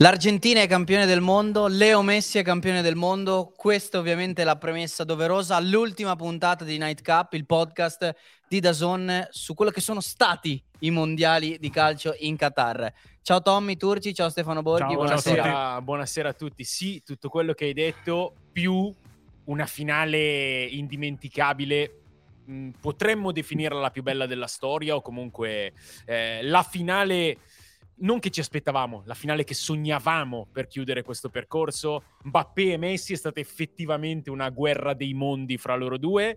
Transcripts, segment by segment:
L'Argentina è campione del mondo, Leo Messi è campione del mondo, questa ovviamente è la premessa doverosa all'ultima puntata di Night Cup, il podcast di DAZN su quello che sono stati i mondiali di calcio in Qatar. Ciao Tommy Turci, ciao Stefano Borghi, ciao, buonasera. Buonasera a tutti. Sì, tutto quello che hai detto, più una finale indimenticabile. Potremmo definirla la più bella della storia, o comunque la finale non che ci aspettavamo, la finale che sognavamo per chiudere questo percorso. Mbappé e Messi è stata effettivamente una guerra dei mondi fra loro due,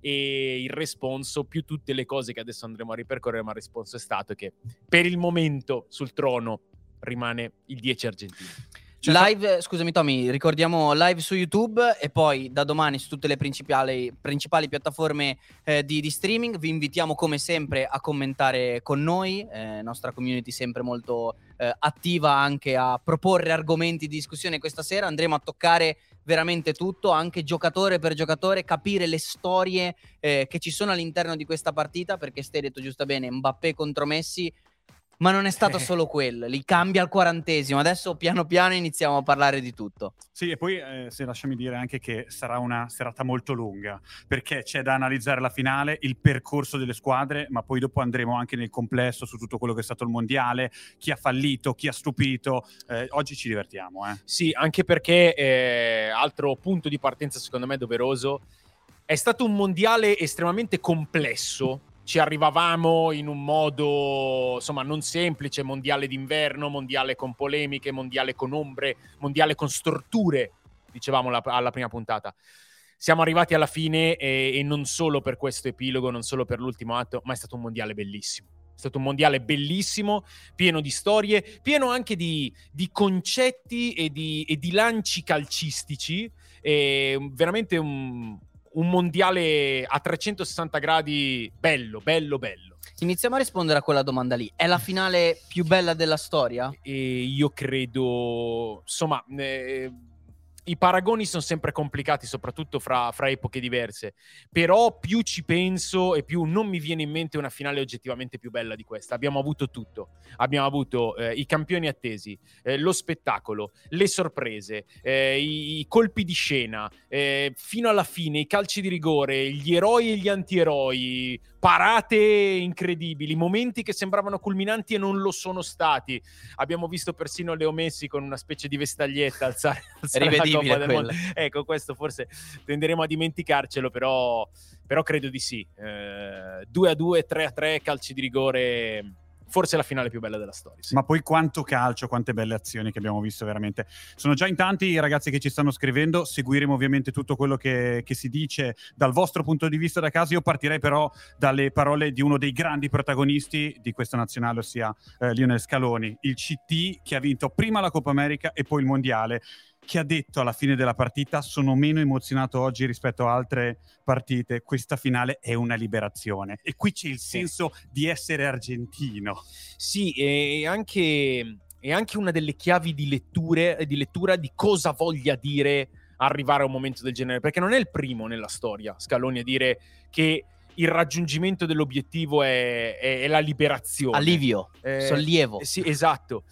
e il responso, più tutte le cose che adesso andremo a ripercorrere, ma il responso è stato che per il momento sul trono rimane il 10 argentino. Live, scusami Tommy, ricordiamo live su YouTube e poi da domani su tutte le principali piattaforme di streaming. Vi invitiamo come sempre a commentare con noi, nostra community sempre molto attiva anche a proporre argomenti di discussione. Questa sera andremo a toccare veramente tutto, anche giocatore per giocatore, capire le storie che ci sono all'interno di questa partita, perché Ste hai detto giusto bene, Mbappé contro Messi. Ma non è stato solo quello, li cambia al 40°. Adesso piano piano iniziamo a parlare di tutto. Sì, e poi se lasciami dire anche che sarà una serata molto lunga, perché c'è da analizzare la finale, il percorso delle squadre, ma poi dopo andremo anche nel complesso su tutto quello che è stato il mondiale, chi ha fallito, chi ha stupito. Oggi ci divertiamo. Sì, anche perché, altro punto di partenza secondo me doveroso, è stato un mondiale estremamente complesso. Ci arrivavamo in un modo, insomma, non semplice, mondiale d'inverno, mondiale con polemiche, mondiale con ombre, mondiale con storture, dicevamo alla prima puntata. Siamo arrivati alla fine e non solo per questo epilogo, non solo per l'ultimo atto, ma è stato un mondiale bellissimo. È stato un mondiale bellissimo, pieno di storie, pieno anche di concetti e di lanci calcistici, veramente un mondiale a 360 gradi bello. Iniziamo a rispondere a quella domanda lì. È la finale più bella della storia? E io credo, insomma, i paragoni sono sempre complicati, soprattutto fra epoche diverse, però più ci penso e più non mi viene in mente una finale oggettivamente più bella di questa. Abbiamo avuto tutto, abbiamo avuto i campioni attesi, lo spettacolo, le sorprese, i colpi di scena, fino alla fine i calci di rigore, gli eroi e gli antieroi, parate incredibili, momenti che sembravano culminanti e non lo sono stati. Abbiamo visto persino Leo Messi con una specie di vestaglietta alzare la Coppa del Mondo. Ecco, questo forse tenderemo a dimenticarcelo, però credo di sì. 2-2, 3-3, calci di rigore, forse la finale più bella della storia. Sì. Ma poi quanto calcio, quante belle azioni che abbiamo visto veramente. Sono già in tanti i ragazzi che ci stanno scrivendo, seguiremo ovviamente tutto quello che si dice dal vostro punto di vista da casa. Io partirei però dalle parole di uno dei grandi protagonisti di questa nazionale, ossia Lionel Scaloni, il CT che ha vinto prima la Coppa America e poi il Mondiale, che ha detto alla fine della partita: sono meno emozionato oggi rispetto a altre partite, questa finale è una liberazione. E qui c'è il senso di essere argentino. Sì, e anche una delle chiavi di lettura di cosa voglia dire arrivare a un momento del genere, perché non è il primo nella storia Scaloni a dire che il raggiungimento dell'obiettivo è la liberazione. Allivio, sollievo. Sì, esatto.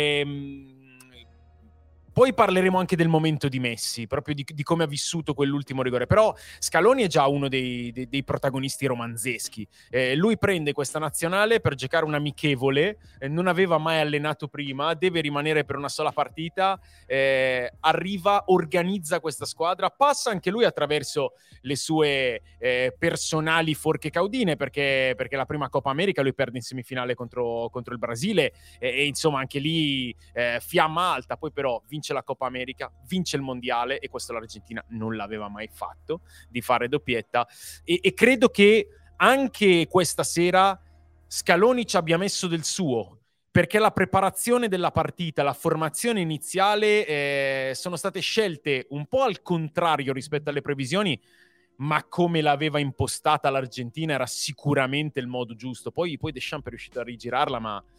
Poi parleremo anche del momento di Messi, proprio di come ha vissuto quell'ultimo rigore. Però Scaloni è già uno dei protagonisti romanzeschi. Lui prende questa nazionale per giocare un amichevole, non aveva mai allenato prima, deve rimanere per una sola partita, arriva, organizza questa squadra, passa anche lui attraverso le sue personali forche caudine, perché la prima Coppa America lui perde in semifinale contro il Brasile, e insomma anche lì fiamma alta. Poi però vince la Coppa America, vince il Mondiale, e questo l'Argentina non l'aveva mai fatto, di fare doppietta, e credo che anche questa sera Scaloni ci abbia messo del suo, perché la preparazione della partita, la formazione iniziale sono state scelte un po' al contrario rispetto alle previsioni, ma come l'aveva impostata l'Argentina era sicuramente il modo giusto. Poi Deschamps è riuscito a rigirarla,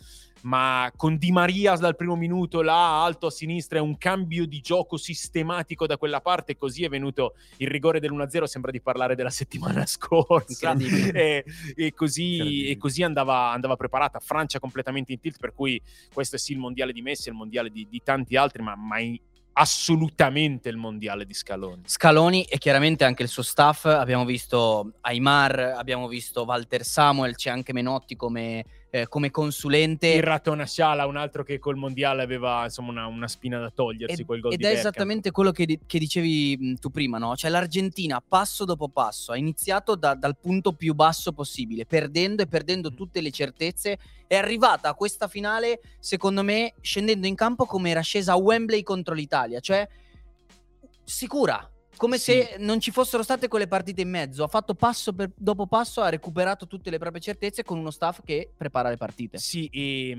ma con Di Maria dal primo minuto là alto a sinistra, è un cambio di gioco sistematico da quella parte, così è venuto il rigore dell'1-0. Sembra di parlare della settimana scorsa e così andava preparata. Francia completamente in tilt, per cui questo è sì il mondiale di Messi, è il mondiale di tanti altri, ma assolutamente il mondiale di Scaloni e chiaramente anche il suo staff. Abbiamo visto Aimar, abbiamo visto Walter Samuel, c'è anche Menotti come consulente. Il Ratona Sciala, un altro che col mondiale aveva insomma una spina da togliersi, quel gol di Bergkamp. Ed è esattamente quello che dicevi tu prima, no? Cioè l'Argentina passo dopo passo ha iniziato dal punto più basso possibile, perdendo tutte le certezze, è arrivata a questa finale secondo me scendendo in campo come era scesa a Wembley contro l'Italia, cioè sicura, come se non ci fossero state quelle partite in mezzo. Ha fatto passo dopo passo, ha recuperato tutte le proprie certezze con uno staff che prepara le partite. Sì,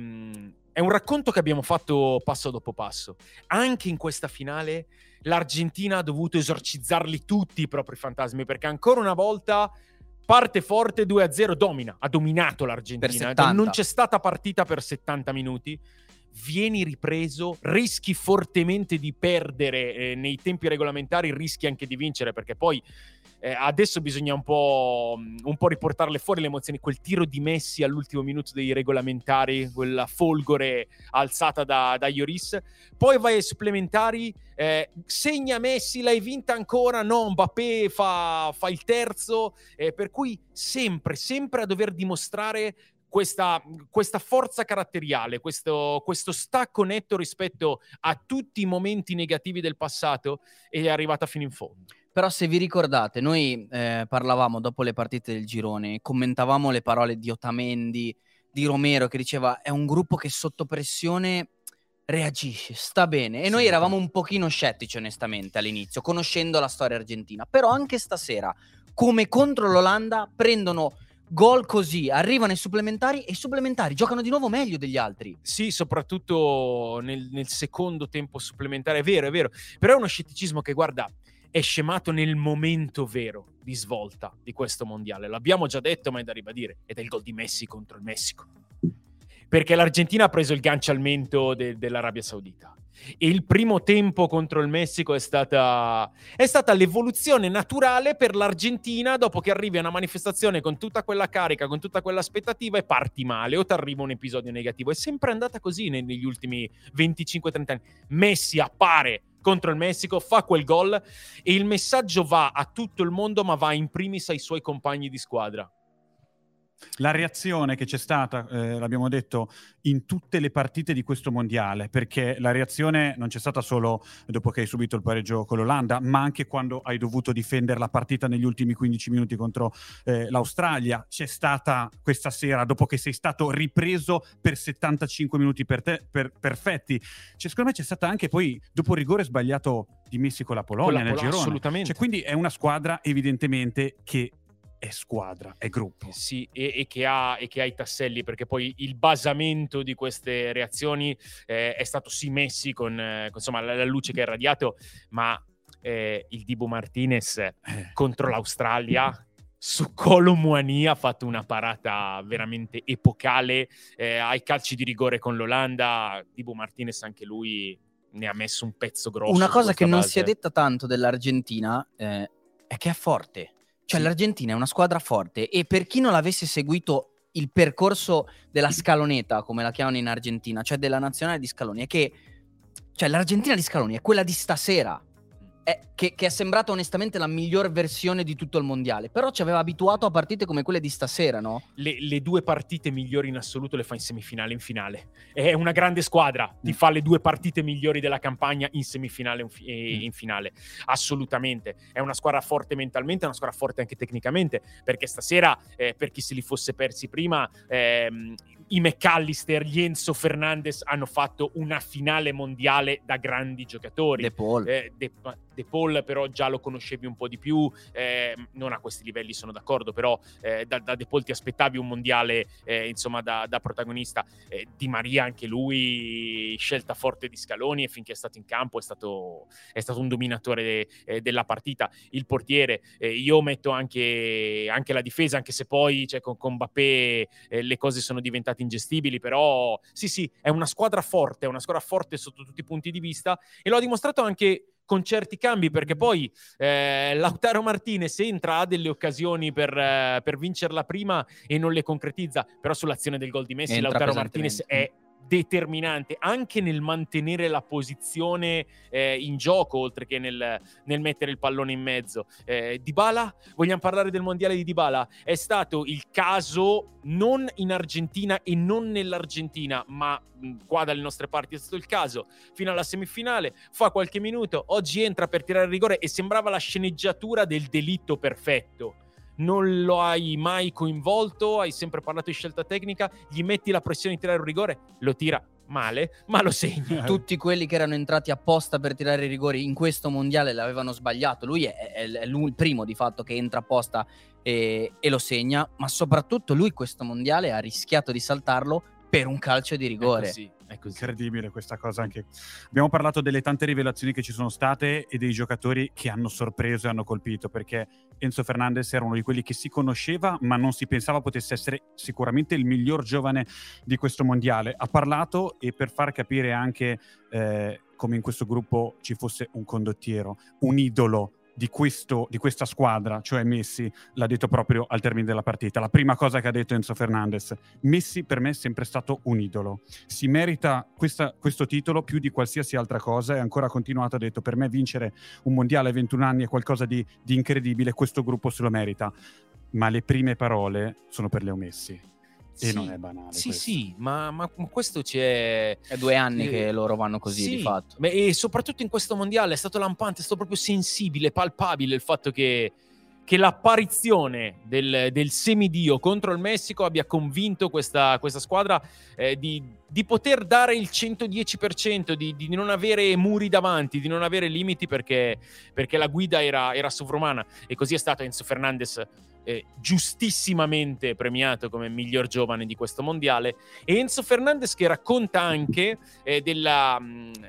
è un racconto che abbiamo fatto passo dopo passo. Anche in questa finale l'Argentina ha dovuto esorcizzarli tutti i propri fantasmi, perché ancora una volta parte forte 2-0, ha dominato l'Argentina. Non c'è stata partita per 70 minuti. Vieni ripreso, rischi fortemente di perdere nei tempi regolamentari, rischi anche di vincere, perché poi adesso bisogna un po' riportarle fuori le emozioni. Quel tiro di Messi all'ultimo minuto dei regolamentari, quella folgore alzata da Lloris, poi vai ai supplementari, segna Messi, l'hai vinta ancora, no, Mbappé fa il terzo, per cui sempre a dover dimostrare questa forza caratteriale, questo stacco netto rispetto a tutti i momenti negativi del passato, è arrivata fino in fondo. Però se vi ricordate, noi parlavamo dopo le partite del girone, commentavamo le parole di Otamendi, di Romero, che diceva è un gruppo che sotto pressione reagisce, sta bene, e noi eravamo un pochino scettici onestamente all'inizio, conoscendo la storia argentina. Però anche stasera, come contro l'Olanda, prendono gol così, arrivano ai supplementari e i supplementari giocano di nuovo meglio degli altri. Sì, soprattutto nel secondo tempo supplementare, è vero, però è uno scetticismo che, guarda, è scemato nel momento vero di svolta di questo mondiale. L'abbiamo già detto, ma è da ribadire, ed è il gol di Messi contro il Messico, perché l'Argentina ha preso il gancio al mento dell'Arabia Saudita. E il primo tempo contro il Messico è stata l'evoluzione naturale per l'Argentina dopo che arrivi a una manifestazione con tutta quella carica, con tutta quell'aspettativa, e parti male o ti arriva un episodio negativo. È sempre andata così negli ultimi 25-30 anni. Messi appare contro il Messico, fa quel gol e il messaggio va a tutto il mondo, ma va in primis ai suoi compagni di squadra. La reazione che c'è stata, l'abbiamo detto, in tutte le partite di questo mondiale, perché la reazione non c'è stata solo dopo che hai subito il pareggio con l'Olanda, ma anche quando hai dovuto difendere la partita negli ultimi 15 minuti contro l'Australia. C'è stata questa sera, dopo che sei stato ripreso per 75 minuti perfetti. Secondo me c'è stata anche poi, dopo il rigore sbagliato di Messi con la Polonia nel girone. Assolutamente. Quindi è una squadra evidentemente che è squadra, è gruppo. Sì, e che ha i tasselli, perché poi il basamento di queste reazioni è stato sì Messi con insomma la luce che ha irradiato, ma il Dibu Martinez contro l'Australia su Kolo Muani ha fatto una parata veramente epocale, ai calci di rigore con l'Olanda. Dibu Martinez anche lui ne ha messo un pezzo grosso. Una cosa che non si è detta tanto dell'Argentina è che è forte. Cioè l'Argentina è una squadra forte, e per chi non l'avesse seguito il percorso della Scaloneta, come la chiamano in Argentina, cioè della nazionale di Scaloni, è che cioè l'Argentina di Scaloni è quella di stasera, che è sembrata onestamente la miglior versione di tutto il mondiale, però ci aveva abituato a partite come quelle di stasera, no? Le due partite migliori in assoluto le fa in semifinale e in finale. È una grande squadra, ti fa le due partite migliori della campagna in semifinale e in finale, assolutamente. È una squadra forte mentalmente, è una squadra forte anche tecnicamente, perché stasera, per chi se li fosse persi prima, i McAllister, gli Enzo Fernandez hanno fatto una finale mondiale da grandi giocatori. De Paul. De Paul però già lo conoscevi un po' di più, non a questi livelli sono d'accordo, però da De Paul ti aspettavi un mondiale insomma da protagonista. Di Maria anche lui scelta forte di Scaloni, e finché è stato in campo è stato un dominatore della partita. Il portiere, io metto anche la difesa, anche se poi con Mbappé le cose sono diventate ingestibili, però sì, è una squadra forte sotto tutti i punti di vista, e lo ha dimostrato anche con certi cambi, perché poi Lautaro Martinez entra, ha delle occasioni per vincerla prima e non le concretizza, però sull'azione del gol di Messi Lautaro Martinez è determinante anche nel mantenere la posizione in gioco, oltre che nel mettere il pallone in mezzo. Dybala, vogliamo parlare del mondiale di Dybala? È stato il caso non in Argentina e non nell'Argentina, ma qua dalle nostre parti è stato il caso fino alla semifinale, fa qualche minuto, oggi entra per tirare il rigore e sembrava la sceneggiatura del delitto perfetto. Non lo hai mai coinvolto, hai sempre parlato di scelta tecnica, gli metti la pressione di tirare un rigore, lo tira male, ma lo segna. Tutti quelli che erano entrati apposta per tirare i rigori in questo mondiale l'avevano sbagliato. Lui è il primo di fatto che entra apposta e lo segna, ma soprattutto lui questo mondiale ha rischiato di saltarlo per un calcio di rigore. È così. Incredibile questa cosa anche. Abbiamo parlato delle tante rivelazioni che ci sono state e dei giocatori che hanno sorpreso e hanno colpito, perché Enzo Fernandez era uno di quelli che si conosceva ma non si pensava potesse essere sicuramente il miglior giovane di questo mondiale. Ha parlato, e per far capire anche come in questo gruppo ci fosse un condottiero, un idolo di questa squadra, cioè Messi, l'ha detto proprio al termine della partita. La prima cosa che ha detto Enzo Fernandez: Messi per me è sempre stato un idolo, si merita questo titolo più di qualsiasi altra cosa, e ancora ha continuato, ha detto: per me vincere un mondiale a 21 anni è qualcosa di incredibile, questo gruppo se lo merita. Ma le prime parole sono per Leo Messi. E non è banale. Sì, ma questo c'è... È 2 anni che loro vanno così, di fatto. E soprattutto in questo mondiale è stato lampante, è stato proprio sensibile, palpabile il fatto che l'apparizione del semidio contro il Messico abbia convinto questa squadra di poter dare il 110%, di non avere muri davanti, di non avere limiti, perché la guida era sovrumana. E così è stato. Enzo Fernandez giustissimamente premiato come miglior giovane di questo mondiale, e Enzo Fernandez che racconta anche della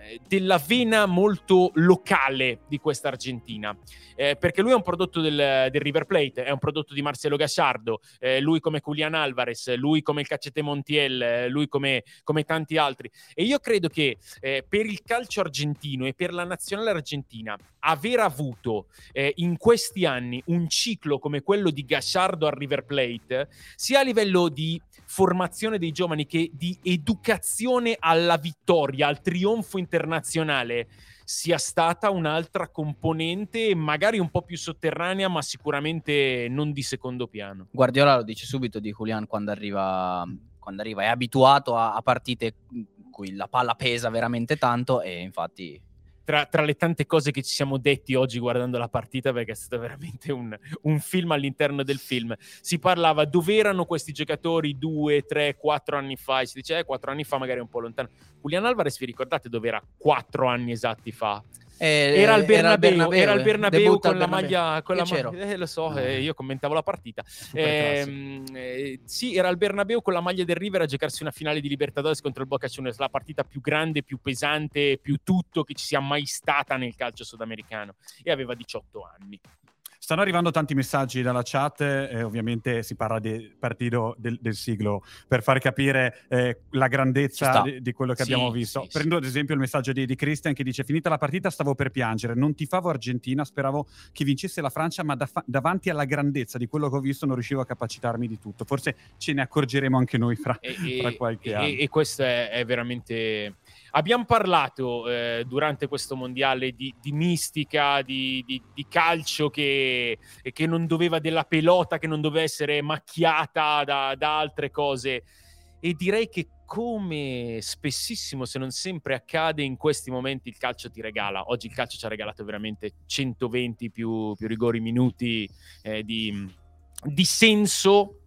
vena molto locale di questa Argentina, perché lui è un prodotto del River Plate, è un prodotto di Marcelo Gallardo, lui come Julián Álvarez, lui come il Cachete Montiel, lui come tanti altri. E io credo che per il calcio argentino e per la nazionale argentina aver avuto in questi anni un ciclo come quello di Gallardo al River Plate, sia a livello di formazione dei giovani che di educazione alla vittoria, al trionfo internazionale, sia stata un'altra componente, magari un po' più sotterranea, ma sicuramente non di secondo piano. Guardiola lo dice subito di Julián quando arriva, è abituato a partite in cui la palla pesa veramente tanto, e infatti... Tra le tante cose che ci siamo detti oggi guardando la partita, perché è stato veramente un film all'interno del film, si parlava dove erano questi giocatori 2, 3, 4 anni fa, e si dice 4 anni fa magari è un po' lontano. Julián Álvarez, vi ricordate dove era 4 anni esatti fa? Era al Bernabéu con la maglia, lo so, io commentavo la partita. Sì, era al Bernabéu con la maglia del River a giocarsi una finale di Libertadores contro il Boca Juniors, la partita più grande, più pesante, più tutto che ci sia mai stata nel calcio sudamericano, e aveva 18 anni. Stanno arrivando tanti messaggi dalla chat, ovviamente si parla di partito del siglo, per far capire la grandezza di quello che abbiamo visto. Prendo ad esempio il messaggio di Christian che dice: finita la partita stavo per piangere, non tifavo Argentina, speravo che vincesse la Francia, ma davanti alla grandezza di quello che ho visto non riuscivo a capacitarmi di tutto. Forse ce ne accorgeremo anche noi fra qualche anno. E questo è veramente... Abbiamo parlato durante questo mondiale di mistica, di calcio che non doveva, della pelota che non doveva essere macchiata da altre cose, e direi che, come spessissimo se non sempre accade in questi momenti, il calcio ti regala. Oggi il calcio ci ha regalato veramente 120 più rigori minuti di senso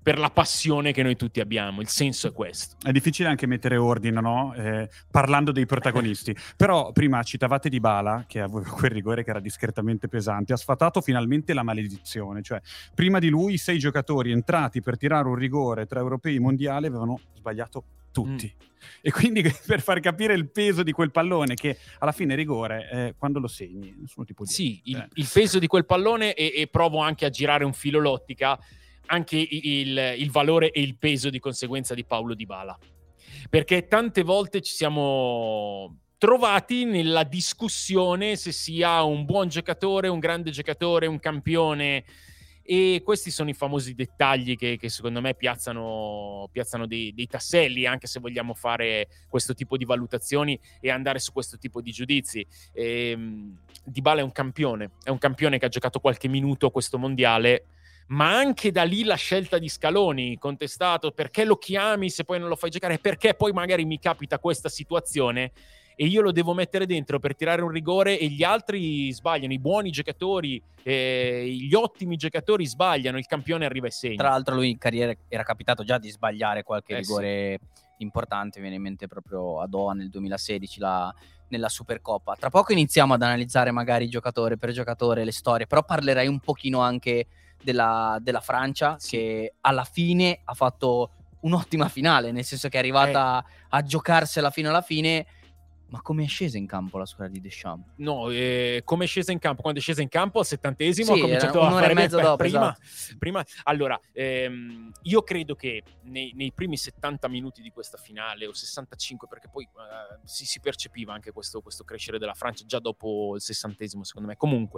per la passione che noi tutti abbiamo. Il senso è questo. È difficile anche mettere ordine, no? Parlando dei protagonisti. Però prima citavate Dybala, che aveva quel rigore che era discretamente pesante, ha sfatato finalmente la maledizione. Cioè, prima di lui 6 giocatori entrati per tirare un rigore tra europei e mondiali avevano sbagliato tutti. E quindi per far capire il peso di quel pallone, che alla fine rigore, quando lo segni, nessuno ti può dire. Sì, il peso di quel pallone, e provo anche a girare un filo l'ottica, anche il valore e il peso di conseguenza di Paulo Dybala, perché tante volte ci siamo trovati nella discussione se sia un buon giocatore, un grande giocatore, un campione, e questi sono i famosi dettagli che secondo me piazzano dei tasselli, anche se vogliamo fare questo tipo di valutazioni e andare su questo tipo di giudizi. Dybala è un campione che ha giocato qualche minuto a questo mondiale, ma anche da lì la scelta di Scaloni, contestato: perché lo chiami se poi non lo fai giocare, perché poi magari mi capita questa situazione e io lo devo mettere dentro per tirare un rigore e gli altri sbagliano, i buoni giocatori, gli ottimi giocatori sbagliano, il campione arriva e segna. Tra l'altro lui in carriera era capitato già di sbagliare qualche rigore importante, viene in mente proprio a Doha nel 2016 nella Supercoppa. Tra poco iniziamo ad analizzare magari giocatore per giocatore le storie, però parlerei un pochino anche della Francia, che alla fine ha fatto un'ottima finale, nel senso che è arrivata a giocarsela fino alla fine. Ma come è scesa in campo la squadra di Deschamps? No, come è scesa in campo? Quando è scesa in campo al 70esimo sì, ha cominciato a un'ora fare e mezzo dopo, prima. Allora, io credo che nei primi 70 minuti di questa finale, o 65, perché poi si percepiva anche questo crescere della Francia già dopo il 60esimo, secondo me. Comunque,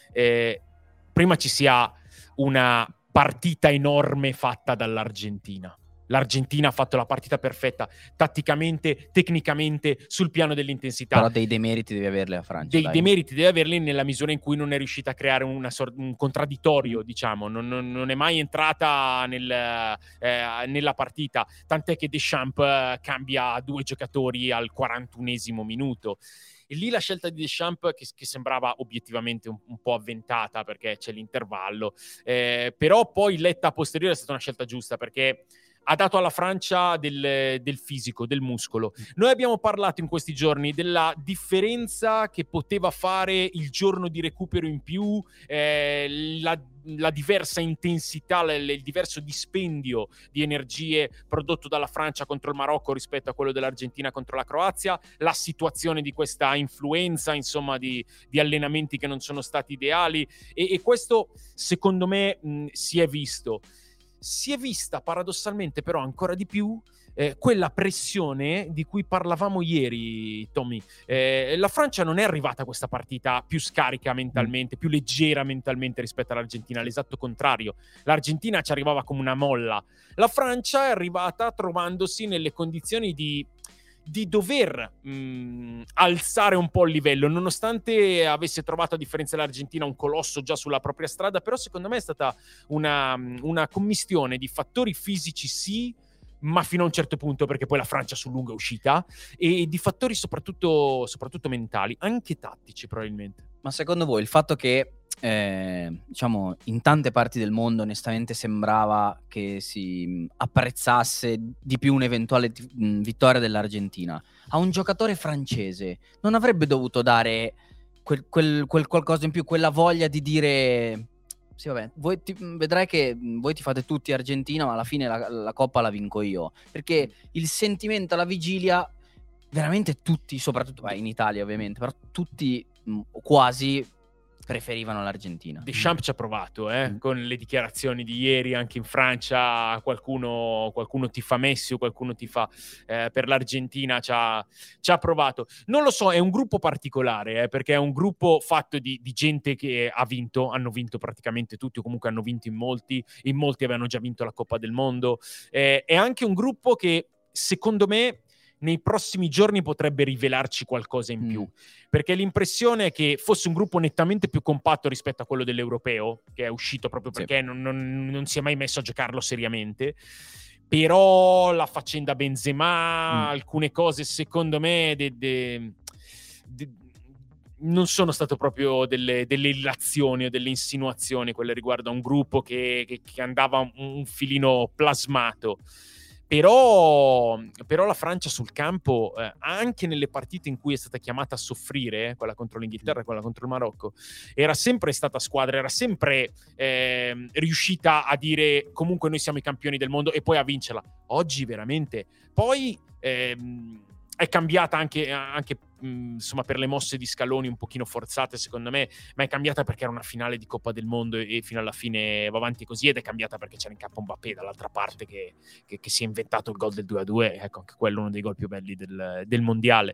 prima ci sia una partita enorme fatta dall'Argentina. L'Argentina ha fatto la partita perfetta, tatticamente, tecnicamente, sul piano dell'intensità. Però dei demeriti deve averli la Francia. Dei demeriti deve averli nella misura in cui non è riuscita a creare un contraddittorio, diciamo. Non è mai entrata nella partita. Tant'è che Deschamps cambia 2 giocatori al 41esimo minuto. E lì la scelta di Deschamps, che sembrava obiettivamente un po' avventata, perché c'è l'intervallo, però poi letta a posteriore è stata una scelta giusta, perché ha dato alla Francia del fisico, del muscolo. Noi abbiamo parlato in questi giorni della differenza che poteva fare il giorno di recupero in più, la diversa intensità, il diverso dispendio di energie prodotto dalla Francia contro il Marocco rispetto a quello dell'Argentina contro la Croazia, la situazione di questa influenza, insomma, di allenamenti che non sono stati ideali, e questo secondo me si è visto. Si è vista paradossalmente però ancora di più quella pressione di cui parlavamo ieri, Tommy. La Francia non è arrivata a questa partita più scarica mentalmente, più leggera mentalmente rispetto all'Argentina, l'esatto contrario. L'Argentina ci arrivava come una molla. La Francia è arrivata trovandosi nelle condizioni di dover alzare un po' il livello, nonostante avesse trovato, a differenza dell'Argentina, un colosso già sulla propria strada. Però secondo me è stata una commistione di fattori fisici, sì, ma fino a un certo punto, perché poi la Francia sul lungo è uscita, e di fattori soprattutto mentali, anche tattici probabilmente. Ma secondo voi il fatto che diciamo in tante parti del mondo onestamente sembrava che si apprezzasse di più un'eventuale vittoria dell'Argentina, a un giocatore francese non avrebbe dovuto dare quel qualcosa in più, quella voglia di dire sì vabbè, vedrai che voi ti fate tutti Argentina, ma alla fine la Coppa la vinco io, perché il sentimento alla vigilia veramente tutti, soprattutto in Italia ovviamente, però tutti quasi preferivano l'Argentina. Deschamps ci ha provato, con le dichiarazioni di ieri. Anche in Francia qualcuno tifa Messi o qualcuno tifa per l'Argentina, ci ha provato. Non lo so, è un gruppo particolare, perché è un gruppo fatto di gente che hanno vinto praticamente tutti, o comunque hanno vinto in molti avevano già vinto la Coppa del Mondo. È anche un gruppo che, secondo me, nei prossimi giorni potrebbe rivelarci qualcosa in più, perché l'impressione è che fosse un gruppo nettamente più compatto rispetto a quello dell'Europeo, che è uscito proprio perché non si è mai messo a giocarlo seriamente. Però la faccenda Benzema, alcune cose secondo me non sono stato proprio delle illazioni o delle insinuazioni quelle riguardo a un gruppo che andava un filino plasmato. Però la Francia sul campo, anche nelle partite in cui è stata chiamata a soffrire, quella contro l'Inghilterra e quella contro il Marocco, era sempre stata squadra, era sempre riuscita a dire comunque noi siamo i campioni del mondo e poi a vincerla. Oggi veramente... Poi è cambiata anche insomma, per le mosse di Scaloni un pochino forzate secondo me, ma è cambiata perché era una finale di Coppa del Mondo e fino alla fine va avanti così, ed è cambiata perché c'era in campo Mbappé dall'altra parte che si è inventato il gol del 2-2, ecco, anche quello è uno dei gol più belli del mondiale.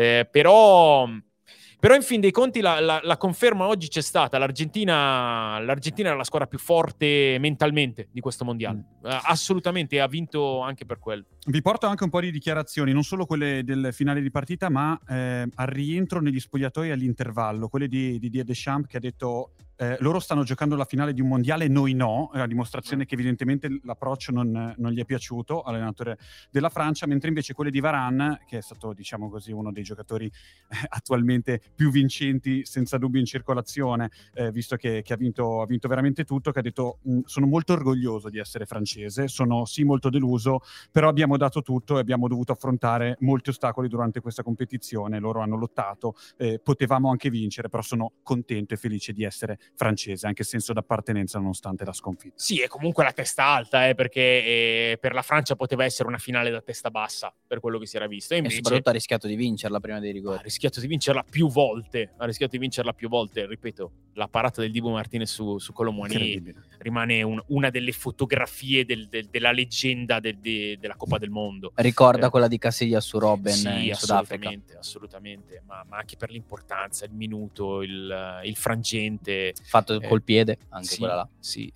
Però in fin dei conti la conferma oggi c'è stata. L'Argentina era la squadra più forte mentalmente di questo mondiale, assolutamente, e ha vinto anche per quello. Vi porto anche un po' di dichiarazioni, non solo quelle del finale di partita, ma al rientro negli spogliatoi all'intervallo, quelle di Didier Deschamps, che ha detto loro stanno giocando la finale di un mondiale, noi no, a dimostrazione che evidentemente l'approccio non gli è piaciuto all'allenatore della Francia, mentre invece quelle di Varane, che è stato, diciamo così, uno dei giocatori attualmente più vincenti senza dubbio in circolazione, visto che ha vinto veramente tutto, che ha detto sono molto orgoglioso di essere francese, sono sì molto deluso, però abbiamo dato tutto e abbiamo dovuto affrontare molti ostacoli durante questa competizione, loro hanno lottato, potevamo anche vincere, però sono contento e felice di essere francese, anche senso d'appartenenza nonostante la sconfitta. Sì, è comunque la testa alta, perché per la Francia poteva essere una finale da testa bassa, per quello che si era visto. E soprattutto ha rischiato di vincerla prima dei rigori. Ha rischiato di vincerla più volte, ripeto, la parata del Dibu Martinez su Kolo Muani rimane una delle fotografie della leggenda della Coppa del Mondo. Ricorda quella di Casillas su Robben, sì, in Sudafrica. Assolutamente, ma anche per l'importanza, il minuto, il frangente fatto col piede, anche quella là. Sì.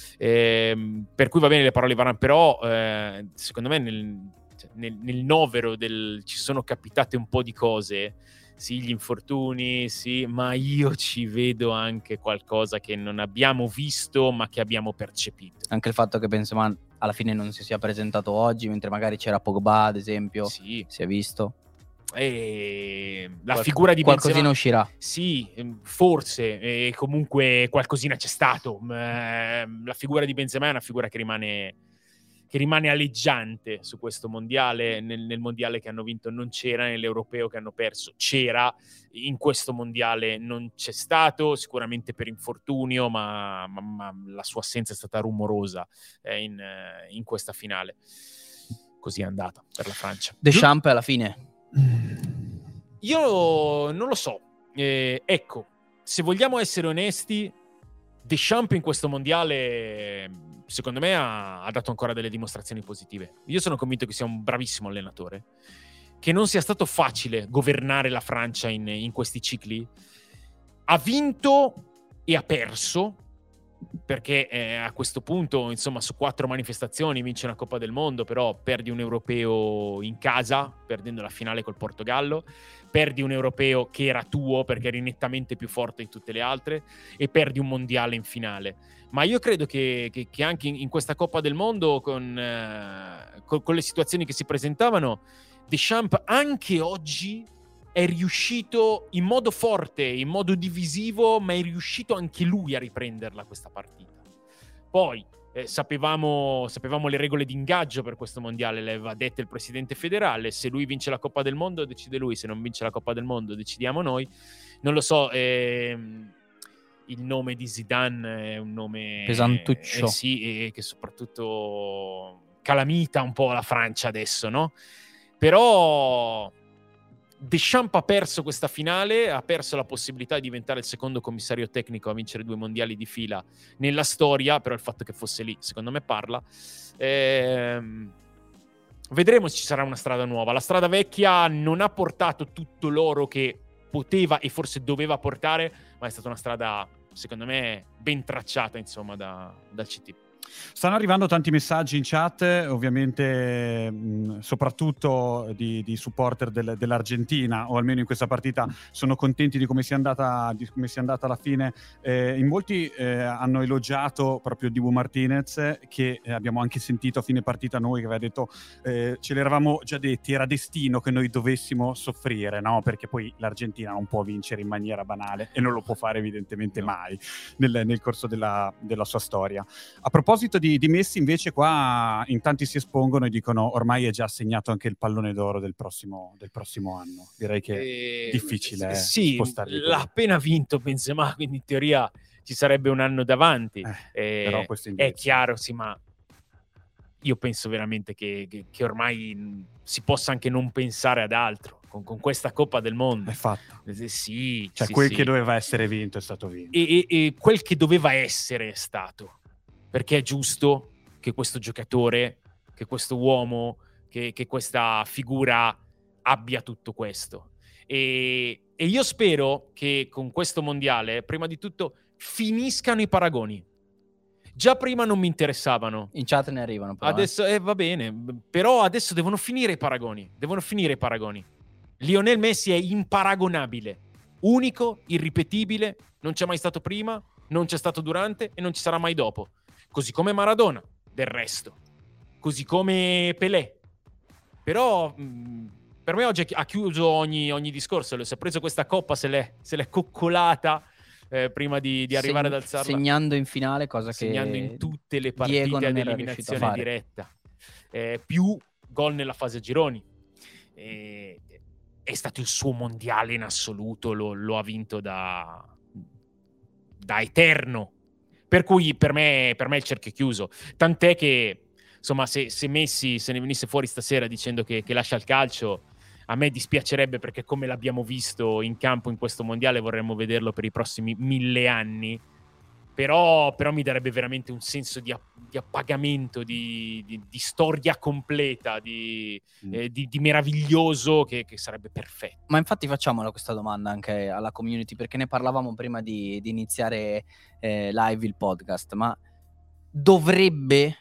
Per cui va bene le parole di Varane, però secondo me nel novero ci sono capitate un po' di cose, sì, gli infortuni, sì, ma io ci vedo anche qualcosa che non abbiamo visto ma che abbiamo percepito. Anche il fatto che Benzema alla fine non si sia presentato oggi, mentre magari c'era Pogba, ad esempio, si è visto. E la figura di Benzema, qualcosina uscirà. Sì, forse, e comunque qualcosina c'è stato. La figura di Benzema è una figura che rimane aleggiante su questo mondiale. Nel mondiale che hanno vinto non c'era, nell'europeo che hanno perso c'era, in questo mondiale non c'è stato, sicuramente per infortunio, ma la sua assenza è stata rumorosa in questa finale. Così è andata per la Francia. Deschamps alla fine? Io non lo so. Ecco, se vogliamo essere onesti, Deschamps in questo mondiale secondo me ha dato ancora delle dimostrazioni positive. Io sono convinto che sia un bravissimo allenatore, che non sia stato facile governare la Francia in questi cicli. Ha vinto e ha perso, perché a questo punto, insomma, su 4 manifestazioni vince una Coppa del Mondo, però perdi un europeo in casa, perdendo la finale col Portogallo, perdi un europeo che era tuo perché eri nettamente più forte di tutte le altre, e perdi un mondiale in finale. Ma io credo che anche in questa Coppa del Mondo, con le situazioni che si presentavano, Deschamps anche oggi è riuscito in modo forte, in modo divisivo, ma è riuscito anche lui a riprenderla questa partita. Poi sapevamo le regole di ingaggio per questo mondiale, le aveva dette il presidente federale: se lui vince la Coppa del Mondo decide lui, se non vince la Coppa del Mondo decidiamo noi. Non lo so, il nome di Zidane è un nome pesantuccio, sì, che soprattutto calamita un po' la Francia adesso, no? Però Deschamps ha perso questa finale, ha perso la possibilità di diventare il secondo commissario tecnico a vincere 2 mondiali di fila nella storia, però il fatto che fosse lì secondo me parla. Vedremo se ci sarà una strada nuova. La strada vecchia non ha portato tutto l'oro che poteva e forse doveva portare, ma è stata una strada secondo me ben tracciata, insomma, dal CT. Stanno arrivando tanti messaggi in chat, ovviamente soprattutto di supporter dell'Argentina, o almeno in questa partita sono contenti di come sia andata alla fine. In molti hanno elogiato proprio Dibu Martinez, che abbiamo anche sentito a fine partita noi, che aveva detto ce l'eravamo già detti, era destino che noi dovessimo soffrire, no? Perché poi l'Argentina non può vincere in maniera banale e non lo può fare evidentemente mai nel corso della sua storia. A proposito di Messi, invece, qua in tanti si espongono e dicono ormai è già assegnato anche il pallone d'oro del prossimo anno. Direi che è difficile spostarli. L'ha appena vinto Benzema, quindi in teoria ci sarebbe un anno davanti. Però questo è chiaro, sì, ma io penso veramente che ormai si possa anche non pensare ad altro. Con questa Coppa del Mondo è fatta. Sì, cioè sì, quel sì. che doveva essere vinto è stato vinto. E quel che doveva essere è stato. Perché è giusto che questo giocatore, che questo uomo, che questa figura abbia tutto questo. E io spero che con questo mondiale, prima di tutto, finiscano i paragoni. Già prima non mi interessavano. In chat ne arrivano però. Adesso va bene, però adesso devono finire i paragoni. Lionel Messi è imparagonabile, unico, irripetibile, non c'è mai stato prima, non c'è stato durante e non ci sarà mai dopo. Così come Maradona, del resto. Così come Pelé. Però per me oggi ha chiuso ogni discorso. Si è preso questa coppa, se l'è coccolata prima di arrivare ad alzarla. Segnando in finale, segnando in tutte le partite ad eliminazione diretta. Più gol nella fase a gironi. È stato il suo mondiale in assoluto, lo ha vinto da eterno. Per cui per me il cerchio è chiuso. Tant'è che, insomma, se Messi se ne venisse fuori stasera dicendo che lascia il calcio, a me dispiacerebbe, perché come l'abbiamo visto in campo in questo mondiale vorremmo vederlo per i prossimi 1000 anni. Però mi darebbe veramente un senso di appagamento, di storia completa, di meraviglioso che sarebbe perfetto. Ma infatti facciamola questa domanda anche alla community, perché ne parlavamo prima di iniziare live il podcast, ma dovrebbe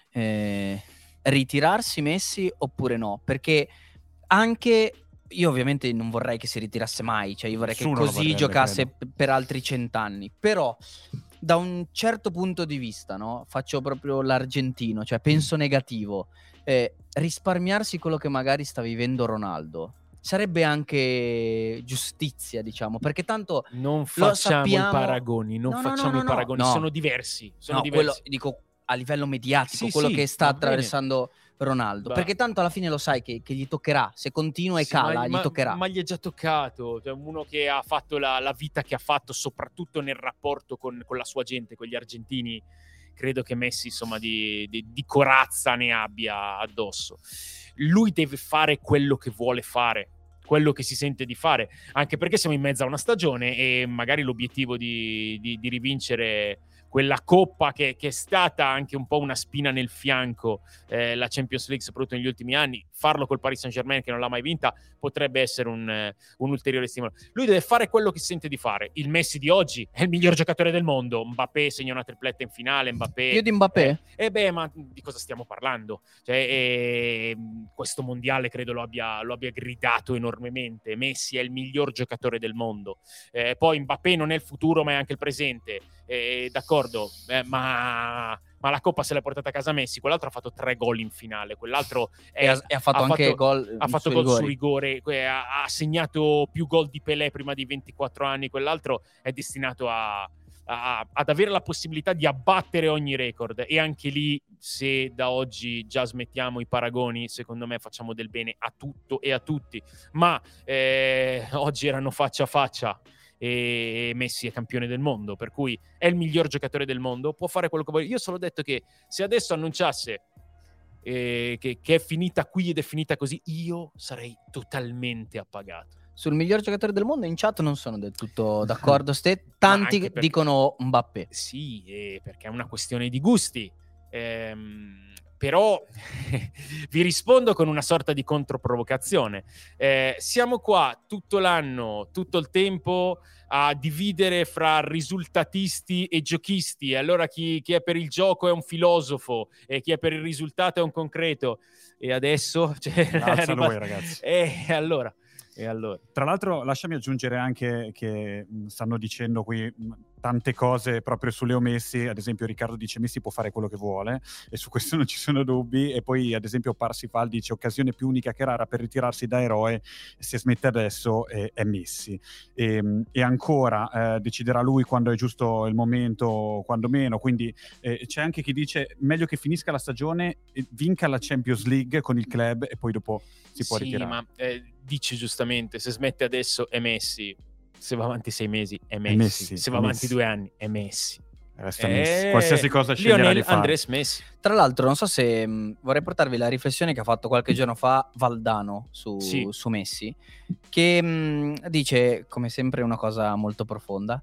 ritirarsi Messi oppure no? Perché anche io ovviamente non vorrei che si ritirasse mai, cioè io vorrei che così giocasse per altri 100 anni, però da un certo punto di vista, no? Faccio proprio l'argentino, cioè penso negativo. Risparmiarsi quello che magari sta vivendo Ronaldo sarebbe anche giustizia, diciamo, perché tanto non facciamo i paragoni, no. Sono diversi. Quello, dico a livello mediatico, quello che sta attraversando Ronaldo, perché tanto alla fine lo sai che gli toccherà, se continua e cala gli toccherà. Ma gli è già toccato, cioè, uno che ha fatto la vita che ha fatto, soprattutto nel rapporto con la sua gente, con gli argentini. Credo che Messi, insomma, di corazza ne abbia addosso. Lui deve fare quello che vuole fare, quello che si sente di fare, anche perché siamo in mezzo a una stagione e magari l'obiettivo di rivincere quella coppa che è stata anche un po' una spina nel fianco, la Champions League soprattutto negli ultimi anni, farlo col Paris Saint-Germain che non l'ha mai vinta potrebbe essere un ulteriore stimolo. Lui deve fare quello che si sente di fare. Il Messi di oggi è il miglior giocatore del mondo. Mbappé segna una tripletta in finale. Più di Mbappé? Ma di cosa stiamo parlando? Cioè, questo mondiale credo lo abbia gridato enormemente. Messi è il miglior giocatore del mondo. Poi Mbappé non è il futuro ma è anche il presente. D'accordo, ma la Coppa se l'è portata a casa Messi. Quell'altro ha fatto 3 gol in finale, quell'altro ha fatto anche gol su rigore, ha segnato più gol di Pelé prima di 24 anni. Quell'altro è destinato ad avere la possibilità di abbattere ogni record, e anche lì, se da oggi già smettiamo i paragoni, secondo me facciamo del bene a tutto e a tutti. Ma oggi erano faccia a faccia e Messi è campione del mondo, per cui è il miglior giocatore del mondo, può fare quello che vuole. Io solo ho detto che se adesso annunciasse che è finita qui ed è finita così, io sarei totalmente appagato. Sul miglior giocatore del mondo in chat non sono del tutto d'accordo. Tanti dicono Mbappé. Sì, perché è una questione di gusti. però vi rispondo con una sorta di controprovocazione. Siamo qua tutto l'anno, tutto il tempo a dividere fra risultatisti e giochisti. Allora chi è per il gioco è un filosofo e chi è per il risultato è un concreto. E adesso... Alzalo voi, ragazzi. E allora... Tra l'altro lasciami aggiungere anche che stanno dicendo qui tante cose proprio su Leo Messi. Ad esempio Riccardo dice Messi può fare quello che vuole e su questo non ci sono dubbi, e poi ad esempio Parsifal dice occasione più unica che rara per ritirarsi da eroe, se smette adesso è Messi, e ancora deciderà lui quando è giusto il momento, quando meno, quindi c'è anche chi dice meglio che finisca la stagione e vinca la Champions League con il club e poi dopo si può ritirare. Ma dice giustamente, se smette adesso è Messi, se va avanti 6 mesi è Messi, se va avanti 2 anni è Messi. Resta Messi. Qualsiasi cosa sceglierà Lionel di fare. Andrés Messi. Tra l'altro non so se vorrei portarvi la riflessione che ha fatto qualche giorno fa Valdano su Messi, che dice come sempre una cosa molto profonda.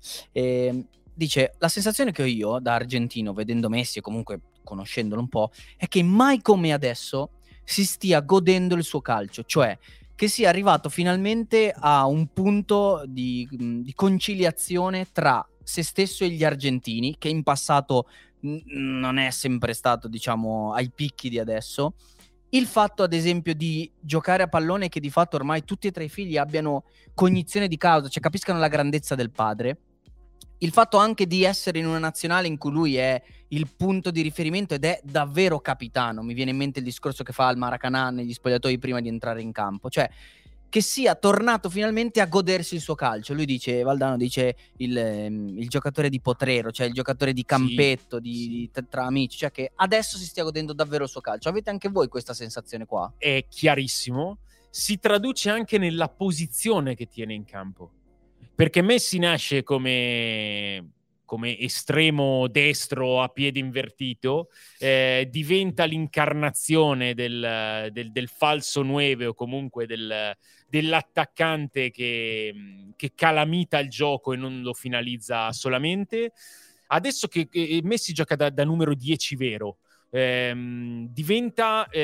Dice la sensazione che ho io da argentino vedendo Messi e comunque conoscendolo un po' è che mai come adesso si stia godendo il suo calcio, cioè che sia arrivato finalmente a un punto di conciliazione tra se stesso e gli argentini, che in passato non è sempre stato, diciamo, ai picchi di adesso. Il fatto, ad esempio, di giocare a pallone, che di fatto ormai tutti e tre i figli abbiano cognizione di causa, cioè capiscano la grandezza del padre. Il fatto anche di essere in una nazionale in cui lui è il punto di riferimento ed è davvero capitano. Mi viene in mente il discorso che fa al Maracanã negli spogliatoi prima di entrare in campo, cioè che sia tornato finalmente a godersi il suo calcio. Lui dice, Valdano dice il giocatore di potrero, cioè il giocatore di campetto, tra amici, cioè che adesso si stia godendo davvero il suo calcio. Avete anche voi questa sensazione qua? È chiarissimo, si traduce anche nella posizione che tiene in campo. Perché Messi nasce come estremo destro a piede invertito, diventa l'incarnazione del falso 9 o comunque dell'attaccante che calamita il gioco e non lo finalizza solamente. Adesso che Messi gioca da numero 10 vero, diventa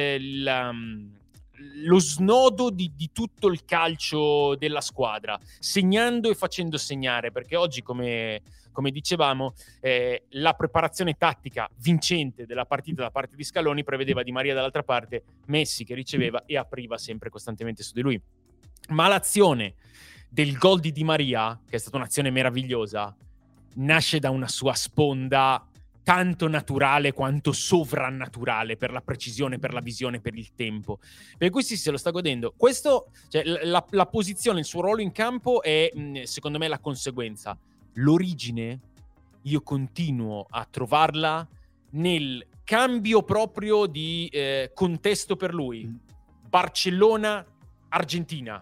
lo snodo di tutto il calcio della squadra, segnando e facendo segnare, perché oggi, come dicevamo, la preparazione tattica vincente della partita da parte di Scaloni prevedeva Di Maria dall'altra parte, Messi che riceveva e apriva sempre costantemente su di lui. Ma l'azione del gol di Di Maria, che è stata un'azione meravigliosa, nasce da una sua sponda tanto naturale quanto sovrannaturale per la precisione, per la visione, per il tempo. Per cui sì, se lo sta godendo. Questo, cioè, la posizione, il suo ruolo in campo è, secondo me, la conseguenza. L'origine, io continuo a trovarla nel cambio proprio di contesto per lui. Barcellona-Argentina.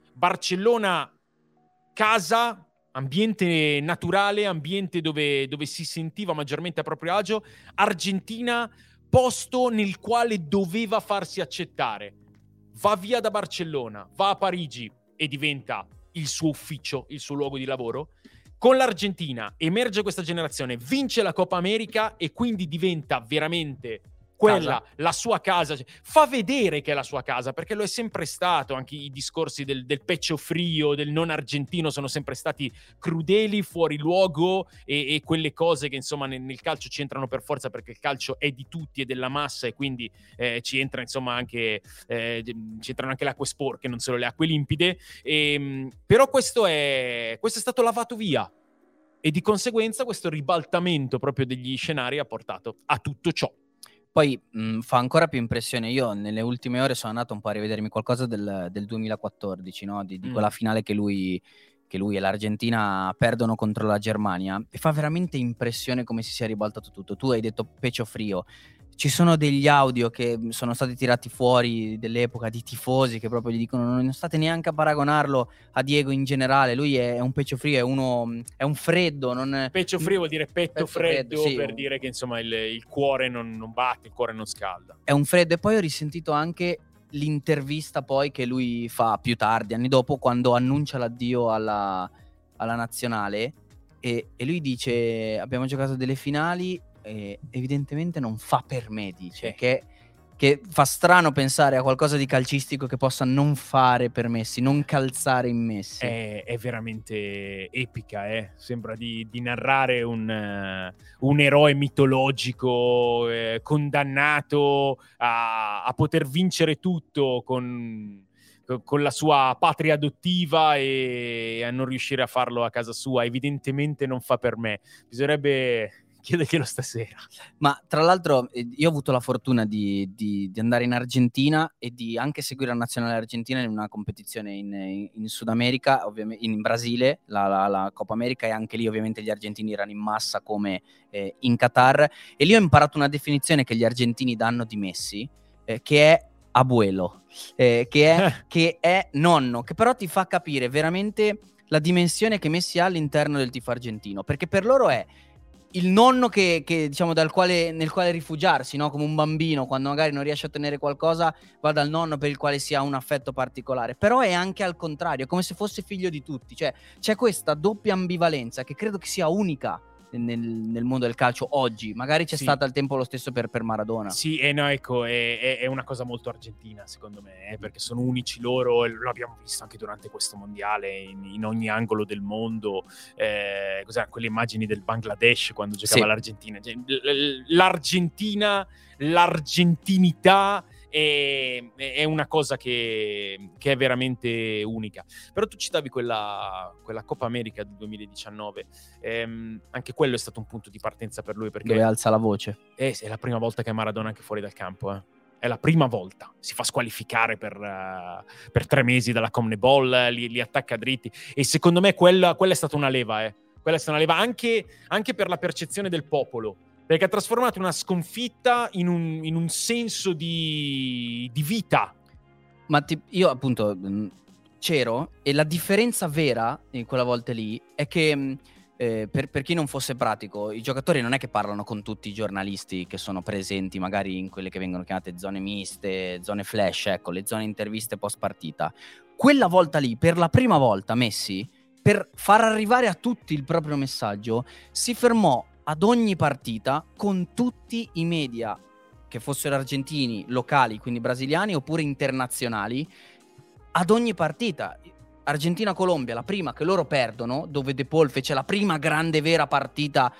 Barcellona-casa, ambiente naturale, ambiente dove si sentiva maggiormente a proprio agio. Argentina, posto nel quale doveva farsi accettare. Va via da Barcellona, va a Parigi e diventa il suo ufficio, il suo luogo di lavoro. Con l'Argentina emerge questa generazione, vince la Coppa America e quindi diventa veramente quella, la sua casa. Fa vedere che è la sua casa, perché lo è sempre stato. Anche i discorsi del pecho frio, del non argentino sono sempre stati crudeli, fuori luogo e quelle cose che insomma nel calcio ci entrano per forza, perché il calcio è di tutti e della massa, e quindi ci entra insomma anche ci entrano anche le acque sporche, non solo le acque limpide, però questo è stato lavato via e di conseguenza questo ribaltamento proprio degli scenari ha portato a tutto ciò. Poi fa ancora più impressione. Io nelle ultime ore sono andato un po' a rivedermi qualcosa del 2014, no? di quella finale che lui e l'Argentina perdono contro la Germania, e fa veramente impressione come si sia ribaltato tutto. Tu hai detto pecho frio. Ci sono degli audio che sono stati tirati fuori dell'epoca di tifosi che proprio gli dicono non state neanche a paragonarlo a Diego in generale, lui è un pecho frio, è un freddo. Pecho frio vuol dire petto freddo, sì, per dire che insomma il cuore non batte, il cuore non scalda. È un freddo. E poi ho risentito anche l'intervista poi che lui fa più tardi, anni dopo, quando annuncia l'addio alla nazionale, e lui dice abbiamo giocato delle finali, evidentemente non fa per me, dice, che che fa strano pensare a qualcosa di calcistico che possa non fare per Messi, non calzare in Messi. È veramente epica, sembra di narrare un eroe mitologico condannato a poter vincere tutto con la sua patria adottiva e a non riuscire a farlo a casa sua. Evidentemente non fa per me, bisognerebbe chiederglielo stasera. Ma tra l'altro io ho avuto la fortuna di andare in Argentina e di anche seguire la nazionale argentina in una competizione in Sud America, ovviamente in Brasile, la Coppa America, e anche lì ovviamente gli argentini erano in massa come in Qatar, e lì ho imparato una definizione che gli argentini danno di Messi, che è abuelo, che è nonno, che però ti fa capire veramente la dimensione che Messi ha all'interno del tifo argentino, perché per loro è il nonno che diciamo nel quale rifugiarsi, no? Come un bambino quando magari non riesce a ottenere qualcosa va dal nonno per il quale si ha un affetto particolare, però è anche al contrario, come se fosse figlio di tutti, cioè c'è questa doppia ambivalenza che credo che sia unica nel mondo del calcio oggi. Magari c'è stata al tempo lo stesso per Maradona. Sì, no, ecco, è una cosa molto argentina secondo me, perché sono unici loro, e lo abbiamo visto anche durante questo mondiale in ogni angolo del mondo. Cos'erano quelle immagini del Bangladesh quando giocava l'Argentina? L'argentinità è una cosa che è veramente unica. Però tu citavi quella Coppa America del 2019, anche quello è stato un punto di partenza per lui, perché dove alza la voce. È la prima volta che è Maradona anche fuori dal campo, È la prima volta. Si fa squalificare per 3 mesi dalla CONMEBOL, li attacca dritti, e secondo me quella è stata una leva, Quella è stata una leva anche per la percezione del popolo, perché ha trasformato una sconfitta in un senso di vita. Ma io appunto c'ero, e la differenza vera in quella volta lì è che per chi non fosse pratico, i giocatori non è che parlano con tutti i giornalisti che sono presenti magari in quelle che vengono chiamate zone miste, zone flash, ecco, le zone interviste post partita. Quella volta lì, per la prima volta, Messi, per far arrivare a tutti il proprio messaggio, si fermò ad ogni partita con tutti i media, che fossero argentini, locali, quindi brasiliani, oppure internazionali, ad ogni partita. Argentina-Colombia, la prima che loro perdono, dove De Paul fece la prima grande vera partita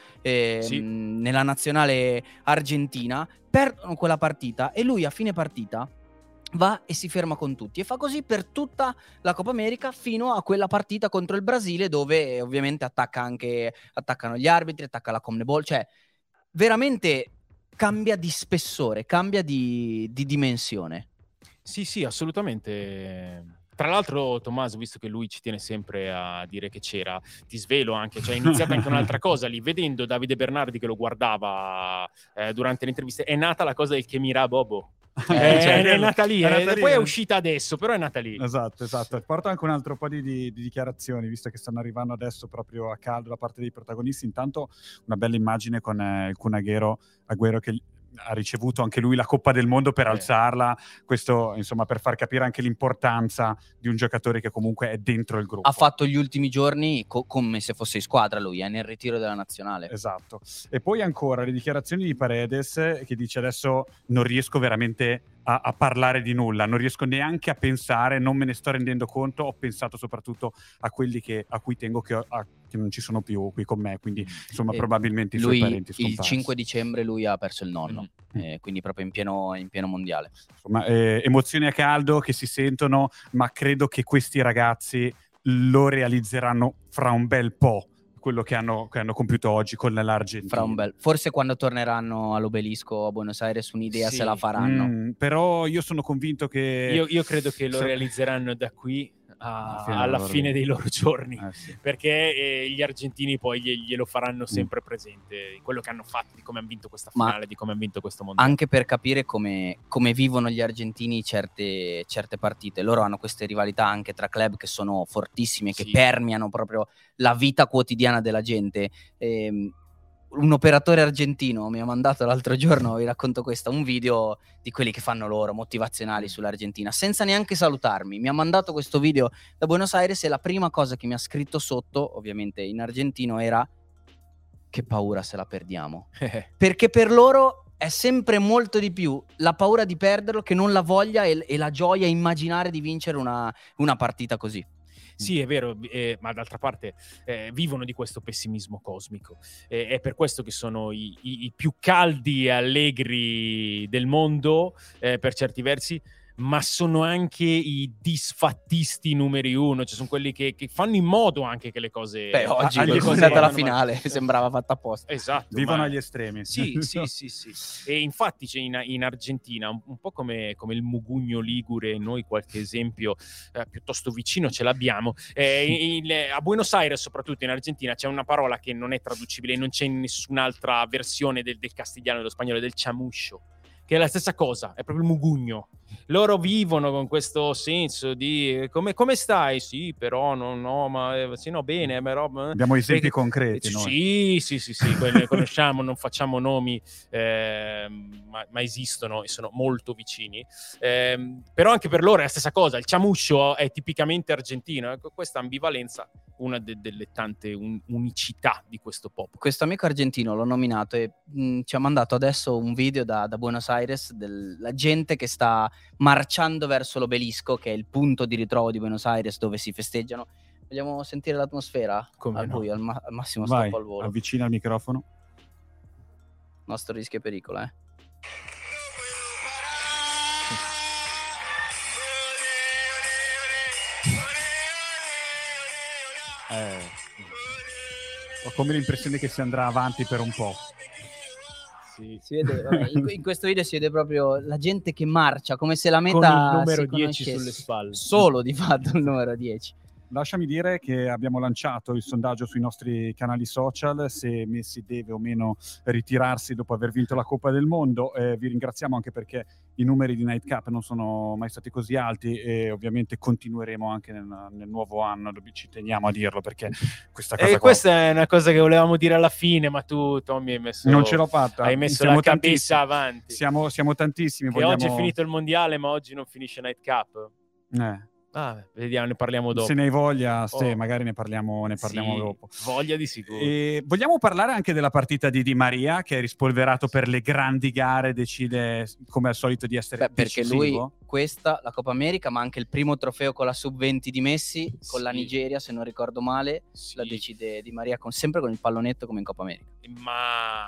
nella nazionale argentina, perdono quella partita e lui a fine partita va e si ferma con tutti, e fa così per tutta la Coppa America fino a quella partita contro il Brasile, dove ovviamente attaccano gli arbitri, attacca la CONMEBOL, cioè veramente cambia di spessore, cambia di dimensione. Sì, assolutamente. Tra l'altro, Tommaso, visto che lui ci tiene sempre a dire che c'era, ti svelo anche, cioè è iniziata anche un'altra cosa lì, vedendo Davide Bernardi che lo guardava durante le interviste, è nata la cosa del che mira Bobo. È nata lì, poi è uscita adesso, però è nata lì. Esatto. Porto anche un altro po' di dichiarazioni, visto che stanno arrivando adesso proprio a caldo da parte dei protagonisti. Intanto una bella immagine con il Kun Agüero che ha ricevuto anche lui la Coppa del Mondo per alzarla, questo insomma per far capire anche l'importanza di un giocatore che comunque è dentro il gruppo. Ha fatto gli ultimi giorni come se fosse in squadra lui, nel ritiro della nazionale. Esatto. E poi ancora le dichiarazioni di Paredes, che dice: adesso non riesco veramente a parlare di nulla, non riesco neanche a pensare, non me ne sto rendendo conto, ho pensato soprattutto a quelli a cui tengo che non ci sono più qui con me, quindi insomma probabilmente i suoi parenti scomparsi. Il 5 dicembre lui ha perso il nonno, quindi proprio in pieno mondiale. Insomma, emozioni a caldo che si sentono, ma credo che questi ragazzi lo realizzeranno fra un bel po', quello che hanno compiuto oggi con l'Argentina. Forse quando torneranno all'Obelisco a Buenos Aires un'idea se la faranno. Però io sono convinto che io credo che lo realizzeranno da qui alla fine dei loro giorni, perché gli argentini poi glielo faranno sempre presente, quello che hanno fatto, di come hanno vinto questa finale, di come hanno vinto questo mondiale. Anche per capire come vivono gli argentini certe partite. Loro hanno queste rivalità anche tra club che sono fortissime, che permeano proprio la vita quotidiana della gente. Un operatore argentino mi ha mandato l'altro giorno, vi racconto questo, un video di quelli che fanno loro, motivazionali sull'Argentina, senza neanche salutarmi. Mi ha mandato questo video da Buenos Aires e la prima cosa che mi ha scritto sotto, ovviamente in argentino, era: che paura se la perdiamo. Perché per loro è sempre molto di più la paura di perderlo che non la voglia e la gioia immaginare di vincere una partita così. Sì, è vero, ma d'altra parte vivono di questo pessimismo cosmico. È per questo che sono i più caldi e allegri del mondo, per certi versi, ma sono anche i disfattisti numeri uno, cioè sono quelli che fanno in modo anche che le cose... Beh, oggi agli quella estremi, della finale sembrava fatta apposta. Esatto. Vivono agli estremi. Sì. E infatti c'è in Argentina, un po' come il mugugno ligure, noi qualche esempio piuttosto vicino ce l'abbiamo. A Buenos Aires, soprattutto in Argentina, c'è una parola che non è traducibile, non c'è in nessun'altra versione del castigliano e dello spagnolo, del chamuscio, che è la stessa cosa, è proprio il mugugno. Loro vivono con questo senso di come stai? Sì, però no, ma sì, no, bene, però abbiamo esempi concreti noi. Sì, quelli ne conosciamo, non facciamo nomi, ma esistono e sono molto vicini. Però anche per loro è la stessa cosa, il chamuscio è tipicamente argentino, questa ambivalenza, una delle tante unicità di questo popolo. Questo amico argentino l'ho nominato e ci ha mandato adesso un video da Buenos Aires della gente che sta marciando verso l'obelisco, che è il punto di ritrovo di Buenos Aires dove si festeggiano. Vogliamo sentire l'atmosfera? Come al no? buio, al massimo Vai, stop al volo. avvicina il microfono. Nostro rischio e pericolo, Ho come l'impressione che si andrà avanti per un po'. Sì. Si vede, vabbè, in questo video si vede proprio la gente che marcia come se la meta con il numero si 10 conoscesse. sulle spalle. Solo di fatto il numero 10. Lasciami dire che abbiamo lanciato il sondaggio sui nostri canali social se Messi deve o meno ritirarsi dopo aver vinto la Coppa del Mondo. Vi ringraziamo anche perché i numeri di Nightcap non sono mai stati così alti e ovviamente continueremo anche nel nuovo anno, ci teniamo a dirlo perché questa cosa questa è una cosa che volevamo dire alla fine, ma tu, Tommy, hai messo... non ce l'ho fatta. Hai messo Siamo la cabeza avanti. Siamo tantissimi. Che oggi è finito il mondiale, ma oggi non finisce Nightcap. Vediamo, ne parliamo dopo. Se ne hai voglia, magari ne parliamo dopo. Voglia di sicuro. Vogliamo parlare anche della partita di Di Maria, che è rispolverato per le grandi gare, decide come al solito di essere decisivo. Perché lui questa, la Coppa America, ma anche il primo trofeo con la Sub-20 di Messi, con la Nigeria, se non ricordo male, la decide Di Maria sempre con il pallonetto come in Coppa America. Ma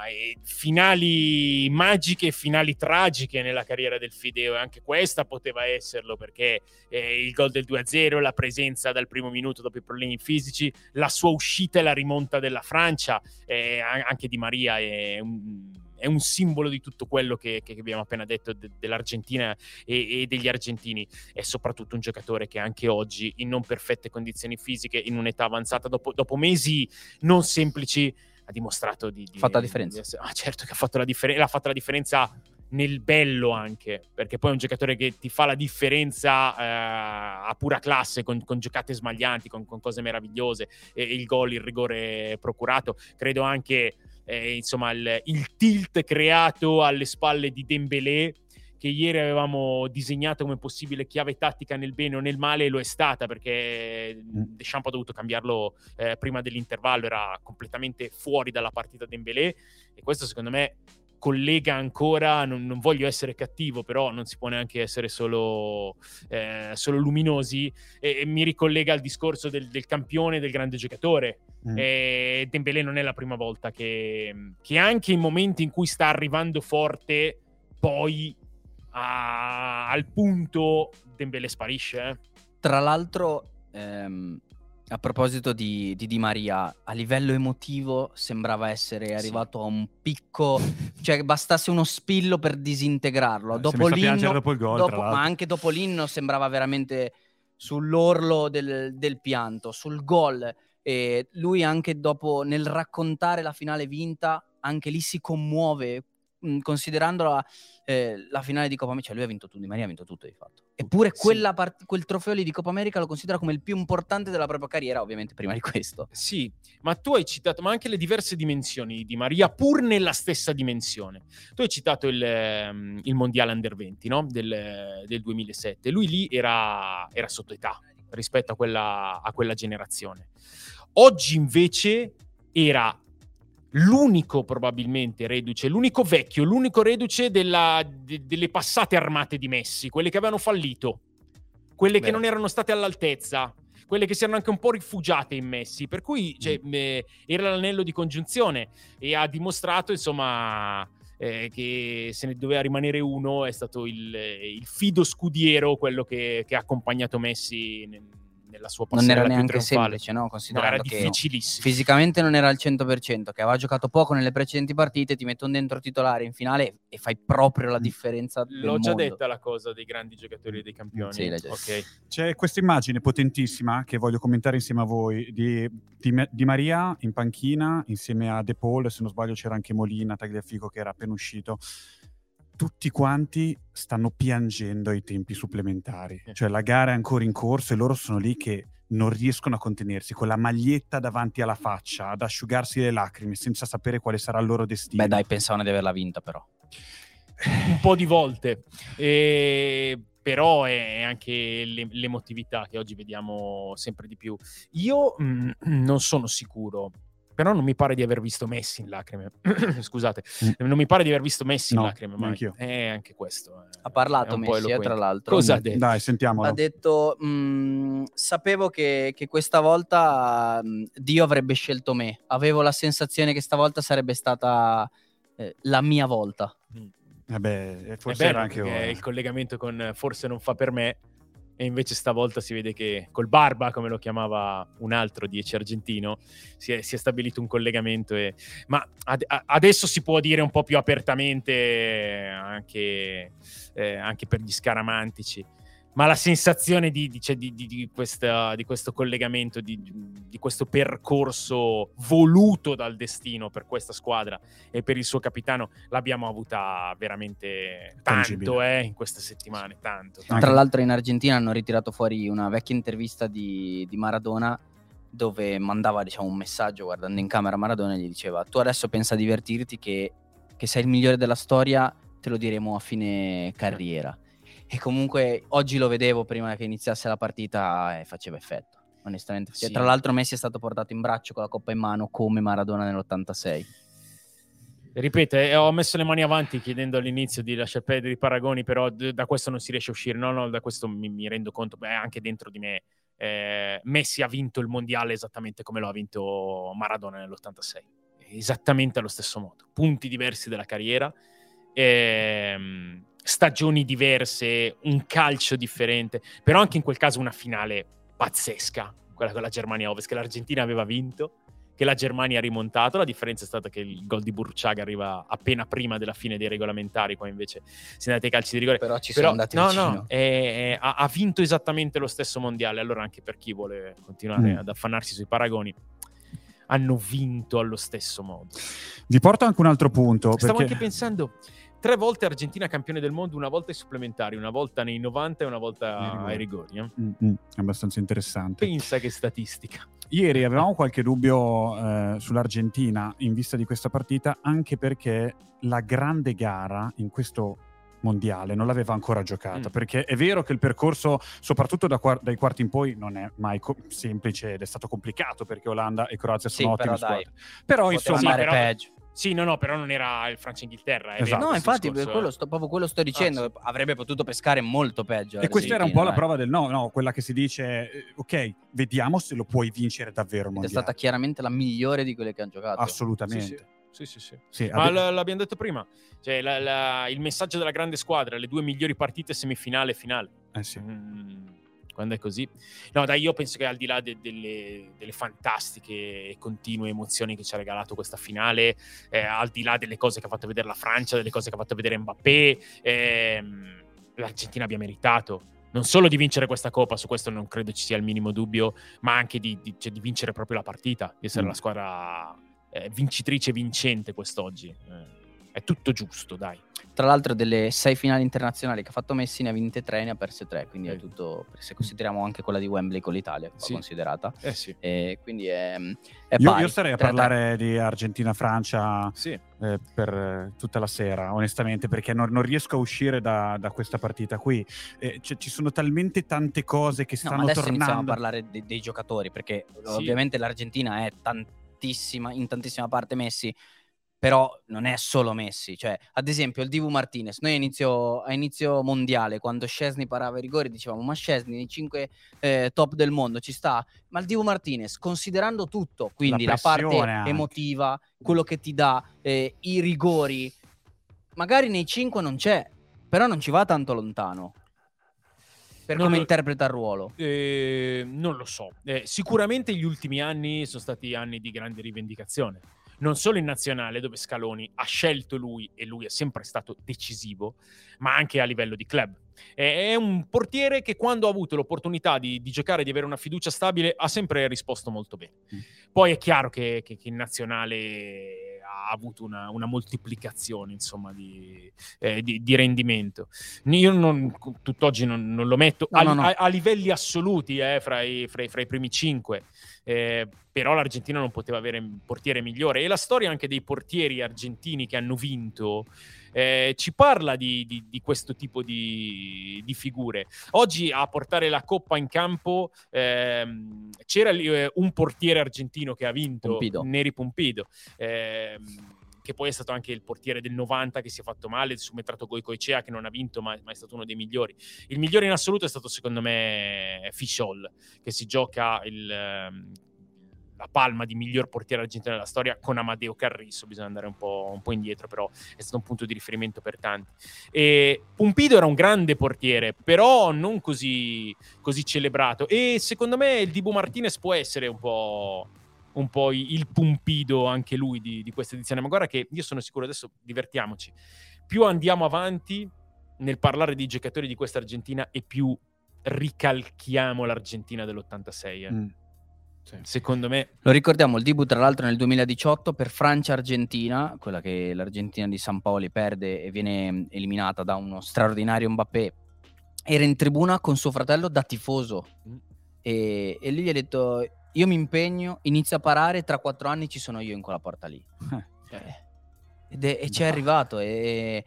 finali magiche, finali tragiche nella carriera del Fideo, e anche questa poteva esserlo, perché il gol del 2-0, la presenza dal primo minuto dopo i problemi fisici, la sua uscita e la rimonta della Francia, anche Di Maria è un simbolo di tutto quello che abbiamo appena detto dell'Argentina e degli argentini. È soprattutto un giocatore che anche oggi, in non perfette condizioni fisiche, in un'età avanzata, dopo mesi non semplici, ha dimostrato di fatto la differenza. Certo che ha fatto la differenza, l'ha fatta la differenza nel bello anche, perché poi è un giocatore che ti fa la differenza a pura classe, con giocate smaglianti, con cose meravigliose, e il gol, il rigore procurato. Credo anche insomma il tilt creato alle spalle di Dembélé, che ieri avevamo disegnato come possibile chiave tattica nel bene o nel male, lo è stata, perché Deschamps ha dovuto cambiarlo prima dell'intervallo, era completamente fuori dalla partita Dembélé, e questo secondo me collega ancora, non voglio essere cattivo, però non si può neanche essere solo luminosi, e mi ricollega al discorso del campione, del grande giocatore. Dembélé non è la prima volta che anche in momenti in cui sta arrivando forte, poi al punto Dembélé sparisce. Tra l'altro, a proposito di Di Maria, a livello emotivo sembrava essere arrivato a un picco, cioè bastasse uno spillo per disintegrarlo. Dopo l'inno, dopo il gol, ma anche dopo l'inno sembrava veramente sull'orlo del pianto, sul gol. E lui anche dopo, nel raccontare la finale vinta, anche lì si commuove, considerando la finale di Coppa America. Cioè lui ha vinto tutto, Di Maria ha vinto tutto di fatto. Eppure quel trofeo lì di Coppa America lo considera come il più importante della propria carriera, ovviamente prima di questo. Sì, ma tu hai citato ma anche le diverse dimensioni di Di Maria, pur nella stessa dimensione. Tu hai citato il mondiale Under 20, no? del 2007. Lui lì era sotto età rispetto a quella generazione. Oggi invece era l'unico probabilmente reduce, l'unico reduce delle passate armate di Messi, quelle che avevano fallito, quelle che non erano state all'altezza, quelle che si erano anche un po' rifugiate in Messi, per cui era l'anello di congiunzione e ha dimostrato insomma che se ne doveva rimanere uno. È stato il fido scudiero quello che ha accompagnato Messi nella sua passeggiata. Non era neanche semplice, no? Considerando era difficilissimo. Che fisicamente non era al 100%, che aveva giocato poco nelle precedenti partite, ti mettono dentro titolare in finale e fai proprio la differenza del L'ho già mondo. detta la cosa dei grandi giocatori e dei campioni. Sì, okay. C'è questa immagine potentissima che voglio commentare insieme a voi di Maria in panchina insieme a De Paul, se non sbaglio c'era anche Molina, Tagliafico che era appena uscito. Tutti quanti stanno piangendo ai tempi supplementari, cioè la gara è ancora in corso e loro sono lì che non riescono a contenersi, con la maglietta davanti alla faccia, ad asciugarsi le lacrime senza sapere quale sarà il loro destino. Beh dai, pensavano di averla vinta però. Un po' di volte, però è anche l'emotività che oggi vediamo sempre di più. Io non sono sicuro, però non mi pare di aver visto Messi in lacrime. Scusate, non mi pare di aver visto Messi in lacrime mai. Anche questo ha parlato Messi, tra l'altro. Cosa ha detto? Dai, sentiamolo. Ha detto sapevo che questa volta Dio avrebbe scelto me, avevo la sensazione che stavolta sarebbe stata la mia volta. Forse era anche il collegamento con forse non fa per me, e invece stavolta si vede che col Barba, come lo chiamava un altro 10 argentino, si è stabilito un collegamento. Ma adesso si può dire un po' più apertamente anche per gli scaramantici, ma la sensazione di questo collegamento, di questo percorso voluto dal destino per questa squadra e per il suo capitano l'abbiamo avuta veramente tanto in queste settimane, tanto. Tra l'altro in Argentina hanno ritirato fuori una vecchia intervista di Maradona, dove mandava un messaggio guardando in camera Maradona e gli diceva: tu adesso pensa a divertirti che sei il migliore della storia, te lo diremo a fine carriera. E comunque oggi lo vedevo prima che iniziasse la partita e faceva effetto, onestamente. Sì. Tra l'altro Messi è stato portato in braccio con la coppa in mano come Maradona nell'86. Ripeto, ho messo le mani avanti chiedendo all'inizio di lasciar perdere i paragoni, però da questo non si riesce a uscire. No, da questo mi rendo conto, anche dentro di me Messi ha vinto il mondiale esattamente come lo ha vinto Maradona nell'86, esattamente allo stesso modo, punti diversi della carriera, stagioni diverse, un calcio differente, però anche in quel caso una finale pazzesca, quella con la Germania Ovest, che l'Argentina aveva vinto, che la Germania ha rimontato. La differenza è stata che il gol di Burruchaga arriva appena prima della fine dei regolamentari, qua invece si è andati ai calci di rigore. Però sono andati vicino. Ha vinto esattamente lo stesso mondiale. Allora anche per chi vuole continuare ad affannarsi sui paragoni, hanno vinto allo stesso modo. Vi porto anche un altro punto. Stavo anche pensando, 3 volte Argentina campione del mondo, una volta ai supplementari, una volta nei 90 e una volta ai rigori. Abbastanza interessante. Pensa che statistica. Ieri avevamo qualche dubbio sull'Argentina in vista di questa partita, anche perché la grande gara in questo mondiale non l'aveva ancora giocata, perché è vero che il percorso, soprattutto dai quarti in poi, non è mai semplice ed è stato complicato, perché Olanda e Croazia sono ottime squadre. Però insomma peggio. Sì, no, però non era il Francia-Inghilterra. Esatto. No, infatti, proprio quello sto dicendo. Avrebbe potuto pescare molto peggio. E questa era un po' la prova del no, quella che si dice, ok, vediamo se lo puoi vincere davvero mondiale. È stata chiaramente la migliore di quelle che hanno giocato. Assolutamente. Sì. Ma l'abbiamo detto prima, cioè il messaggio della grande squadra, le 2 migliori partite, semifinale e finale. Quando è così. No, dai, io penso che al di là delle fantastiche e continue emozioni che ci ha regalato questa finale, al di là delle cose che ha fatto vedere la Francia, delle cose che ha fatto vedere Mbappé, l'Argentina abbia meritato non solo di vincere questa Coppa, su questo non credo ci sia il minimo dubbio, ma anche di vincere proprio la partita, di essere la squadra vincitrice vincente quest'oggi. È tutto giusto, dai. Tra l'altro delle 6 finali internazionali che ha fatto Messi ne ha vinte 3, ne ha perse 3, quindi è tutto, se consideriamo anche quella di Wembley con l'Italia, che va considerata. Sì. Quindi è pari. Io starei a parlare di Argentina-Francia per tutta la sera, onestamente, perché non riesco a uscire da questa partita qui. Ci sono talmente tante cose che stanno adesso tornando. iniziamo a parlare dei giocatori, perché ovviamente l'Argentina è in tantissima parte Messi, però non è solo Messi, cioè ad esempio il Dibu Martinez, noi a inizio mondiale quando Szczęsny parava i rigori dicevamo ma Szczęsny nei 5 top del mondo ci sta, ma il Dibu Martinez considerando tutto, quindi la parte anche emotiva, quello che ti dà i rigori, magari nei 5 non c'è, però non ci va tanto lontano per come interpreta il ruolo. Non lo so, sicuramente gli ultimi anni sono stati anni di grande rivendicazione, non solo in nazionale dove Scaloni ha scelto lui e lui è sempre stato decisivo, ma anche a livello di club. È un portiere che quando ha avuto l'opportunità di giocare, di avere una fiducia stabile, ha sempre risposto molto bene. Poi è chiaro che in nazionale ha avuto una moltiplicazione, insomma, di rendimento. Io tutt'oggi non lo metto a livelli assoluti fra i primi 5. Però l'Argentina non poteva avere un portiere migliore, e la storia anche dei portieri argentini che hanno vinto ci parla di questo tipo di figure. Oggi a portare la coppa in campo c'era un portiere argentino che ha vinto, Pumpido. Neri Pumpido, che poi è stato anche il portiere del 90 che si è fatto male, il subentrato Goicoechea che non ha vinto ma è stato uno dei migliori. Il migliore in assoluto è stato secondo me Fischl, che si gioca la palma di miglior portiere argentino della storia con Amadeo Carrizo. Bisogna andare un po' indietro, però è stato un punto di riferimento per tanti. E Pumpido era un grande portiere, però non così celebrato, e secondo me il Dibu Martinez può essere un po' il Pumpido anche lui di questa edizione. Ma guarda che io sono sicuro, adesso divertiamoci, più andiamo avanti nel parlare di giocatori di questa Argentina e più ricalchiamo l'Argentina dell'86. Sì. Secondo me lo ricordiamo, il Dibu tra l'altro nel 2018 per Francia-Argentina, quella che l'Argentina di Sampaoli perde e viene eliminata da uno straordinario Mbappé, era in tribuna con suo fratello da tifoso e lui gli ha detto io mi impegno, inizio a parare, tra 4 anni ci sono io in quella porta lì. E ci è arrivato ed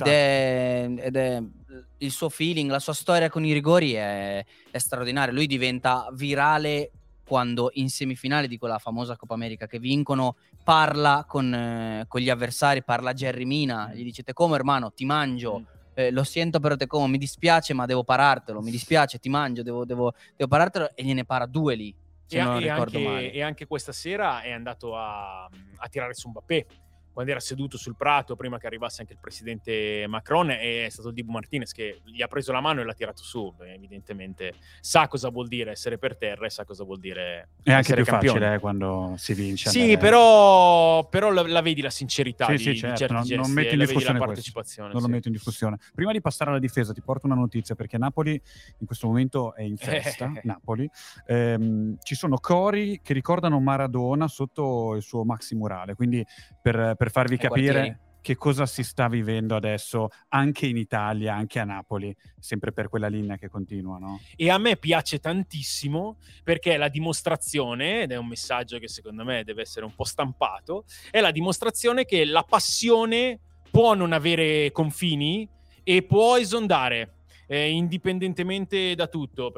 è il suo feeling, la sua storia con i rigori è straordinaria. Lui diventa virale quando in semifinale di quella famosa Coppa America che vincono parla con gli avversari, parla a Jerry Mina, gli dice te como hermano, ti mangio, lo sento però te como, mi dispiace ma devo parartelo, mi dispiace, ti mangio, devo parartelo, e gliene para 2 lì, se non ricordo male. E anche questa sera è andato a tirare su Mbappé quando era seduto sul prato prima che arrivasse anche il presidente Macron, e è stato Dibu Martinez che gli ha preso la mano e l'ha tirato su. Evidentemente sa cosa vuol dire essere per terra e sa cosa vuol dire è anche essere più campione. facile quando si vince. Sì, però la vedi la sincerità certo. di certi gesti, non metti in discussione la partecipazione. Non lo metto in discussione. Prima di passare alla difesa ti porto una notizia, perché Napoli in questo momento è in festa. Napoli ci sono cori che ricordano Maradona sotto il suo maxi murale, quindi per farvi capire che cosa si sta vivendo adesso anche in Italia, anche a Napoli, sempre per quella linea che continua, no? E a me piace tantissimo perché è la dimostrazione, ed è un messaggio che secondo me deve essere un po' stampato, è la dimostrazione che la passione può non avere confini e può esondare indipendentemente da tutto,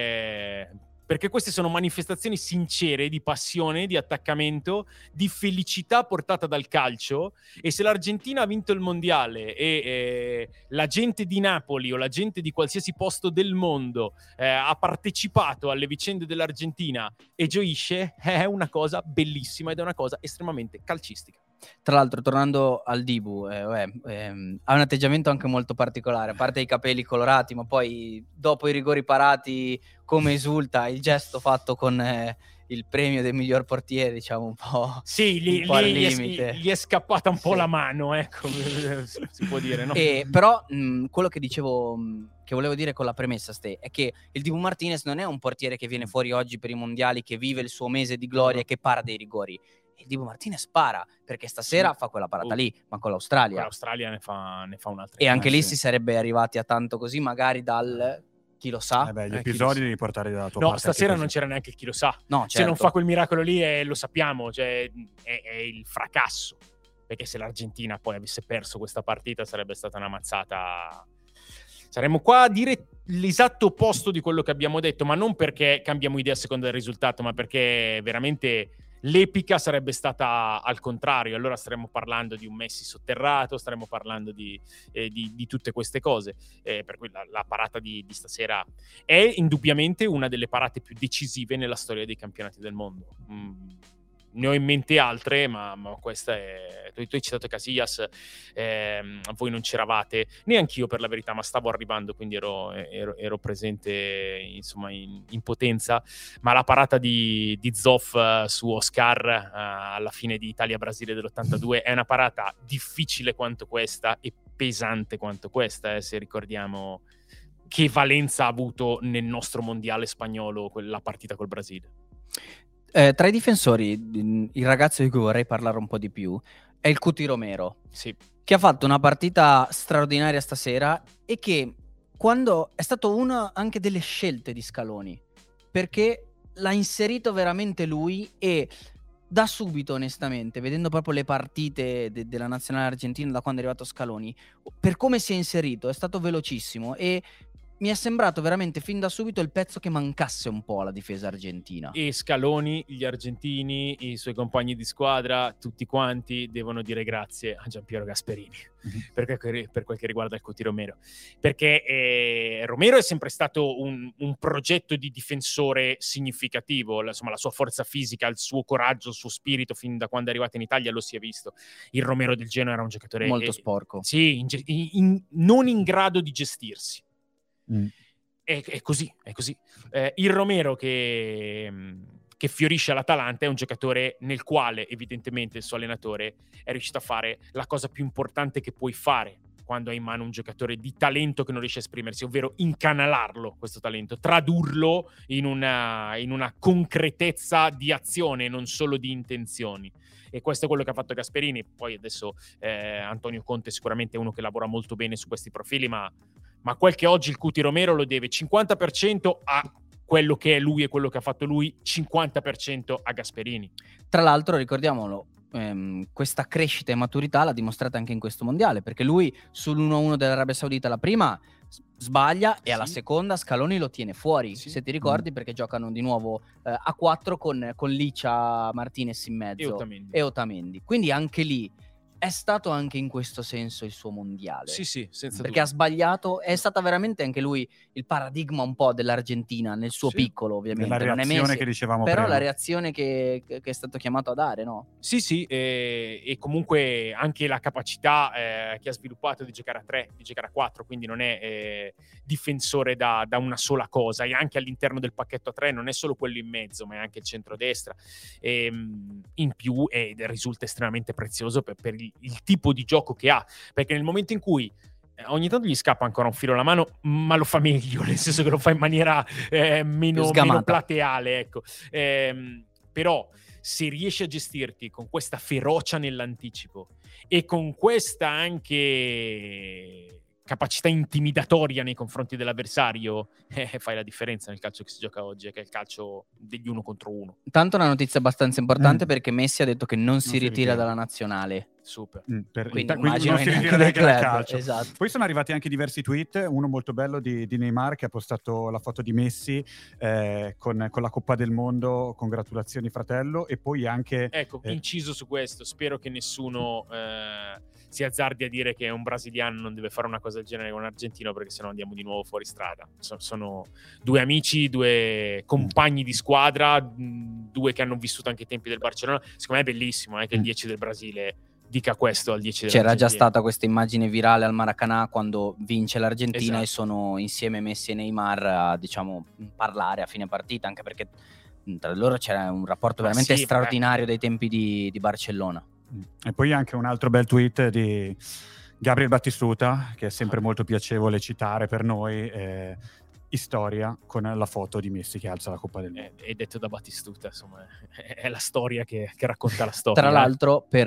perché queste sono manifestazioni sincere di passione, di attaccamento, di felicità portata dal calcio. E se l'Argentina ha vinto il mondiale e la gente di Napoli o la gente di qualsiasi posto del mondo ha partecipato alle vicende dell'Argentina e gioisce, è una cosa bellissima ed è una cosa estremamente calcistica. Tra l'altro, tornando al Dibu, ha un atteggiamento anche molto particolare, a parte i capelli colorati, ma poi dopo i rigori parati come esulta, il gesto fatto con il premio del miglior portiere, diciamo un po', sì, al limite. Gli è scappata un po' la mano, ecco, si può dire, no? Però quello che dicevo, che volevo dire con la premessa, è che il Dibu Martinez non è un portiere che viene fuori oggi per i mondiali, che vive il suo mese di gloria e che para dei rigori. Il Dibu Martinez para perché stasera fa quella parata lì, ma con l'Australia. Con l'Australia ne fa un'altra. E anche lì si sarebbe arrivati a tanto così, magari dal chi lo sa. Gli episodi devi portare dalla tua parte. No, stasera non c'era neanche il chi lo sa. No, certo. Se non fa quel miracolo lì, lo sappiamo, cioè è il fracasso. Perché se l'Argentina poi avesse perso questa partita sarebbe stata una mazzata. Saremmo qua a dire l'esatto opposto di quello che abbiamo detto, ma non perché cambiamo idea a seconda del risultato, ma perché veramente L'epica sarebbe stata al contrario, allora staremmo parlando di un Messi sotterrato, staremmo parlando di tutte queste cose, per cui la parata di stasera è indubbiamente una delle parate più decisive nella storia dei campionati del mondo. Ne ho in mente altre, ma questa è... Tu hai citato Casillas, voi non c'eravate, neanch'io per la verità, ma stavo arrivando, quindi ero presente insomma in potenza, ma la parata di Zoff su Oscar alla fine di Italia-Brasile dell'82 è una parata difficile quanto questa e pesante quanto questa, se ricordiamo che valenza ha avuto nel nostro mondiale spagnolo la partita col Brasile. Tra i difensori, il ragazzo di cui vorrei parlare un po' di più è il Cuti Romero, sì, che ha fatto una partita straordinaria stasera e che quando è stato una anche delle scelte di Scaloni, perché l'ha inserito veramente lui e da subito, onestamente, vedendo proprio le partite della nazionale argentina da quando è arrivato Scaloni, per come si è inserito è stato velocissimo e mi è sembrato veramente fin da subito il pezzo che mancasse un po' alla difesa argentina. E Scaloni, gli argentini, i suoi compagni di squadra, tutti quanti devono dire grazie a Giampiero Gasperini per quel che riguarda il Cuti Romero, perché Romero è sempre stato un progetto di difensore significativo, insomma la sua forza fisica, il suo coraggio, il suo spirito fin da quando è arrivato in Italia lo si è visto. Il Romero del Genoa era un giocatore molto sporco, sì, non in grado di gestirsi. È così. Il Romero che fiorisce all'Atalanta è un giocatore nel quale evidentemente il suo allenatore è riuscito a fare la cosa più importante che puoi fare quando hai in mano un giocatore di talento che non riesce a esprimersi, ovvero incanalarlo, questo talento, tradurlo in una concretezza di azione, non solo di intenzioni. E questo è quello che ha fatto Gasperini. Poi adesso Antonio Conte sicuramente è uno che lavora molto bene su questi profili, ma quel che oggi il Cuti Romero lo deve 50% a quello che è lui e quello che ha fatto lui, 50% a Gasperini. Tra l'altro, ricordiamolo, questa crescita e maturità l'ha dimostrata anche in questo mondiale, perché lui sull'1-1 dell'Arabia Saudita la prima sbaglia e alla seconda Scaloni lo tiene fuori, se ti ricordi, perché giocano di nuovo a 4 con Licia, Martinez in mezzo e Otamendi. Quindi anche lì è stato anche in questo senso il suo mondiale. Sì, senza perché ha sbagliato, è stata veramente anche lui il paradigma un po' dell'Argentina nel suo piccolo, ovviamente. La reazione non è che dicevamo però prima. la reazione che è stato chiamato a dare, no? Sì, e comunque anche la capacità che ha sviluppato di giocare a 3, di giocare a 4, quindi non è difensore da una sola cosa, e anche all'interno del pacchetto a 3 non è solo quello in mezzo, ma è anche il centrodestra. In più risulta estremamente prezioso per il tipo di gioco che ha, perché nel momento in cui ogni tanto gli scappa ancora un filo alla mano, ma lo fa meglio, nel senso che lo fa in maniera meno plateale, ecco. Però se riesci a gestirti con questa ferocia nell'anticipo e con questa anche capacità intimidatoria nei confronti dell'avversario, fai la differenza nel calcio che si gioca oggi, che è il calcio degli 1 contro 1. Tanto una notizia abbastanza importante, perché Messi ha detto che non si ritira dalla nazionale. Super. Quindi non si ritira neanche dal calcio. Esatto. Poi sono arrivati anche diversi tweet, uno molto bello di Neymar che ha postato la foto di Messi con la Coppa del Mondo, congratulazioni fratello, e poi anche inciso su questo, spero che nessuno si azzardi a dire che un brasiliano non deve fare una cosa del genere con un argentino, perché sennò andiamo di nuovo fuori strada. Sono due amici, due compagni di squadra, due che hanno vissuto anche i tempi del Barcellona. Secondo me è bellissimo che il 10 del Brasile dica questo al 10 C'era già stata questa immagine virale al Maracanã quando vince l'Argentina, e sono insieme Messi e Neymar a, diciamo, parlare a fine partita, anche perché tra loro c'era un rapporto veramente straordinario dai tempi di Barcellona. E poi anche un altro bel tweet di Gabriel Battistuta, che è sempre molto piacevole citare per noi, storia con la foto di Messi che alza la Coppa del Mondo. È detto da Battistuta, insomma, è la storia che racconta la storia. Tra l'altro, per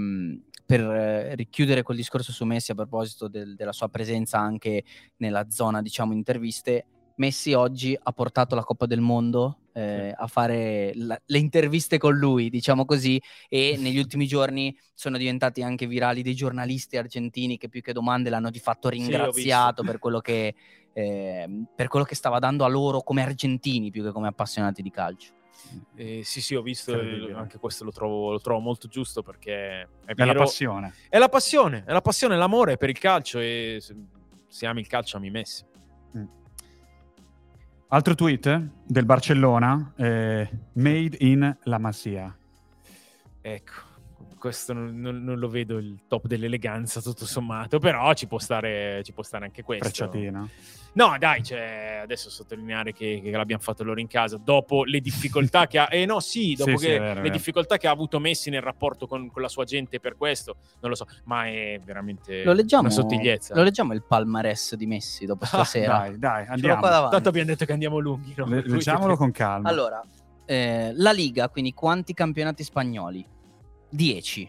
richiudere col discorso su Messi, a proposito della sua presenza anche nella zona, diciamo, interviste, Messi oggi ha portato la Coppa del Mondo a fare le interviste con lui, diciamo così, e negli ultimi giorni sono diventati anche virali dei giornalisti argentini che più che domande l'hanno di fatto ringraziato per quello che stava dando a loro come argentini più che come appassionati di calcio. Sì, ho visto, anche questo lo trovo molto giusto, perché è la passione. È la passione, l'amore per il calcio, e se ami il calcio ami Messi. Altro tweet del Barcellona, made in La Masia. Ecco, questo non lo vedo il top dell'eleganza tutto sommato, però ci può stare anche questo. Frecciatina. No, dai, cioè, adesso sottolineare che l'abbiamo fatto loro in casa, dopo le difficoltà che ha... le difficoltà che ha avuto Messi nel rapporto con la sua gente per questo, non lo so, ma è veramente una sottigliezza. Lo leggiamo il palmarès di Messi dopo stasera? Dai, andiamo. Tanto abbiamo detto che andiamo lunghi, no? Leggiamolo con calma. Allora, la Liga, quindi quanti campionati spagnoli? 10.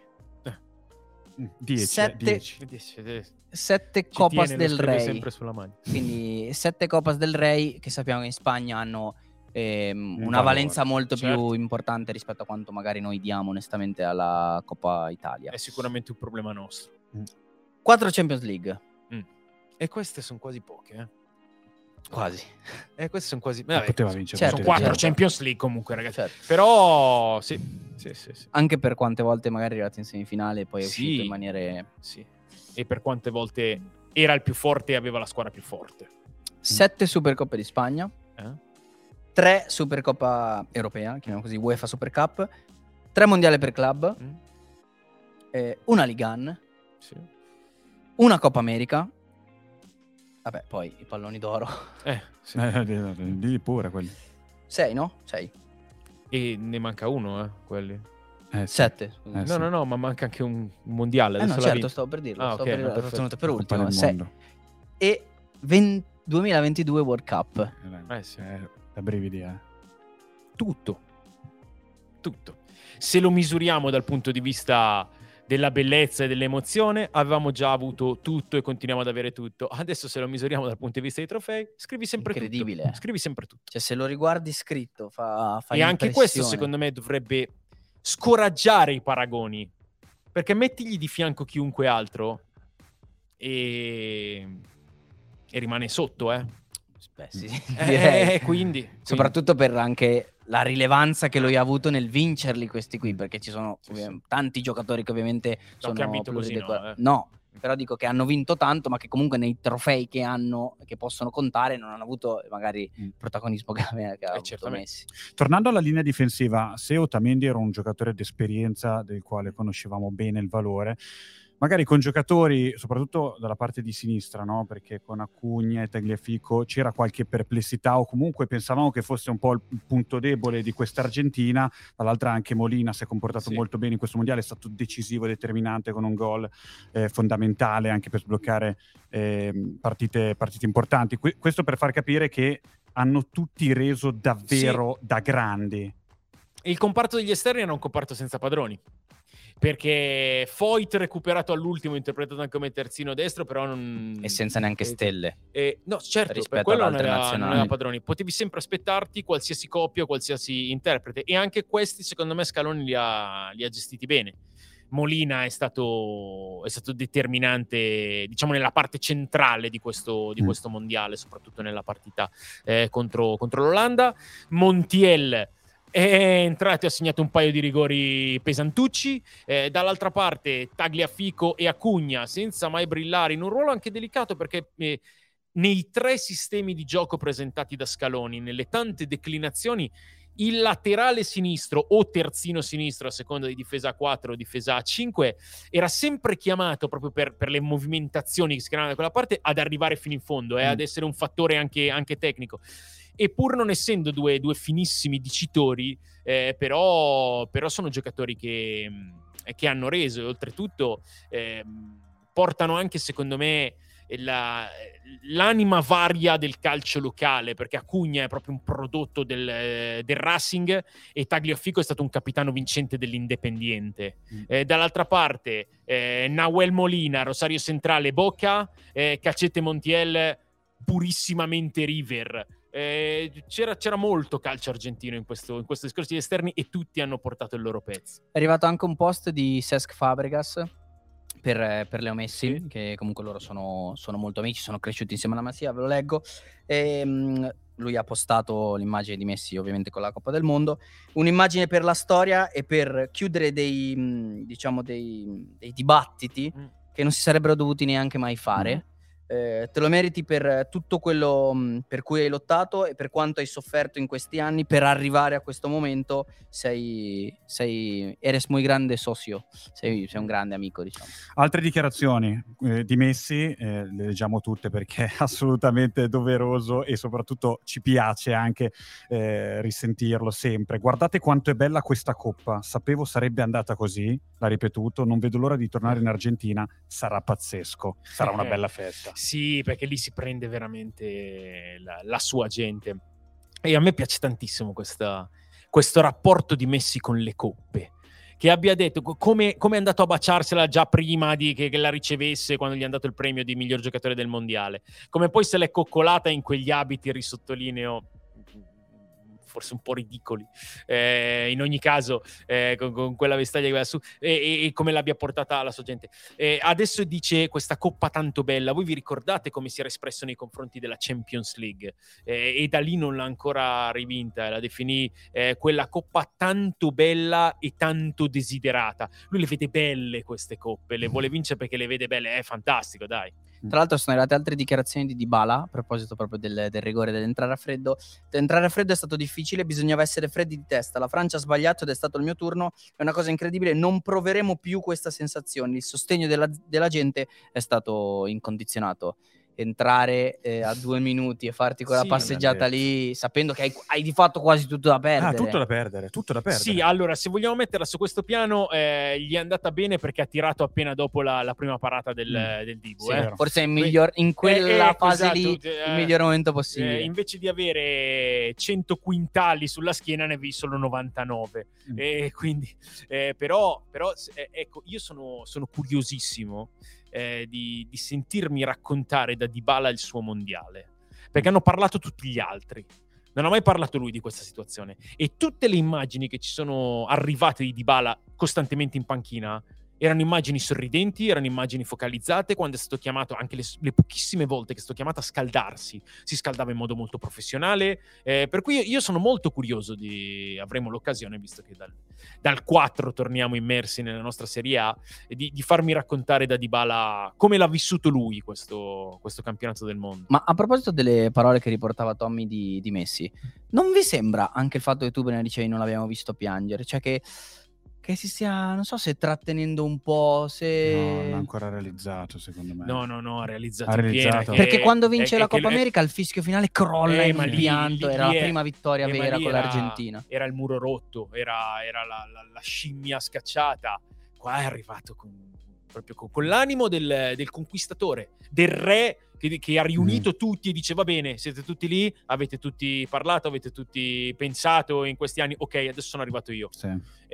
7 Copas del Rey. Sempre sulla maglia. Quindi 7 Copas del Rey, che sappiamo che in Spagna hanno una valenza molto più importante rispetto a quanto magari noi diamo onestamente alla Coppa Italia. È sicuramente un problema nostro. 4 Champions League. E queste sono quasi poche, Quasi. Queste sono quasi... poteva vincere. Certo, sono 4 Champions League comunque, ragazzi. Certo. Però sì. Anche per quante volte magari è arrivato in semifinale e poi è uscito in maniere... Sì. E per quante volte era il più forte e aveva la squadra più forte. 7 Supercoppe di Spagna. 3 Supercoppa europea, chiamiamo così, UEFA Super Cup. 3 mondiali per club. Una Ligan. Sì. Una Coppa America. Vabbè, poi i palloni d'oro. Digli pure quelli. 6, no? 6. E ne manca uno, quelli. 7. No, ma manca anche un mondiale. No, certo, stavo per dirlo. Stavo per dirlo, tenuto per ultimo. 6. E 2022 World Cup. Da brividi, Tutto. Se lo misuriamo dal punto di vista della bellezza e dell'emozione, avevamo già avuto tutto e continuiamo ad avere tutto. Adesso, se lo misuriamo dal punto di vista dei trofei, scrivi sempre incredibile. Tutto. Scrivi sempre tutto. Cioè, se lo riguardi scritto, fa e anche questo, secondo me, dovrebbe scoraggiare i paragoni, perché mettigli di fianco chiunque altro e rimane sotto, Beh, sì. Quindi soprattutto per anche la rilevanza che lui ha avuto nel vincerli questi qui, perché ci sono tanti giocatori che ovviamente sono così, no, però dico che hanno vinto tanto, ma che comunque nei trofei che hanno, che possono contare, non hanno avuto magari il protagonismo che ha avuto Messi. Tornando alla linea difensiva, se Otamendi era un giocatore d'esperienza del quale conoscevamo bene il valore, magari con giocatori, soprattutto dalla parte di sinistra, no? Perché con Acugna e Tagliafico c'era qualche perplessità, o comunque pensavamo che fosse un po' il punto debole di questa Argentina. Dall'altra anche Molina si è comportato molto bene in questo mondiale, è stato decisivo e determinante con un gol fondamentale anche per sbloccare partite importanti. Questo per far capire che hanno tutti reso davvero da grandi. Il comparto degli esterni era un comparto senza padroni, perché Foyt recuperato all'ultimo, interpretato anche come terzino destro, però non... E senza neanche stelle. No, certo, per quello non aveva padroni. Potevi sempre aspettarti qualsiasi coppia, qualsiasi interprete, e anche questi, secondo me, Scaloni li ha gestiti bene. Molina è stato determinante, diciamo, nella parte centrale di questo mondiale, soprattutto nella partita contro l'Olanda. Montiel è entrato e ha segnato un paio di rigori pesantucci. Dall'altra parte Tagliafico e Acugna, senza mai brillare, in un ruolo anche delicato, perché nei 3 sistemi di gioco presentati da Scaloni, nelle tante declinazioni, il laterale sinistro o terzino sinistro, a seconda di difesa a 4 o difesa a 5, era sempre chiamato, proprio per le movimentazioni che si creavano da quella parte, ad arrivare fino in fondo, ad essere un fattore anche tecnico. E pur non essendo due finissimi dicitori, però sono giocatori che hanno reso, e oltretutto portano anche, secondo me, l'anima varia del calcio locale, perché Acugna è proprio un prodotto del Racing e Tagliafico è stato un capitano vincente dell'Independiente. Dall'altra parte Nahuel Molina, Rosario Centrale, Boca, Cachete Montiel, purissimamente River. C'era molto calcio argentino in questo discorso di esterni, e tutti hanno portato il loro pezzo. È arrivato anche un post di Cesc Fabregas per Leo Messi, che comunque loro sono molto amici, sono cresciuti insieme alla Masia, ve lo leggo. lui ha postato l'immagine di Messi ovviamente con la Coppa del Mondo, un'immagine per la storia e per chiudere dei dibattiti che non si sarebbero dovuti neanche mai fare. Te lo meriti per tutto quello per cui hai lottato e per quanto hai sofferto in questi anni per arrivare a questo momento. Eres muy grande socio, sei un grande amico, diciamo. Altre dichiarazioni di Messi, le leggiamo tutte perché è assolutamente doveroso e soprattutto ci piace anche risentirlo sempre. Guardate quanto è bella questa Coppa, sapevo sarebbe andata così, l'ha ripetuto, non vedo l'ora di tornare in Argentina, sarà pazzesco, sarà una bella festa. Sì, perché lì si prende veramente la sua gente. E a me piace tantissimo questo rapporto di Messi con le coppe. Che abbia detto come è andato a baciarsela già prima che la ricevesse, quando gli è dato il premio di miglior giocatore del mondiale. Come poi se l'è coccolata in quegli abiti, risottolineo, forse un po' ridicoli, in ogni caso, con quella vestaglia che aveva su, e come l'abbia portata alla sua gente. Adesso dice questa Coppa tanto bella, voi vi ricordate come si era espresso nei confronti della Champions League? E da lì non l'ha ancora rivinta, la definì quella Coppa tanto bella e tanto desiderata. Lui le vede belle queste coppe, le vuole vincere perché le vede belle, è fantastico, dai. Tra l'altro sono arrivate altre dichiarazioni di Dybala a proposito proprio del rigore, dell'entrare a freddo. Entrare a freddo è stato difficile, bisognava essere freddi di testa, la Francia ha sbagliato ed è stato il mio turno, è una cosa incredibile, non proveremo più questa sensazione, il sostegno della gente è stato incondizionato. Entrare a 2 minuti e farti quella passeggiata lì sapendo che hai di fatto quasi tutto da perdere. Tutto da perdere. Sì, allora se vogliamo metterla su questo piano, gli è andata bene perché ha tirato appena dopo la prima parata del Dibu. Sì, forse è miglior in quella fase, esatto, lì il miglior momento possibile. Invece di avere 100 quintali sulla schiena ne avevi solo 99. Quindi, però ecco, io sono curiosissimo di sentirmi raccontare da Dybala il suo mondiale, perché hanno parlato tutti gli altri, non ha mai parlato lui di questa situazione, e tutte le immagini che ci sono arrivate di Dybala costantemente in panchina erano immagini sorridenti, erano immagini focalizzate. Quando è stato chiamato, anche le pochissime volte che è stato chiamato a scaldarsi, si scaldava in modo molto professionale, per cui io sono molto curioso avremo l'occasione, visto che dal 4 torniamo immersi nella nostra Serie A, di farmi raccontare da Dybala come l'ha vissuto lui questo campionato del mondo. Ma a proposito delle parole che riportava Tommy di Messi, non vi sembra anche il fatto che tu ne dicevi non l'abbiamo visto piangere, cioè che si stia, non so se trattenendo un po', se... No, non ha ancora realizzato, secondo me. No, ha realizzato. Perché quando vince la Coppa America, il fischio finale crolla in pianto, era la prima vittoria vera con l'Argentina. Era il muro rotto, era la scimmia scacciata. Qua è arrivato proprio con l'animo del conquistatore, del re che ha riunito tutti e dice: va bene, siete tutti lì, avete tutti parlato, avete tutti pensato in questi anni, ok, adesso sono arrivato io. Sì.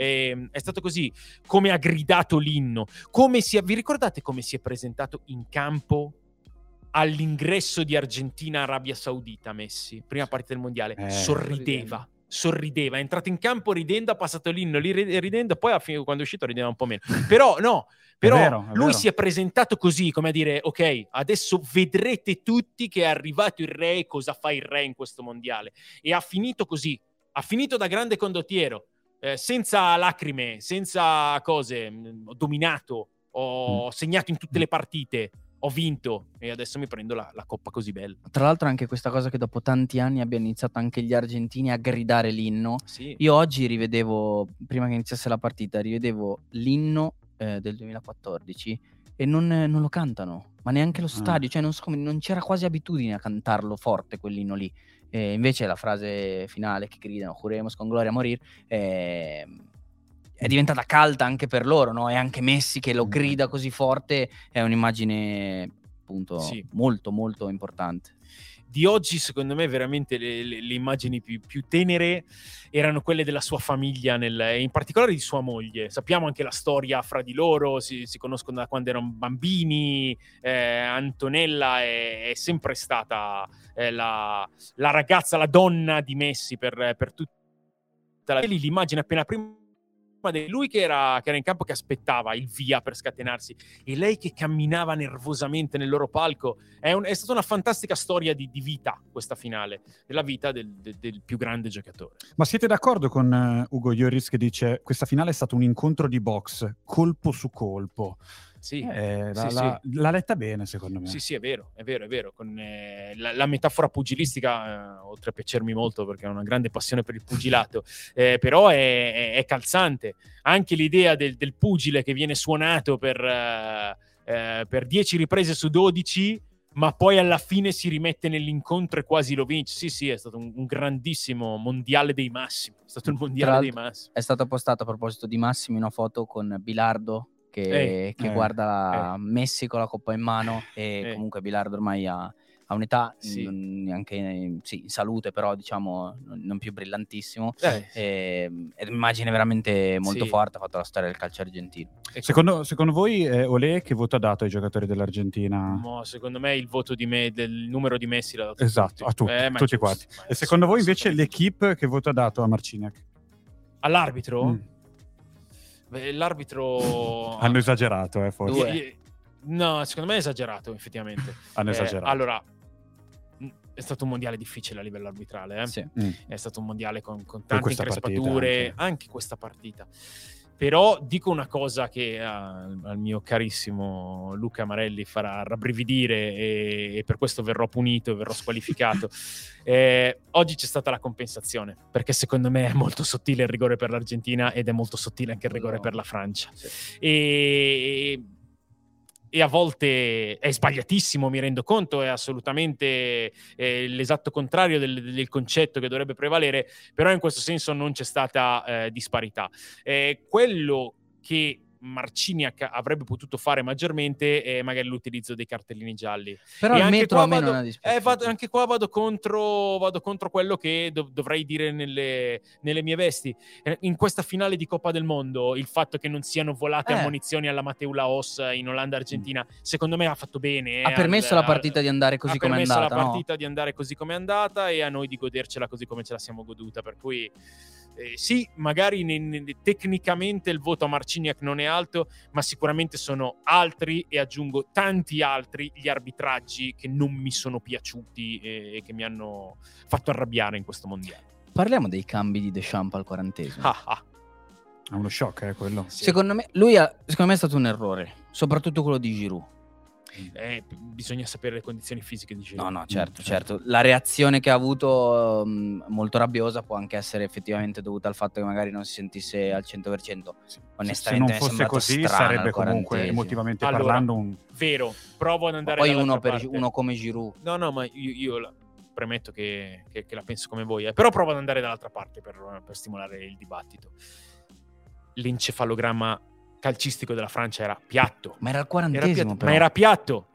È stato così, come ha gridato l'inno, vi ricordate come si è presentato in campo all'ingresso di Argentina-Arabia Saudita Messi, prima partita del mondiale? Sorrideva, è entrato in campo ridendo, ha passato l'inno lì ridendo, poi quando è uscito rideva un po' meno. Però è vero. Si è presentato così, come a dire: ok, adesso vedrete tutti che è arrivato il re e cosa fa il re in questo mondiale. E ha finito così, ha finito da grande condottiero, senza lacrime, senza cose. Ho dominato, ho segnato in tutte le partite, ho vinto e adesso mi prendo la coppa così bella. Tra l'altro anche questa cosa che dopo tanti anni abbiano iniziato anche gli argentini a gridare l'inno. Sì. Io oggi rivedevo, prima che iniziasse la partita, l'inno del 2014 e non lo cantano, ma neanche lo stadio, cioè non c'era quasi abitudine a cantarlo forte quell'inno lì. Invece la frase finale che gridano "Juremos con gloria a morir" è diventata calda anche per loro, no? E anche Messi che lo grida così forte è un'immagine appunto molto molto importante. Di oggi, secondo me, veramente le immagini più tenere erano quelle della sua famiglia, in particolare di sua moglie. Sappiamo anche la storia fra di loro, si conoscono da quando erano bambini. Antonella è sempre stata la ragazza, la donna di Messi per tutta la... L'immagine appena prima lui che era in campo, che aspettava il via per scatenarsi, e lei che camminava nervosamente nel loro palco. È stata una fantastica storia di vita, questa finale, della vita del più grande giocatore. Ma siete d'accordo con Ugo Lloris che dice questa finale è stato un incontro di box, colpo su colpo? Sì, l'ha letta bene, secondo me. Sì, è vero. Con la metafora pugilistica, oltre a piacermi molto perché ho una grande passione per il pugilato, però è calzante. Anche l'idea del pugile che viene suonato per 10 riprese su 12, ma poi alla fine si rimette nell'incontro e quasi lo vince. Sì, è stato un grandissimo mondiale dei massimi. È stato il mondiale dei massimi. È stato postato, a proposito di massimi, una foto con Bilardo che guarda Messi con la coppa in mano, e comunque Bilardo ormai ha un'età anche in salute, però diciamo non più brillantissimo, è un'immagine veramente molto forte, ha fatto la storia del calcio argentino. Secondo voi Olé che voto ha dato ai giocatori dell'Argentina? No, secondo me il voto del numero di Messi l'ha dato esatto, a tutti quanti. E secondo voi invece l'equipe che voto ha dato a Marciniak? All'arbitro? L'arbitro hanno esagerato, forse. No, secondo me è esagerato, effettivamente. Hanno esagerato. Allora, è stato un mondiale difficile a livello arbitrale, Sì. È stato un mondiale con tante increspature, anche questa partita. Però dico una cosa che al mio carissimo Luca Marelli farà rabbrividire, e per questo verrò punito, verrò squalificato. Oggi c'è stata la compensazione, perché secondo me è molto sottile il rigore per l'Argentina ed è molto sottile anche il rigore per la Francia. E a volte è sbagliatissimo, mi rendo conto, è assolutamente l'esatto contrario del concetto che dovrebbe prevalere, però in questo senso non c'è stata disparità. Quello che Marciniak avrebbe potuto fare maggiormente è magari l'utilizzo dei cartellini gialli. Però il metro a me non ha dispiaciuto. Anche qua vado contro quello che dovrei dire nelle mie vesti. In questa finale di Coppa del Mondo, il fatto che non siano volate ammonizioni alla Mateu Laos in Olanda-Argentina, secondo me ha fatto bene. Ha permesso la partita di andare così come è andata. Ha permesso la partita di andare così come è andata, e a noi di godercela così come ce la siamo goduta, per cui sì, magari tecnicamente il voto a Marciniak non è alto, ma sicuramente sono altri, e aggiungo tanti altri, gli arbitraggi che non mi sono piaciuti e che mi hanno fatto arrabbiare in questo mondiale. Parliamo dei cambi di Deschamps al 40°. È uno shock, quello. Sì. Secondo me è stato un errore, soprattutto quello di Giroud. Bisogna sapere le condizioni fisiche di Giroud. No, certo. La reazione che ha avuto, molto rabbiosa, può anche essere effettivamente dovuta al fatto che magari non si sentisse al 100%. Onestamente, se non fosse così sarebbe comunque emotivamente parlando vero. Provo ad andare poi uno come Giroud. No, ma io premetto che la penso come voi, però provo ad andare dall'altra parte per stimolare il dibattito. L'encefalogramma calcistico della Francia era piatto. Ma era al 40°. Ma era piatto.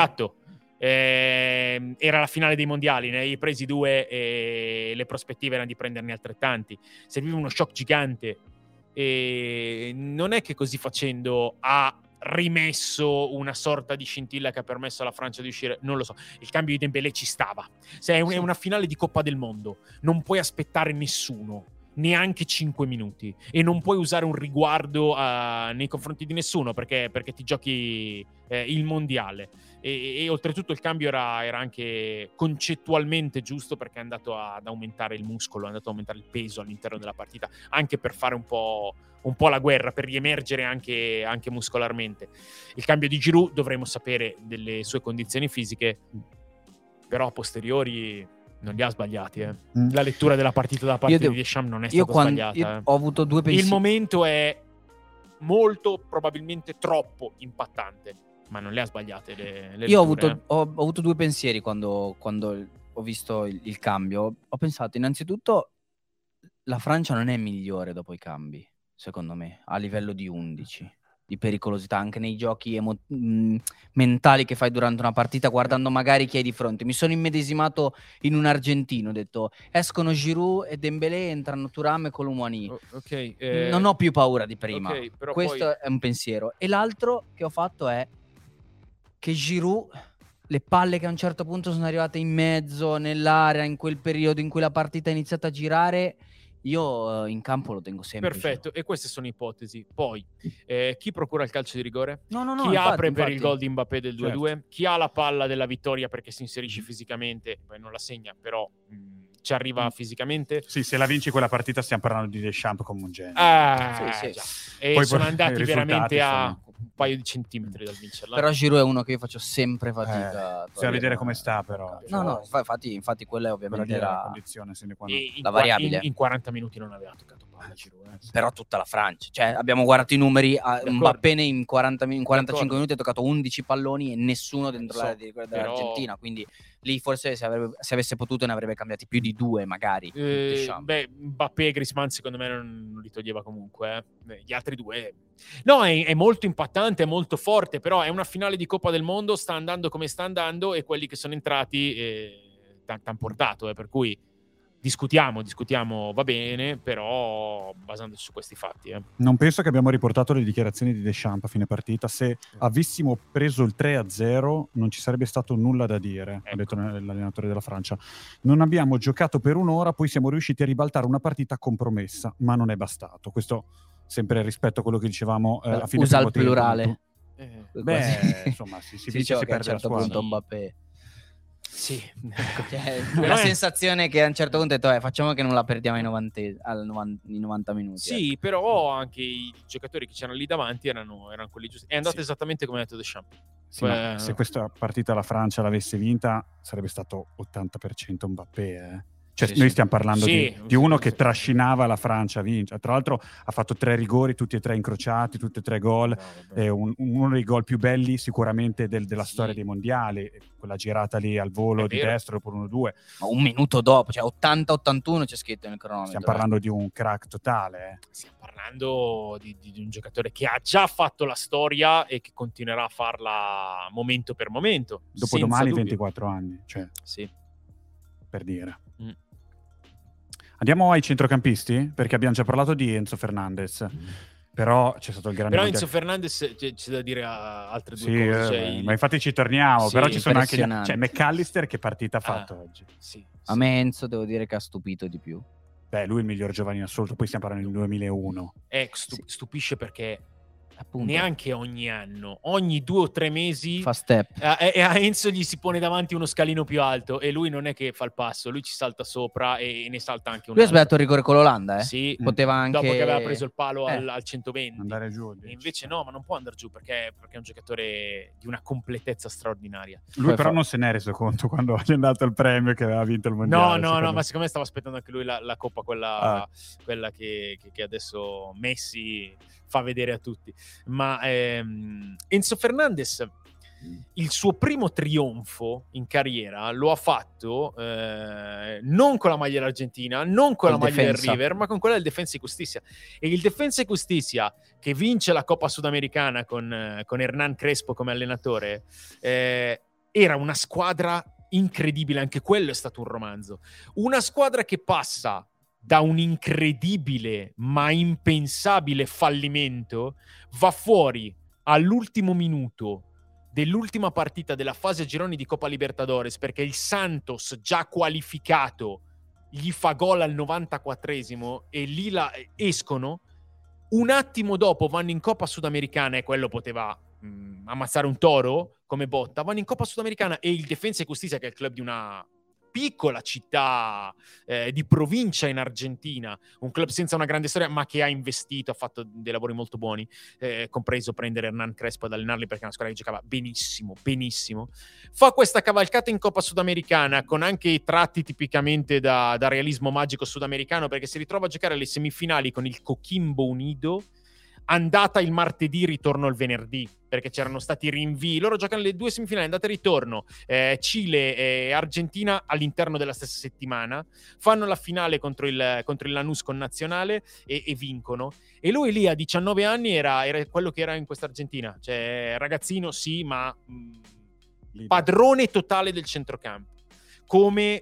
Era la finale dei mondiali, ne hai presi 2 e le prospettive erano di prenderne altrettanti. Serviva uno shock gigante, e non è che così facendo ha rimesso una sorta di scintilla che ha permesso alla Francia di uscire. Non lo so, il cambio di Dembélé ci stava. Se è una finale di Coppa del Mondo, non puoi aspettare nessuno, neanche 5 minuti, e non puoi usare un riguardo nei confronti di nessuno, perché ti giochi il mondiale, e oltretutto il cambio era anche concettualmente giusto, perché è andato ad aumentare il muscolo, è andato ad aumentare il peso all'interno della partita, anche per fare un po' la guerra, per riemergere anche muscolarmente. Il cambio di Giroud, dovremo sapere delle sue condizioni fisiche, però a posteriori non li ha sbagliati. La lettura della partita da parte di Deschamps non è stata sbagliata. Io ho avuto due pensieri. Il momento è molto, probabilmente troppo impattante, ma non le ha sbagliate le Io letture. ho avuto due pensieri quando ho visto il cambio. Ho pensato, innanzitutto, la Francia non è migliore dopo i cambi, secondo me, a livello di 11, di pericolosità, anche nei giochi mentali che fai durante una partita, guardando magari chi hai di fronte. Mi sono immedesimato in un argentino, ho detto, escono Giroud e Dembélé, entrano Thuram e Colomouani. Non ho più paura di prima. Questo è un pensiero. E l'altro che ho fatto è che Giroud, le palle che a un certo punto sono arrivate in mezzo nell'area, in quel periodo in cui la partita è iniziata a girare, Io in campo lo tengo sempre. Perfetto, e queste sono ipotesi. Poi, chi procura il calcio di rigore? No, Chi infatti, apre per il infatti. gol di Mbappé del 2-2? Certo. Chi ha la palla della vittoria perché si inserisce fisicamente? Poi non la segna, però ci arriva fisicamente. Sì, se la vinci quella partita stiamo parlando di Deschamps come un genio. Sì. Già. E Poi sono i andati risultati veramente a sono- un paio di centimetri dal vincerla. Però Giroud è uno che io faccio sempre fatica. a bisogna vedere togliere. come sta, però. No, infatti quella è Quella ovviamente lì è la la... condizione sine qua non. E La variabile. in 40 minuti non aveva toccato palla Giroud. Però tutta la Francia, cioè abbiamo guardato i numeri, D'accordo. Mbappé in 45 D'accordo. minuti ha toccato 11 palloni e nessuno dentro l'area di rigore però- dell'Argentina, quindi lì forse se avesse potuto ne avrebbe cambiati più di 2 magari. Deschamps. Mbappé e Griezmann secondo me non li toglieva comunque. Gli altri due... No, è molto impattante, è molto forte, però è una finale di Coppa del Mondo, sta andando come sta andando e quelli che sono entrati t'han portato, per cui discutiamo, va bene, però basandoci su questi fatti. Non penso che abbiamo riportato le dichiarazioni di Deschamps a fine partita. Se avessimo preso il 3-0 non ci sarebbe stato nulla da dire, ha detto l'allenatore della Francia. Non abbiamo giocato per un'ora, poi siamo riusciti a ribaltare una partita compromessa, ma non è bastato. Questo sempre rispetto a quello che dicevamo a fine usa il primo tempo. plurale. Beh, insomma, si vince diceva si che a un perde la certo squadra. punto Mbappé. Sì. Cioè, la sensazione che a un certo punto ho detto facciamo che non la perdiamo ai 90 minuti. Sì, però anche i giocatori che c'erano lì davanti erano quelli giusti. È andato esattamente come ha detto Deschamps. Sì, ma se questa partita la Francia l'avesse vinta sarebbe stato 80% Mbappé, Cioè, noi stiamo parlando di uno che trascinava la Francia a vincere. Tra l'altro ha fatto 3 rigori, tutti e 3 incrociati, tutti e 3 gol. Uno dei gol più belli sicuramente della storia dei mondiali. Quella girata lì al volo di destro per 1-2. Ma un minuto dopo, cioè 80-81 c'è scritto nel cronometro. Stiamo parlando di un crack totale. Stiamo parlando di un giocatore che ha già fatto la storia e che continuerà a farla momento per momento. Dopo domani 24 anni. Cioè, sì. Per dire. Andiamo ai centrocampisti, perché abbiamo già parlato di Enzo Fernandez, però c'è stato il grande... Però Enzo Fernandez c'è da dire altre due cose. Ma infatti ci torniamo, però ci sono anche... Cioè, McAllister che partita ha fatto oggi? A me Enzo devo dire che ha stupito di più. Beh, lui è il miglior giovane in assoluto, poi stiamo parlando del 2001. Stupisce perché... Appunto. Neanche ogni anno, ogni 2 o 3 mesi fa step e a Enzo gli si pone davanti uno scalino più alto e lui non è che fa il passo, lui ci salta sopra e ne salta anche un altro. Lui ha sbagliato il rigore con l'Olanda, Sì, poteva anche... dopo che aveva preso il palo al 120 andare giù, e invece no, ma non può andare giù perché è un giocatore di una completezza straordinaria. Lui però non se ne è reso conto quando gli è andato il premio che aveva vinto il mondiale. No, ma secondo me stava aspettando anche lui la coppa, quella che adesso Messi fa vedere a tutti. Ma Enzo Fernandez, il suo primo trionfo in carriera lo ha fatto non con la maglia dell'Argentina, non con la maglia del River, ma con quella del Defensa y Justicia. E il Defensa y Justicia, che vince la Coppa Sudamericana con Hernán Crespo come allenatore, era una squadra incredibile. Anche quello è stato un romanzo. Una squadra che passa da un incredibile ma impensabile fallimento, va fuori all'ultimo minuto dell'ultima partita della fase a gironi di Coppa Libertadores perché il Santos, già qualificato, gli fa gol al 94esimo e lì escono. Un attimo dopo vanno in Coppa Sudamericana e quello poteva ammazzare un toro come botta. Vanno in Coppa Sudamericana e il Defensa y Justicia, che è il club di una piccola città di provincia in Argentina, un club senza una grande storia ma che ha investito, ha fatto dei lavori molto buoni, compreso prendere Hernán Crespo ad allenarli perché è una squadra che giocava benissimo, fa questa cavalcata in Coppa Sudamericana con anche i tratti tipicamente da realismo magico sudamericano, perché si ritrova a giocare alle semifinali con il Coquimbo Unido, andata il martedì, ritorno il venerdì, perché c'erano stati rinvii. Loro giocano le 2 semifinali, andata e ritorno, Cile e Argentina all'interno della stessa settimana, fanno la finale contro il Lanús con Nazionale e vincono. E lui lì a 19 anni era quello che era in questa Argentina, cioè ragazzino sì, ma padrone totale del centrocampo, come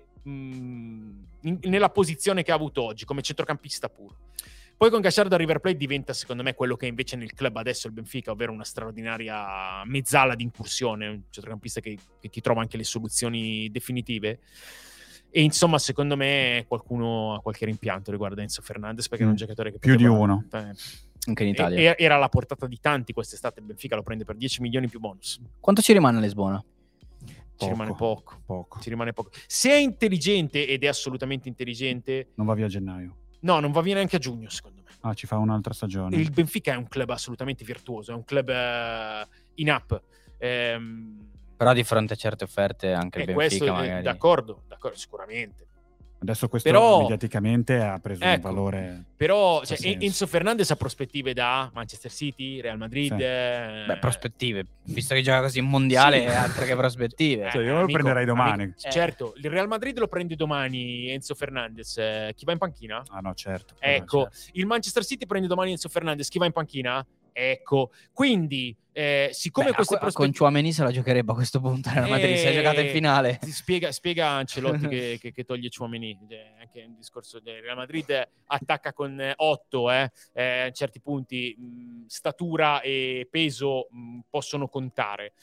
nella posizione che ha avuto oggi, come centrocampista puro. Poi con Gallardo a River Plate diventa, secondo me, quello che invece nel club adesso il Benfica, ovvero una straordinaria mezzala di incursione, un centrocampista che ti trova anche le soluzioni definitive. E insomma, secondo me qualcuno ha qualche rimpianto riguardo a Enzo Fernandez, perché è un giocatore che più di uno. Anche in Italia. Era alla portata di tanti quest'estate. Il Benfica lo prende per 10 milioni più bonus. Quanto ci rimane a Lisbona? Ci rimane poco. Ci rimane poco. Se è intelligente, ed è assolutamente intelligente, non va via a gennaio. No, non va via neanche a giugno, secondo me. Ah, ci fa un'altra stagione. Il Benfica è un club assolutamente virtuoso, è un club in up. Però di fronte a certe offerte anche il Benfica magari. D'accordo, sicuramente. Adesso questo mediaticamente ha preso un valore. Però Enzo Fernandez ha prospettive da Manchester City, Real Madrid. Sì. Beh, prospettive. Visto che gioca così in mondiale, altre che prospettive. Io lo prenderei domani. Certo, il Real Madrid lo prende domani Enzo Fernandez. Chi va in panchina? Ah no, certo. Ecco, il Manchester City prende domani Enzo Fernandez. Chi va in panchina? Ecco, quindi siccome queste con Tchouaméni se la giocherebbe a questo punto nella Madrid, si è giocata in finale. Spiega Ancelotti che toglie Tchouaméni, anche un discorso del Real Madrid attacca con 8 a certi punti statura e peso possono contare.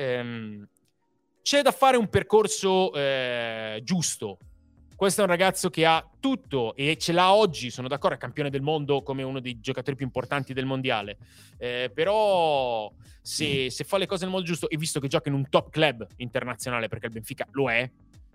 C'è da fare un percorso giusto. Questo è un ragazzo che ha tutto e ce l'ha oggi, sono d'accordo, è campione del mondo come uno dei giocatori più importanti del mondiale. Però se fa le cose nel modo giusto, e visto che gioca in un top club internazionale, perché il Benfica lo è,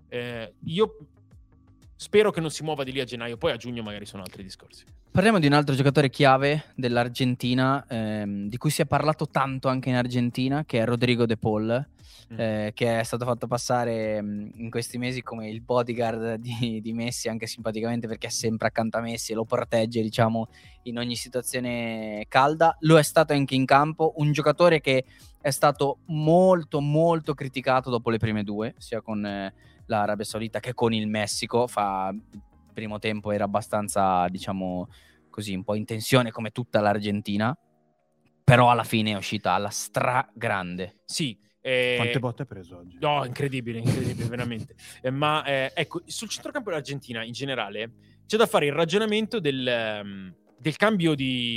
io spero che non si muova di lì a gennaio, poi a giugno magari sono altri discorsi. Parliamo di un altro giocatore chiave dell'Argentina, di cui si è parlato tanto anche in Argentina, che è Rodrigo De Paul. Che è stato fatto passare in questi mesi come il bodyguard di Messi, anche simpaticamente, perché è sempre accanto a Messi e lo protegge, diciamo, in ogni situazione calda. Lo è stato anche in campo, un giocatore che è stato molto molto criticato dopo le prime due, sia con l'Arabia Saudita che con il Messico. Il primo tempo era abbastanza, diciamo così, un po' in tensione come tutta l'Argentina, però alla fine è uscita alla stragrande. Sì. Quante botte ha preso oggi? No, incredibile veramente. Ma ecco, sul centrocampo dell'Argentina in generale c'è da fare il ragionamento del cambio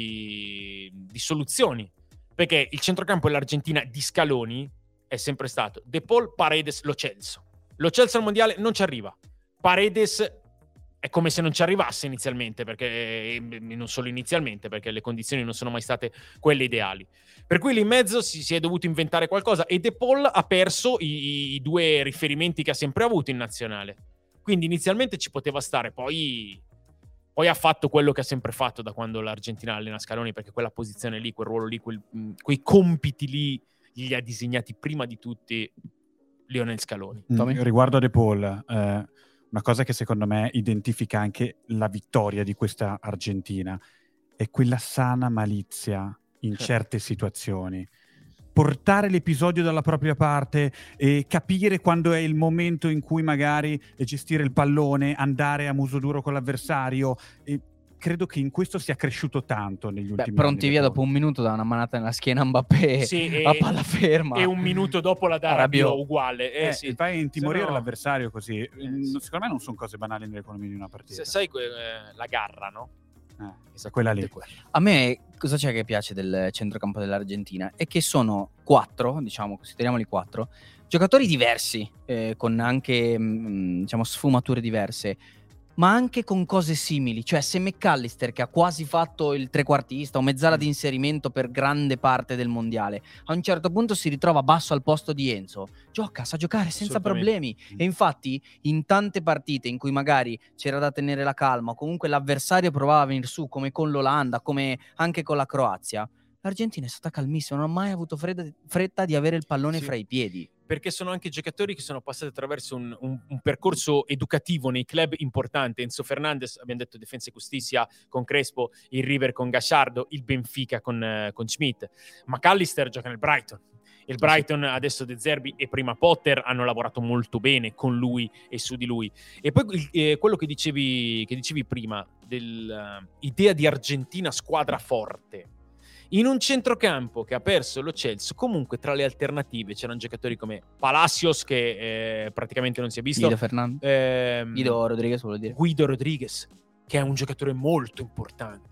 di soluzioni, perché il centrocampo dell'Argentina di Scaloni è sempre stato De Paul, Paredes, Lo Celso al mondiale non ci arriva. Paredes è come se non ci arrivasse inizialmente, perché non solo inizialmente, perché le condizioni non sono mai state quelle ideali. Per cui lì in mezzo si è dovuto inventare qualcosa e De Paul ha perso i due riferimenti che ha sempre avuto in nazionale. Quindi inizialmente ci poteva stare, poi ha fatto quello che ha sempre fatto da quando l'Argentina allena Scaloni, perché quella posizione lì, quel ruolo lì, quei compiti lì gli ha disegnati prima di tutti Lionel Scaloni. Riguardo a De Paul, una cosa che secondo me identifica anche la vittoria di questa Argentina è quella sana malizia in certe situazioni. Portare l'episodio dalla propria parte e capire quando è il momento in cui magari gestire il pallone, andare a muso duro con l'avversario. E credo che in questo sia cresciuto tanto negli ultimi anni. Pronti via dopo un minuto da una manata nella schiena a Mbappé, a palla ferma. E un minuto dopo la dà Rabiot uguale. Sì. Vai a intimorire l'avversario così. Secondo me non sono cose banali nell'economia di una partita. Sai la garra, no? Quella lì. A me cosa c'è che piace del centrocampo dell'Argentina? È che sono 4, diciamo, consideriamoli 4 giocatori diversi, con anche diciamo sfumature diverse, ma anche con cose simili. Cioè, se McAllister, che ha quasi fatto il trequartista o mezzala di inserimento per grande parte del mondiale, a un certo punto si ritrova basso al posto di Enzo, sa giocare senza problemi. E infatti in tante partite in cui magari c'era da tenere la calma, o comunque l'avversario provava a venire su, come con l'Olanda, come anche con la Croazia, l'Argentina è stata calmissima, non ha mai avuto fretta di avere il pallone fra i piedi. Perché sono anche giocatori che sono passati attraverso un percorso educativo nei club importanti. Enzo Fernandez, abbiamo detto Defensa e Giustizia con Crespo, il River con Gasciardo, il Benfica con Schmidt. McAllister gioca nel Brighton. Il Brighton adesso De Zerbi e prima Potter hanno lavorato molto bene con lui e su di lui. E poi quello che dicevi prima dell'idea di Argentina squadra forte. In un centrocampo che ha perso Lo Celso, comunque tra le alternative c'erano giocatori come Palacios, che praticamente non si è visto. Guido Rodriguez, vuol dire. Guido Rodriguez, che è un giocatore molto importante.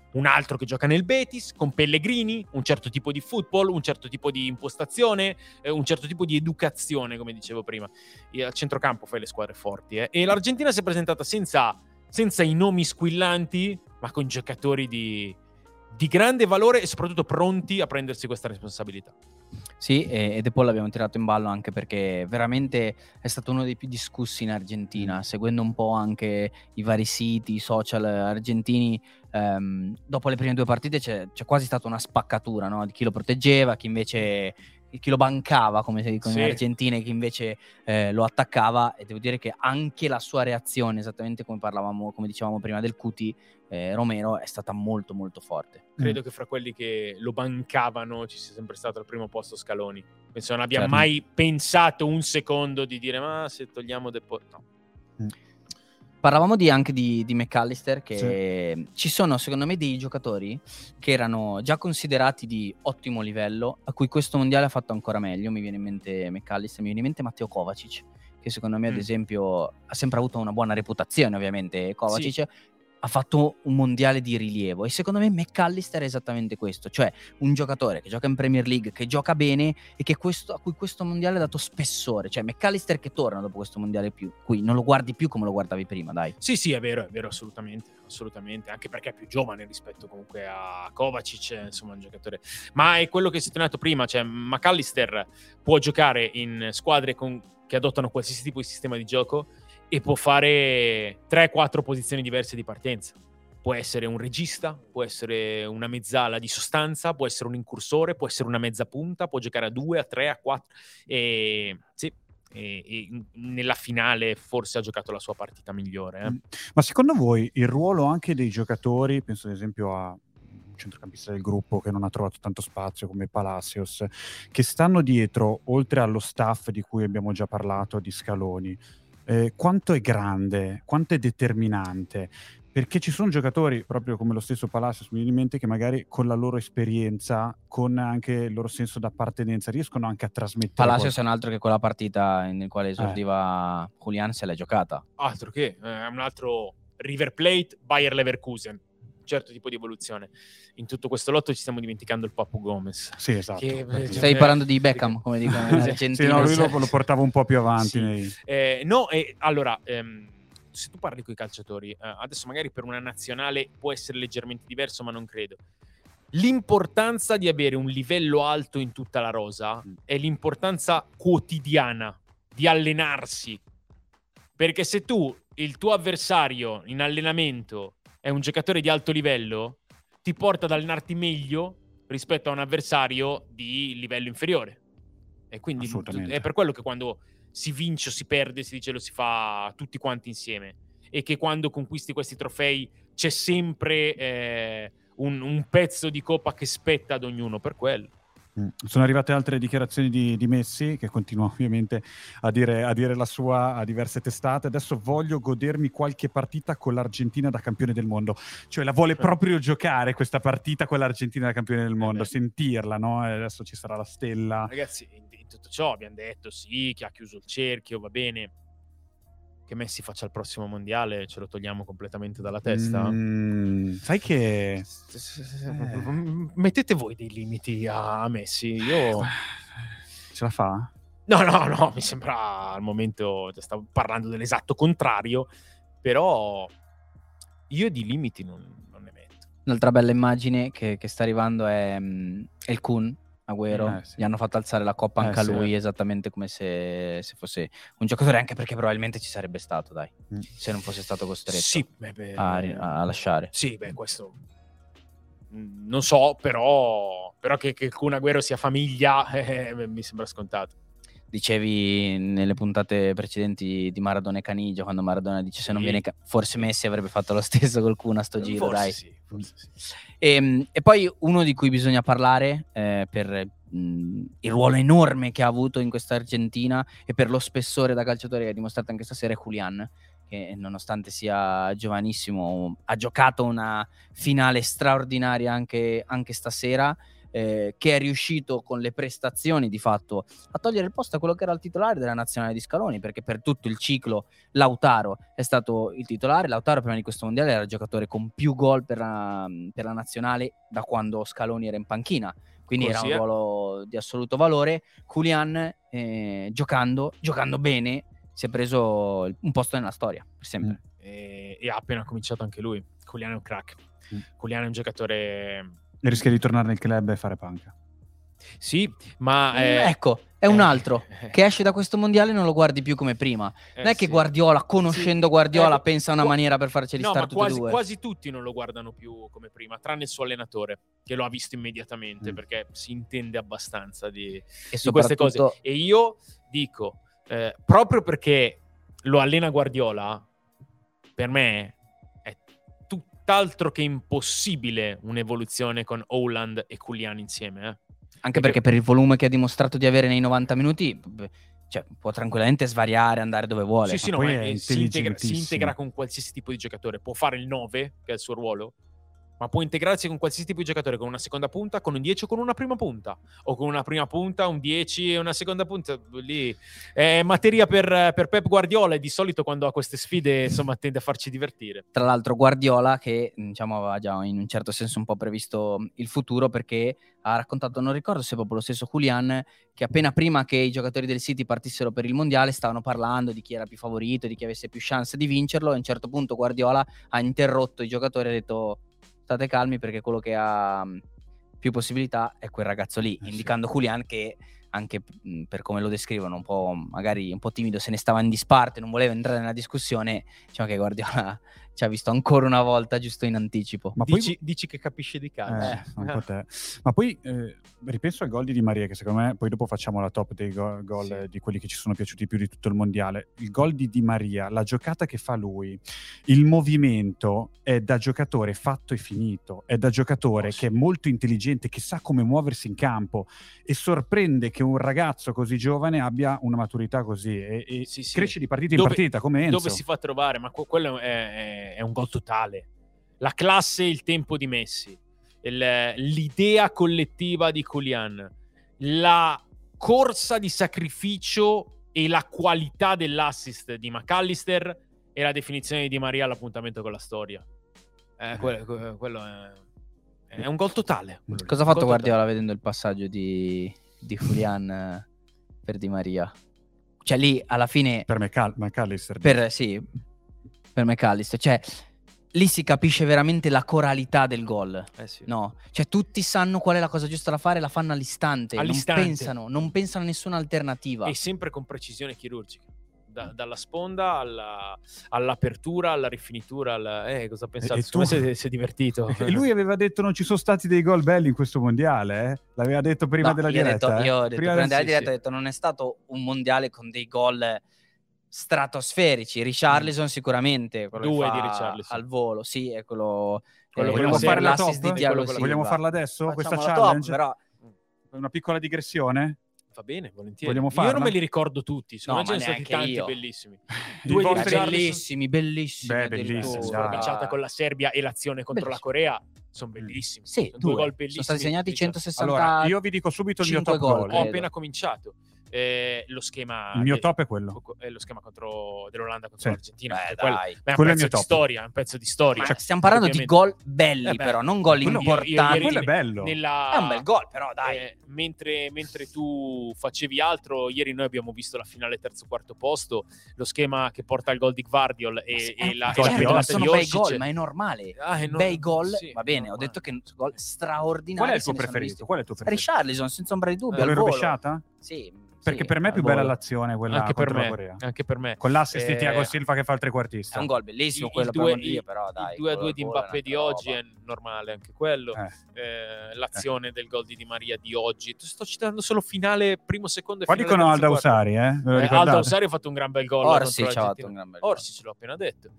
un altro che gioca nel Betis, con Pellegrini, un certo tipo di football, un certo tipo di impostazione, un certo tipo di educazione, come dicevo prima. Al centrocampo fai le squadre forti, e l'Argentina si è presentata senza i nomi squillanti, ma con giocatori di grande valore e soprattutto pronti a prendersi questa responsabilità. Sì, e De Paul l'abbiamo tirato in ballo anche perché veramente è stato uno dei più discussi in Argentina, seguendo un po' anche i vari siti, i social argentini. Dopo le prime 2 partite c'è quasi stata una spaccatura, no? Di chi lo proteggeva, chi invece chi lo bancava, come si dice in Argentina, e chi invece lo attaccava. E devo dire che anche la sua reazione, esattamente come dicevamo prima del Cuti, Romero, è stata molto molto forte. Credo che fra quelli che lo bancavano ci sia sempre stato al primo posto Scaloni. Penso non abbia mai pensato un secondo di dire ma se togliamo De Paul, no. Parlavamo anche di McAllister, che ci sono secondo me dei giocatori che erano già considerati di ottimo livello, a cui questo mondiale ha fatto ancora meglio. Mi viene in mente McAllister, mi viene in mente Matteo Kovacic, che secondo me ad esempio ha sempre avuto una buona reputazione, ovviamente Kovacic. Ha fatto un mondiale di rilievo, e secondo me McAllister è esattamente questo, cioè un giocatore che gioca in Premier League, che gioca bene e che a cui questo mondiale ha dato spessore. Cioè McAllister che torna dopo questo mondiale qui non lo guardi più come lo guardavi prima, dai. Sì, è vero, assolutamente, anche perché è più giovane rispetto comunque a Kovacic, insomma un giocatore, ma è quello che si è sottolineato prima, cioè McAllister può giocare in squadre che adottano qualsiasi tipo di sistema di gioco e può fare 3-4 posizioni diverse di partenza. Può essere un regista, può essere una mezzala di sostanza, può essere un incursore, può essere una mezza punta, può giocare a 2, a 3, a 4. E nella finale forse ha giocato la sua partita migliore. Ma secondo voi il ruolo anche dei giocatori, penso ad esempio a un centrocampista del gruppo che non ha trovato tanto spazio come Palacios, che stanno dietro, oltre allo staff di cui abbiamo già parlato, di Scaloni, quanto è grande, quanto è determinante? Perché ci sono giocatori, proprio come lo stesso Palacios, mi viene in mente, che magari con la loro esperienza, con anche il loro senso d'appartenenza, riescono anche a trasmettere. Palacios è un altro che quella partita nel quale esordiva Julian se l'è giocata. Altro che, è un altro River Plate, Bayer Leverkusen. Certo tipo di evoluzione. In tutto questo lotto ci stiamo dimenticando il Papu Gomez. Sì, esatto. Stai parlando di Beckham, come dicono in Argentina. Sì, no, lui lo portava un po' più avanti. Sì. Allora, se tu parli con i calciatori, adesso magari per una nazionale può essere leggermente diverso, ma non credo. L'importanza di avere un livello alto in tutta la rosa è l'importanza quotidiana di allenarsi. Perché se il tuo avversario in allenamento è un giocatore di alto livello, ti porta ad allenarti meglio rispetto a un avversario di livello inferiore. E quindi è per quello che quando si vince o si perde si dice lo si fa tutti quanti insieme, e che quando conquisti questi trofei c'è sempre un pezzo di coppa che spetta ad ognuno per quello. Sono arrivate altre dichiarazioni di Messi, che continua ovviamente a dire la sua a diverse testate. Adesso voglio godermi qualche partita con l'Argentina da campione del mondo. Cioè la vuole proprio giocare questa partita con l'Argentina da campione del mondo, sentirla, no? E adesso ci sarà la stella. Ragazzi, in tutto ciò abbiamo detto sì, che ha chiuso il cerchio, va bene. Che Messi faccia il prossimo mondiale ce lo togliamo completamente dalla testa? Sai che mettete voi dei limiti a Messi. Io ce la fa? No, mi sembra al momento stavo parlando dell'esatto contrario, però io di limiti non ne metto. Un'altra bella immagine che sta arrivando è il Kun Agüero, sì. Gli hanno fatto alzare la coppa anche a lui, esattamente come se fosse un giocatore, anche perché probabilmente ci sarebbe stato, dai, se non fosse stato costretto a lasciare. Sì, questo non so, però che il Kun Agüero sia famiglia mi sembra scontato. Dicevi nelle puntate precedenti di Maradona e Caniggia, quando Maradona dice se non viene forse Messi avrebbe fatto lo stesso col Kun a sto giro, forse dai. Sì. E poi uno di cui bisogna parlare per il ruolo enorme che ha avuto in questa Argentina e per lo spessore da calciatore che ha dimostrato anche stasera è Julian, che nonostante sia giovanissimo ha giocato una finale straordinaria anche stasera. che è riuscito con le prestazioni di fatto a togliere il posto a quello che era il titolare della nazionale di Scaloni, perché per tutto il ciclo Lautaro è stato il titolare. Lautaro prima di questo mondiale era il giocatore con più gol per la nazionale da quando Scaloni era in panchina, quindi Così era un ruolo di assoluto valore. Julian giocando bene si è preso un posto nella storia per sempre. E ha appena cominciato anche lui. Julian è un crack. Julian è un giocatore... Rischia di tornare nel club e fare panca. Sì, ma... ecco, è un altro che esce da questo mondiale e non lo guardi più come prima. Non è che Guardiola, conoscendo Guardiola, pensa a una maniera per farceli stare tutti e due. Quasi tutti non lo guardano più come prima, tranne il suo allenatore, che lo ha visto immediatamente, perché si intende abbastanza di queste cose. E io dico, proprio perché lo allena Guardiola, per me è tutt'altro che impossibile un'evoluzione con Haaland e Julian insieme, Anche perché per il volume che ha dimostrato di avere nei 90 minuti, cioè, può tranquillamente svariare, andare dove vuole. Sì, no, si integra con qualsiasi tipo di giocatore. Può fare il 9, che è il suo ruolo, ma può integrarsi con qualsiasi tipo di giocatore, con una seconda punta, con un 10 o con una prima punta, o con una prima punta, un 10 e una seconda punta. Lì è materia per Pep Guardiola, e di solito quando ha queste sfide, insomma, tende a farci divertire. Tra l'altro Guardiola, che diciamo aveva già in un certo senso un po' previsto il futuro, perché ha raccontato, non ricordo se è proprio lo stesso Julian, che appena prima che i giocatori del City partissero per il mondiale stavano parlando di chi era più favorito, di chi avesse più chance di vincerlo, e a un certo punto Guardiola ha interrotto i giocatori e ha detto: state calmi, perché quello che ha più possibilità è quel ragazzo lì, indicando Julian, che anche per come lo descrivono, un po' magari un po' timido, se ne stava in disparte, non voleva entrare nella discussione. Diciamo che Guardiola ci ha visto ancora una volta giusto in anticipo. Ma dici che capisce di calcio. Un po' te. Ma poi ripenso al gol di Di Maria, che secondo me, poi dopo facciamo la top dei gol di quelli che ci sono piaciuti più di tutto il mondiale. Il gol di Di Maria, la giocata che fa lui, il movimento è da giocatore fatto e finito, è da giocatore che è molto intelligente, che sa come muoversi in campo, e sorprende che un ragazzo così giovane abbia una maturità così e cresce di partita in partita come Enzo. Dove si fa trovare, ma quello è un gol totale. La classe e il tempo di Messi, l'idea collettiva di Julian, la corsa di sacrificio e la qualità dell'assist di McAllister e la definizione di Di Maria all'appuntamento con la storia. Quello è un gol totale. Cosa ha fatto Guardiola vedendo il passaggio di Julian per Di Maria? Cioè lì alla fine per McAllister, per McAllister, cioè lì si capisce veramente la coralità del gol, no? Cioè tutti sanno qual è la cosa giusta da fare, la fanno all'istante. Non pensano a nessuna alternativa, e sempre con precisione chirurgica, dalla sponda all'apertura, alla rifinitura, cosa pensate? Si è divertito. E lui aveva detto non ci sono stati dei gol belli in questo mondiale, L'aveva detto prima della diretta. Io ho detto prima della diretta, ho detto non è stato un mondiale con dei gol stratosferici. Richarlison sicuramente, quello due che fa di Richarlison al volo, sì, è quello vogliamo fare l'assist di Thiago Silva. Vogliamo farla adesso? Facciamo questa la challenge? top, però una piccola digressione? Va bene, volentieri. Vogliamo farla? Io non me li ricordo tutti, sono ce ne stati tanti io. Bellissimi. Due bellissimi. Bellissimi. La baciata con la Serbia e l'azione contro la Corea sono bellissimi. Sì, sono due gol bellissimi. Sono stati segnati 160. Allora, io vi dico subito il mio top gol. Ho appena cominciato. Lo schema, il mio top è quello, lo schema dell'Olanda contro l'Argentina. È un pezzo di storia, è un pezzo di storia. Cioè, stiamo parlando di gol belli, però non gol importanti. Quello è bello. È un bel gol, però dai. Mentre tu facevi altro, ieri noi abbiamo visto la finale terzo-quarto posto, lo schema che porta al gol di Gvardiol e la pedalata sono di bei Orsic. gol, ma è normale. Bei gol, va bene. Ho detto che gol straordinari. Qual è il tuo preferito? Richarlison, senza ombra di dubbio. L'hai rovesciata? Sì. Perché per me è più bella l'azione quella contro la Corea. Anche per me. Con l'assist di Thiago Silva che fa il trequartista. È un gol bellissimo quello, però dai. Il 2-2 di Mbappé di oggi è normale anche quello. L'azione del gol di Di Maria di oggi. Sto citando solo finale, primo, secondo e qua finale. Qua dicono Aldausari, Aldausari ha fatto un gran bel gol. Orsic ha fatto un gran bel gol. Orsic l'ho appena detto.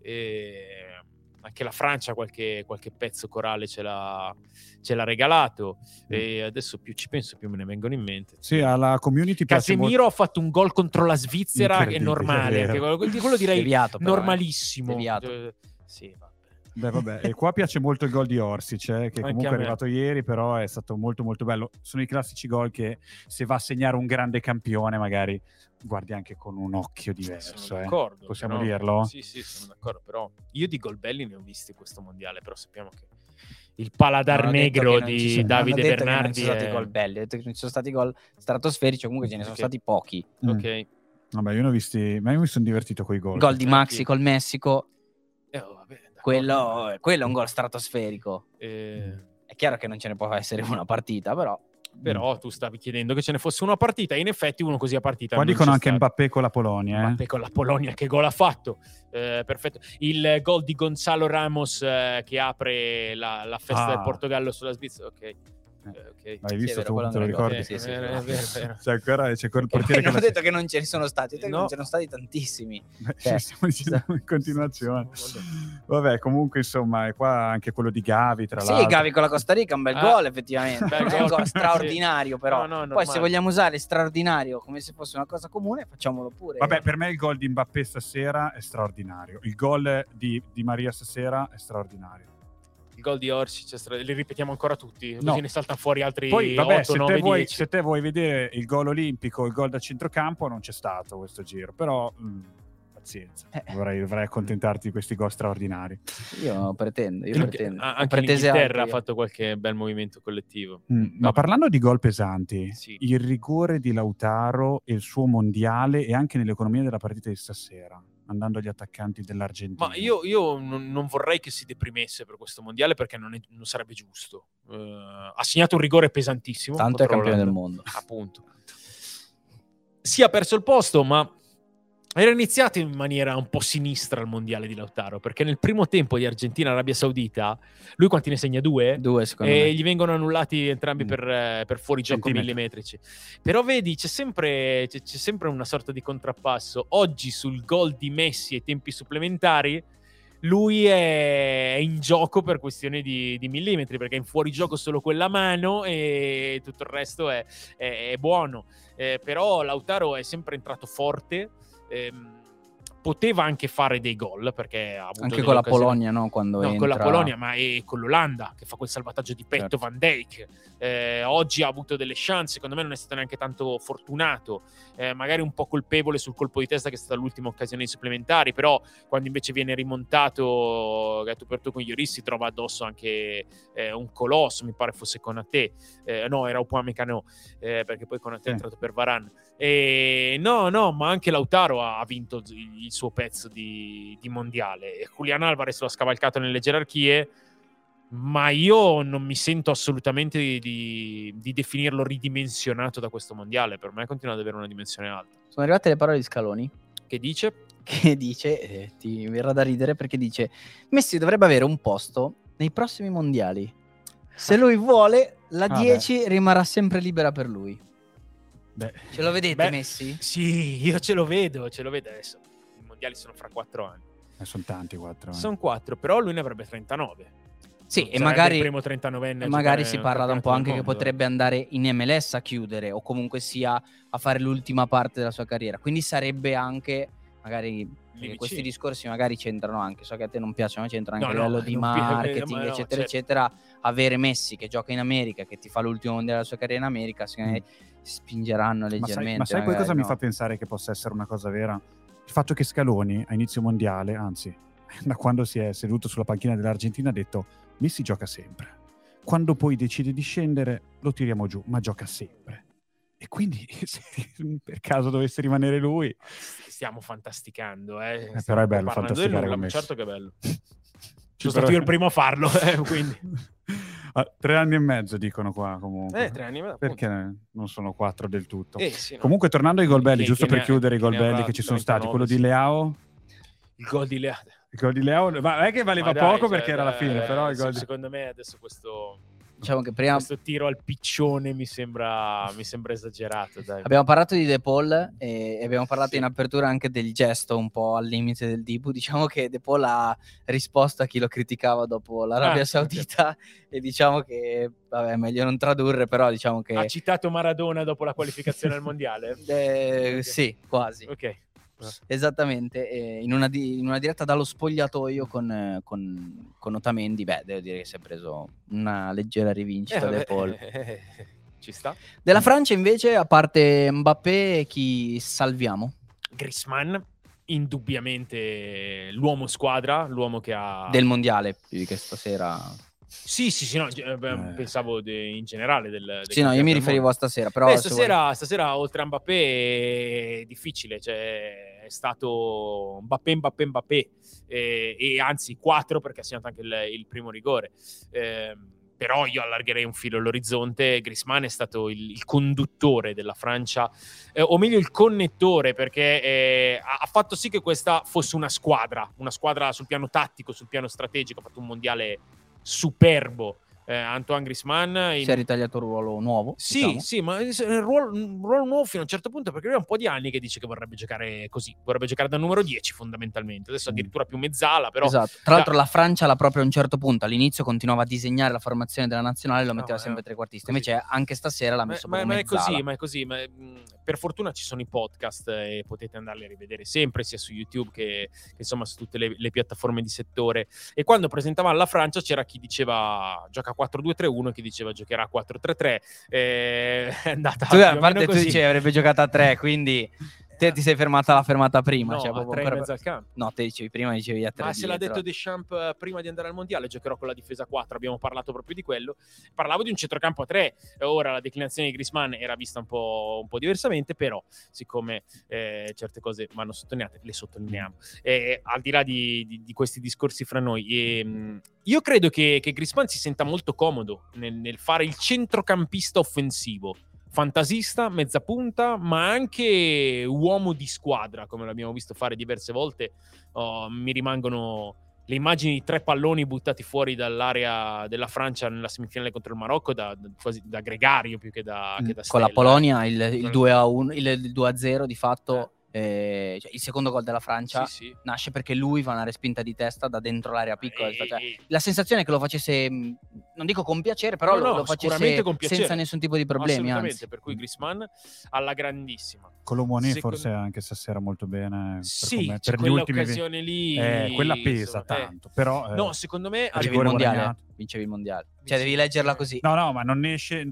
Anche la Francia qualche pezzo corale ce l'ha regalato, e adesso più ci penso più me ne vengono in mente. Sì, alla community Casemiro ha fatto un gol contro la Svizzera che è normale, quello direi deviato, però, normalissimo. Deviato. Sì, vabbè. Beh, vabbè, e qua piace molto il gol di Orsic, che Anche comunque a è me. arrivato ieri, però è stato molto molto bello. Sono i classici gol che se va a segnare un grande campione magari guardi anche con un occhio diverso. Sono d'accordo, Possiamo però, dirlo? Sì, sono d'accordo, però io di gol belli ne ho visti questo mondiale, però sappiamo che il paladar Non ho detto negro che non ci di sono- Davide non ho detto che non Bernardi ci sono stati è... gol belli, ho detto che non ci sono stati gol stratosferici, comunque ce ne sono Ok. stati pochi. Ok. Vabbè, io ne ho visti, ma io mi sono divertito con i gol. Gol di Maxi Anch'io. col Messico, Vabbè, d'accordo. quello è un gol stratosferico. Eh, È chiaro che non ce ne può essere una partita, però però tu stavi chiedendo che ce ne fosse una partita e in effetti uno così a partita Qua non dicono c'è anche stato. Mbappé con la Polonia. Mbappé con la Polonia, che gol ha fatto? Perfetto. Il gol di Gonzalo Ramos che apre la festa del Portogallo sulla Svizzera. Ok. L'hai visto vero, tu? quello Te lo me lo ricordo. ricordi? Sì, sì, È sì. vero. C'è ancora c'è quel Poi portiere che non ho la- detto che non ce ne sono stati, ho detto che No. non ce ne sono stati tantissimi. Beh, Cioè, stiamo dicendo in continuazione. Vabbè, comunque insomma, è qua anche quello di Gavi, tra sì, l'altro. Gavi con la Costa Rica, un bel gol effettivamente. bel Non è un gol, gol sì. straordinario, però. No, Poi normale. se vogliamo usare straordinario come se fosse una cosa comune, facciamolo pure. Vabbè, per me il gol di Mbappé stasera è straordinario. Il gol di Maria stasera è straordinario. Il gol di Orsic, li ripetiamo ancora tutti, così No. ne saltano fuori altri Poi, vabbè, 8, 9, 10. se te vuoi vedere il gol olimpico, il gol da centrocampo, non c'è stato questo giro, però pazienza, dovrei accontentarti di questi gol straordinari. Io pretendo. Anche l'Inghilterra ha fatto qualche bel movimento collettivo. Ma parlando di gol pesanti, Sì. il rigore di Lautaro e il suo mondiale e anche nell'economia della partita di stasera, andando agli attaccanti dell'Argentina. Ma io non vorrei che si deprimesse per questo mondiale perché non sarebbe giusto. Ha segnato un rigore pesantissimo. Tanto è contro campione del l'Olanda, mondo. appunto. Si ha perso il posto, ma era iniziato in maniera un po' sinistra il mondiale di Lautaro, perché nel primo tempo di Argentina-Arabia Saudita, lui quanti ne segna? 2? Due, secondo E me. gli vengono annullati entrambi per fuorigioco millimetrici. Però vedi, c'è sempre una sorta di contrappasso. Oggi sul gol di Messi ai tempi supplementari, lui è in gioco per questione di millimetri, perché è in fuorigioco solo quella mano e tutto il resto è buono. Però Lautaro è sempre entrato forte. Poteva anche fare dei gol perché ha avuto anche delle con la occasioni. Polonia, no? Quando entra... con la Polonia, ma è con l'Olanda che fa quel salvataggio di petto, Certo. Van Dijk. Oggi ha avuto delle chance, secondo me non è stato neanche tanto fortunato, magari un po' colpevole sul colpo di testa che è stata l'ultima occasione di supplementari, però quando invece viene rimontato gatto per tu con Lloris si trova addosso anche un colosso, mi pare fosse Konaté, no, era Upamecano, perché poi Konaté è entrato per Varane. No, ma anche Lautaro ha vinto il suo pezzo di mondiale. Julián Álvarez lo ha scavalcato nelle gerarchie, ma io non mi sento assolutamente di definirlo ridimensionato da questo mondiale. Per me continua ad avere una dimensione alta. Sono arrivate le parole di Scaloni Che dice? che dice, ti verrà da ridere perché dice: Messi dovrebbe avere un posto nei prossimi mondiali. Se lui vuole, la 10 rimarrà sempre libera per lui. Beh, Ce lo vedete Messi? Sì, io ce lo vedo adesso. I mondiali sono fra 4 anni. sono tanti 4. Sono 4, però lui ne avrebbe 39. Sì, e Sarebbe magari, il primo 39enne magari si parla da un po' anche che mondo. potrebbe andare in MLS a chiudere o comunque sia a fare l'ultima parte della sua carriera. Quindi sarebbe anche, magari questi discorsi magari c'entrano anche, so che a te non piacciono, ma c'entrano anche a livello di marketing, eccetera, eccetera. Avere Messi che gioca in America, che ti fa l'ultimo mondiale della sua carriera in America, secondo me spingeranno leggermente. Ma sai poi cosa mi fa pensare che possa essere una cosa vera? Il fatto che Scaloni a inizio mondiale, anzi da quando si è seduto sulla panchina dell'Argentina, ha detto: Messi gioca sempre, quando poi decide di scendere lo tiriamo giù, ma gioca sempre. E quindi se per caso dovesse rimanere lui, stiamo fantasticando, però è bello fantasticare con Messi. Certo che è bello. Sono stato io il primo a farlo, quindi 3 anni e mezzo dicono qua comunque. 3 anni e mezzo, perché non sono 4 del tutto. Sì, no. Comunque tornando ai gol belli, giusto per chiudere i gol ne belli avrà che ci sono 39, stati, quello sì. di Leao. Il gol di Leao. Il gol di Leao, ma è che valeva poco perché era la fine, però il gol secondo me adesso questo diciamo che prima questo tiro al piccione mi sembra esagerato, dai. Abbiamo parlato di De Paul e abbiamo parlato in apertura anche del gesto un po' al limite del Dibu. Diciamo che De Paul ha risposto a chi lo criticava dopo l'Arabia Saudita e diciamo che, vabbè, meglio non tradurre, però diciamo che... Ha citato Maradona dopo la qualificazione al mondiale? Sì, quasi. Ok. Esattamente, in una diretta dallo spogliatoio con Otamendi, devo dire che si è preso una leggera rivincita De Paul. Ci sta. Della Francia invece, a parte Mbappé, chi salviamo? Griezmann, indubbiamente l'uomo squadra, l'uomo che ha... Del mondiale, più di che stasera. Sì, no, pensavo in generale sì, no, io mi riferivo a stasera. Però stasera oltre a Mbappé è difficile, cioè è stato Mbappé e anzi 4 perché ha segnato anche il primo rigore. Però io allargherei un filo all'orizzonte. Griezmann è stato il conduttore della Francia, o meglio il connettore, perché ha fatto sì che questa fosse una squadra sul piano tattico, sul piano strategico. Ha fatto un mondiale superbo. Antoine Griezmann si è ritagliato un ruolo nuovo. Sì, diciamo. sì, ma un ruolo nuovo fino a un certo punto, perché lui ha un po' di anni che dice che vorrebbe giocare così, vorrebbe giocare da numero 10 fondamentalmente, adesso addirittura più mezzala, però... Esatto, tra l'altro la Francia l'ha proprio a un certo punto, all'inizio continuava a disegnare la formazione della nazionale e lo metteva sempre trequartista, invece anche stasera l'ha messo proprio mezzala. Ma è così, per fortuna ci sono i podcast e potete andarli a rivedere sempre, sia su YouTube che insomma su tutte le piattaforme di settore, e quando presentavano la Francia c'era chi diceva gioca 4-2-3-1, chi diceva giocherà 4-3-3, è andata tu, a parte così. Tu dicevi avrebbe giocato a 3, quindi te ti sei fermata alla fermata prima. No, cioè, a 3 in mezzo al campo. No, te dicevi prima, dicevi a 3 ma se l'ha detto Deschamps prima di andare al mondiale, giocherò con la difesa 4, abbiamo parlato proprio di quello. Parlavo di un centrocampo a 3, ora la declinazione di Griezmann era vista un po' diversamente, però siccome certe cose vanno sottolineate, le sottolineiamo. Al di là di questi discorsi fra noi, io credo che Griezmann si senta molto comodo nel fare il centrocampista offensivo, fantasista, mezza punta, ma anche uomo di squadra, come l'abbiamo visto fare diverse volte. Mi rimangono le immagini di 3 palloni buttati fuori dall'area della Francia nella semifinale contro il Marocco quasi da gregario più che da Stella. Con la Polonia il 2-1, il 2-0 di fatto. Cioè, il secondo gol della Francia nasce perché lui fa una respinta di testa da dentro l'area piccola. La sensazione è che lo facesse, non dico con piacere, però lo facesse con piacere, senza nessun tipo di problemi. Anzi. Per cui Griezmann alla grandissima. Colomboné forse anche stasera molto bene. Sì, per quella occasione lì. Quella pesa tanto, però... no, secondo me... Vincevi il mondiale. Cioè, devi leggerla così. No, ma non ne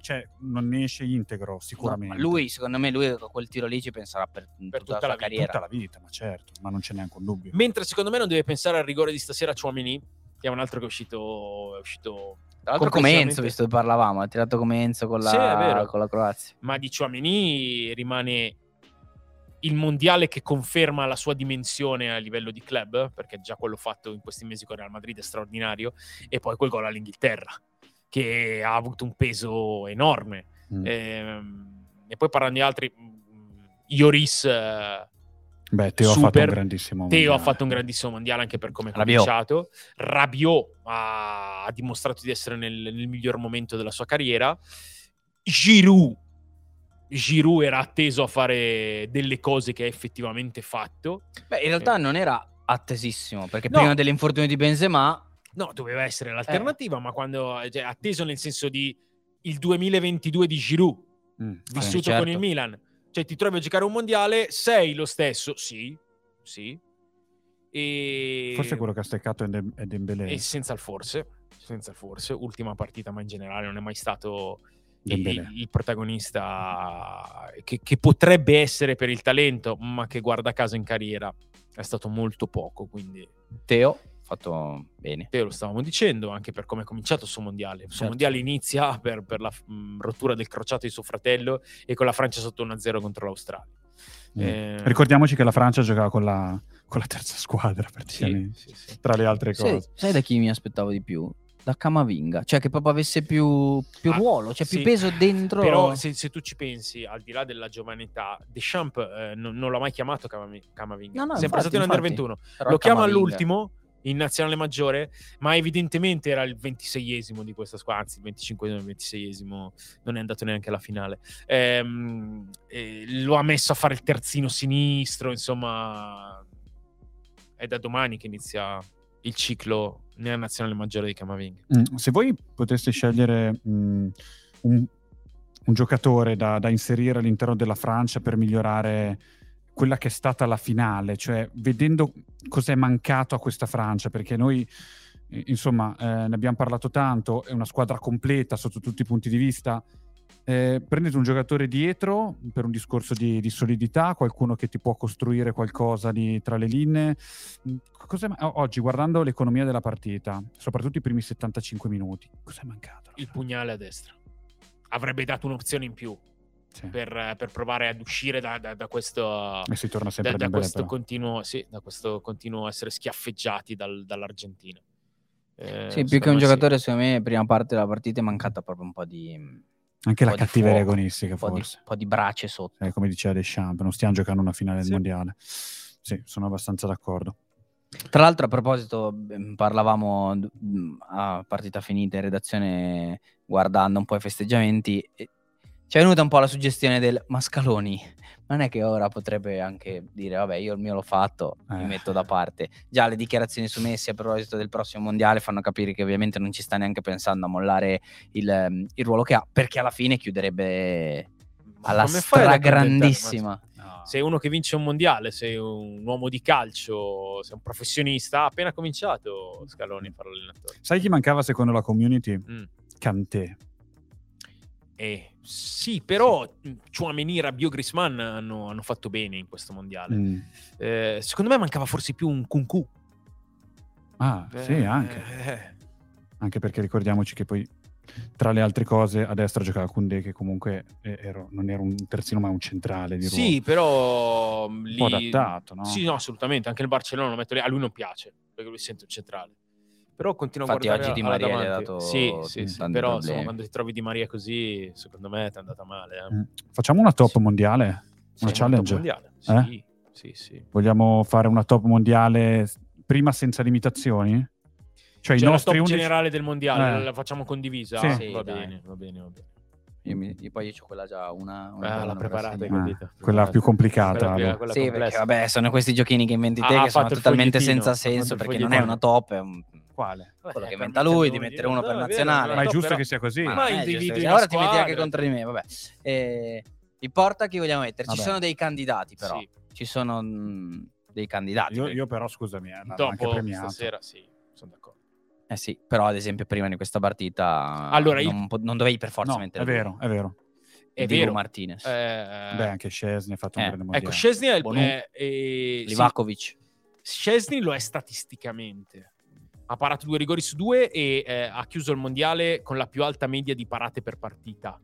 esce integro, sicuramente. No, lui, secondo me, con quel tiro lì ci penserà per tutta la carriera. Tutta la vita, ma certo, ma non c'è neanche un dubbio. Mentre secondo me non deve pensare al rigore di stasera Tchouaméni, che è un altro che è uscito tra l'altro come Enzo, visto che parlavamo, ha tirato come Enzo con la Croazia. Ma di Tchouaméni rimane il mondiale che conferma la sua dimensione a livello di club, perché già quello fatto in questi mesi con Real Madrid è straordinario, e poi quel gol all'Inghilterra che ha avuto un peso enorme. E poi parlando di altri, Lloris, Teo ha fatto un grandissimo mondiale. Teo ha fatto un grandissimo mondiale anche per come ha cominciato. Rabiot ha dimostrato di essere nel miglior momento della sua carriera. Giroud era atteso a fare delle cose che ha effettivamente fatto. In realtà non era attesissimo, perché prima dell'infortunio di Benzema... No, doveva essere l'alternativa, ma quando atteso nel senso di il 2022 di Giroud, vissuto con il Milan. Cioè ti trovi a giocare un mondiale, sei lo stesso, sì. E... Forse quello che ha steccato è Dembélé. E senza il forse, ultima partita, ma in generale non è mai stato il protagonista che potrebbe essere per il talento, ma che guarda caso in carriera è stato molto poco, quindi... Teo fatto bene. Te lo stavamo dicendo, anche per come è cominciato il suo mondiale. Il suo mondiale inizia per la rottura del crociato di suo fratello e con la Francia sotto 1-0 contro l'Australia. Ricordiamoci che la Francia giocava con la terza squadra, praticamente, tra le altre cose. Sai da chi mi aspettavo di più? Da Camavinga, cioè che proprio avesse più ruolo, cioè più peso dentro. Però se tu ci pensi, al di là della giovane età, Deschamps non l'ha mai chiamato Camavinga. No, sempre stato in Under 21. Lo chiama all'ultimo in nazionale maggiore, ma evidentemente era il 26esimo di questa squadra, anzi il 25esimo, il 26esimo, non è andato neanche alla finale. Lo ha messo a fare il terzino sinistro, insomma è da domani che inizia il ciclo nella nazionale maggiore di Camavinga. Se voi poteste scegliere un giocatore da inserire all'interno della Francia per migliorare quella che è stata la finale, cioè vedendo cos'è mancato a questa Francia, perché noi insomma ne abbiamo parlato tanto, è una squadra completa sotto tutti i punti di vista. Prendete un giocatore dietro per un discorso di solidità, qualcuno che ti può costruire qualcosa tra le linee. Oggi, guardando l'economia della partita, soprattutto i primi 75 minuti, cos'è mancato? Il pugnale a destra avrebbe dato un'opzione in più, sì, per provare ad uscire da questo, e si torna sempre da questo continuo, sì, da questo continuo essere schiaffeggiati dall'Argentina. Sì, più che un giocatore, secondo me, prima parte della partita è mancata proprio un po' di... Anche la cattiveria agonistica, forse. Un po' di brace sotto. Come diceva Deschamps, non stiamo giocando una finale del mondiale. Sì, sono abbastanza d'accordo. Tra l'altro, a proposito, parlavamo a partita finita in redazione, guardando un po' i festeggiamenti, ci è venuta un po' la suggestione del Scaloni non è che ora potrebbe anche dire vabbè, io il mio l'ho fatto, mi metto da parte. Già le dichiarazioni su Messi a proposito del prossimo mondiale fanno capire che ovviamente non ci sta neanche pensando a mollare il ruolo che ha, perché alla fine chiuderebbe alla stragrandissima. No. Sei uno che vince un mondiale, sei un uomo di calcio, sei un professionista, ha appena cominciato Scaloni a fare l'allenatore. Sai chi mancava secondo la community? Kanté. Sì, però Tchouaméni, Rabiot, Griezmann hanno fatto bene in questo mondiale. Secondo me mancava forse più un Kunku. Sì, anche perché ricordiamoci che poi tra le altre cose a destra giocava Koundé, che comunque non era un terzino ma un centrale di ruolo. Sì, però un po' adattato, no? Sì, no, assolutamente. Anche il Barcellona lo metto lì. A lui non piace perché lui sente un centrale. Però continua a guardare oggi Di Maria gli ha dato sì, però insomma, quando ti trovi Di Maria così, secondo me ti è andata male. Facciamo una top mondiale? Una challenge? Top mondiale? Sì. Vogliamo fare una top mondiale prima senza limitazioni? Cioè i nostri la top generale del mondiale, la facciamo condivisa? Sì. Va bene. Io poi ho quella già una la preparata, quella più complicata. Quella sì, perché vabbè, sono questi giochini che inventi te che sono totalmente senza senso, perché non è una top, è quale? Quello che inventa lui, di mettere uno per nazionale. Ma è giusto che sia così. Ma individui ora ti metti anche contro di me, vabbè. Importa chi vogliamo mettere. Ci sono dei candidati, però. Ci sono dei candidati. Io però, scusami, dopo anche premiato. Stasera sì, sono d'accordo. Sì, però ad esempio prima di questa partita allora, non dovevi per forza mettere. È vero. È vero. Martinez. Anche Szczesny ha fatto un grande mondiale. Ecco, Szczesny Livakovic. Szczesny lo è statisticamente. Ha parato 2 rigori su 2 e ha chiuso il mondiale con la più alta media di parate per partita.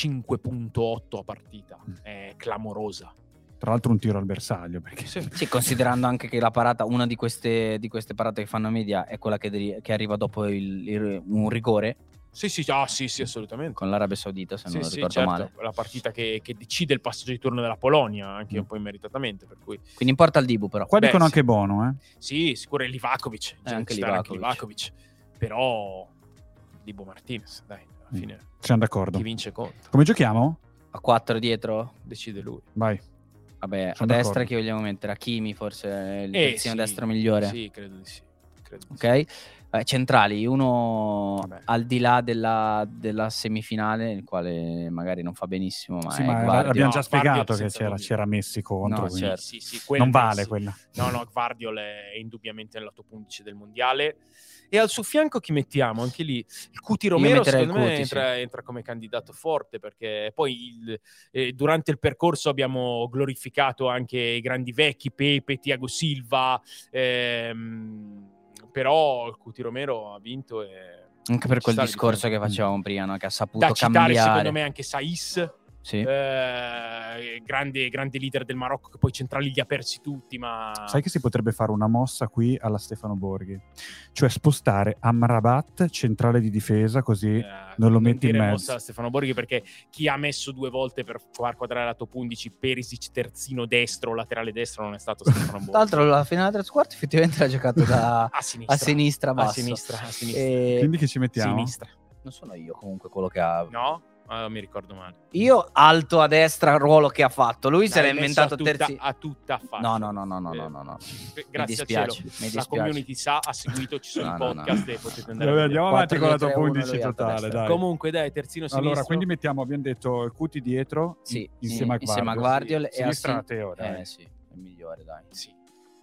5.8 a partita. È clamorosa. Tra l'altro un tiro al bersaglio, perché... Sì, considerando anche che la parata, una di queste parate che fanno media è quella che arriva dopo un rigore. Sì, assolutamente. Con l'Arabia Saudita, se non ricordo male. La partita che decide il passaggio di turno della Polonia, anche un po' immeritatamente. Per cui. Quindi importa il Dibu, però. Qua dicono anche Bono, Sì, sicuro è Livakovic. Anche Livakovic. Però Dibu Martinez, dai, alla fine. Siamo d'accordo. Chi vince conta. Come giochiamo? A 4 dietro? Decide lui. Vai. Vabbè, a destra chi vogliamo mettere? Hakimi forse è il terzino destro migliore? Sì, credo di sì. Ok. Centrali, uno al di là della semifinale, il quale magari non fa benissimo, ma abbiamo già spiegato che c'era Messi contro, certo. Non vale quella. No, Gvardiol è indubbiamente nel top 11 del mondiale. E al suo fianco chi mettiamo? Anche lì il Cuti Romero secondo me entra come candidato forte, perché poi durante il percorso abbiamo glorificato anche i grandi vecchi, Pepe, Thiago Silva, però il Cuti Romero ha vinto anche per quel discorso che facevamo prima, no? Che ha saputo cambiare. Secondo me anche Saiss, sì. grande leader del Marocco, che poi centrali li ha persi tutti, ma sai che si potrebbe fare una mossa qui alla Stefano Borghi, cioè spostare Amrabat centrale di difesa, così non lo metti in mezzo. Mossa a Stefano Borghi, perché chi ha messo 2 volte per far quadrare la top 11 Perisic terzino destro, laterale destro, non è stato Stefano Borghi. Tra l'altro la finale del terzo quarto effettivamente l'ha giocato a sinistra basso. A sinistra. Quindi che ci mettiamo? Sinistra. Non sono io comunque quello che ha... No? Mi ricordo male. Io alto a destra, ruolo che ha fatto. Lui se l'ha inventato terzino. A tutta faccia. No. Grazie a cielo. La community ha seguito, ci sono i podcast e potete andare andiamo avanti con la top 11 totale, dai. Comunque dai, terzino sinistro. Allora, quindi mettiamo, abbiamo detto il Cuti dietro, sì, insieme a Gvardiol e a sinistra Matteo, sì. il migliore, dai. Sì.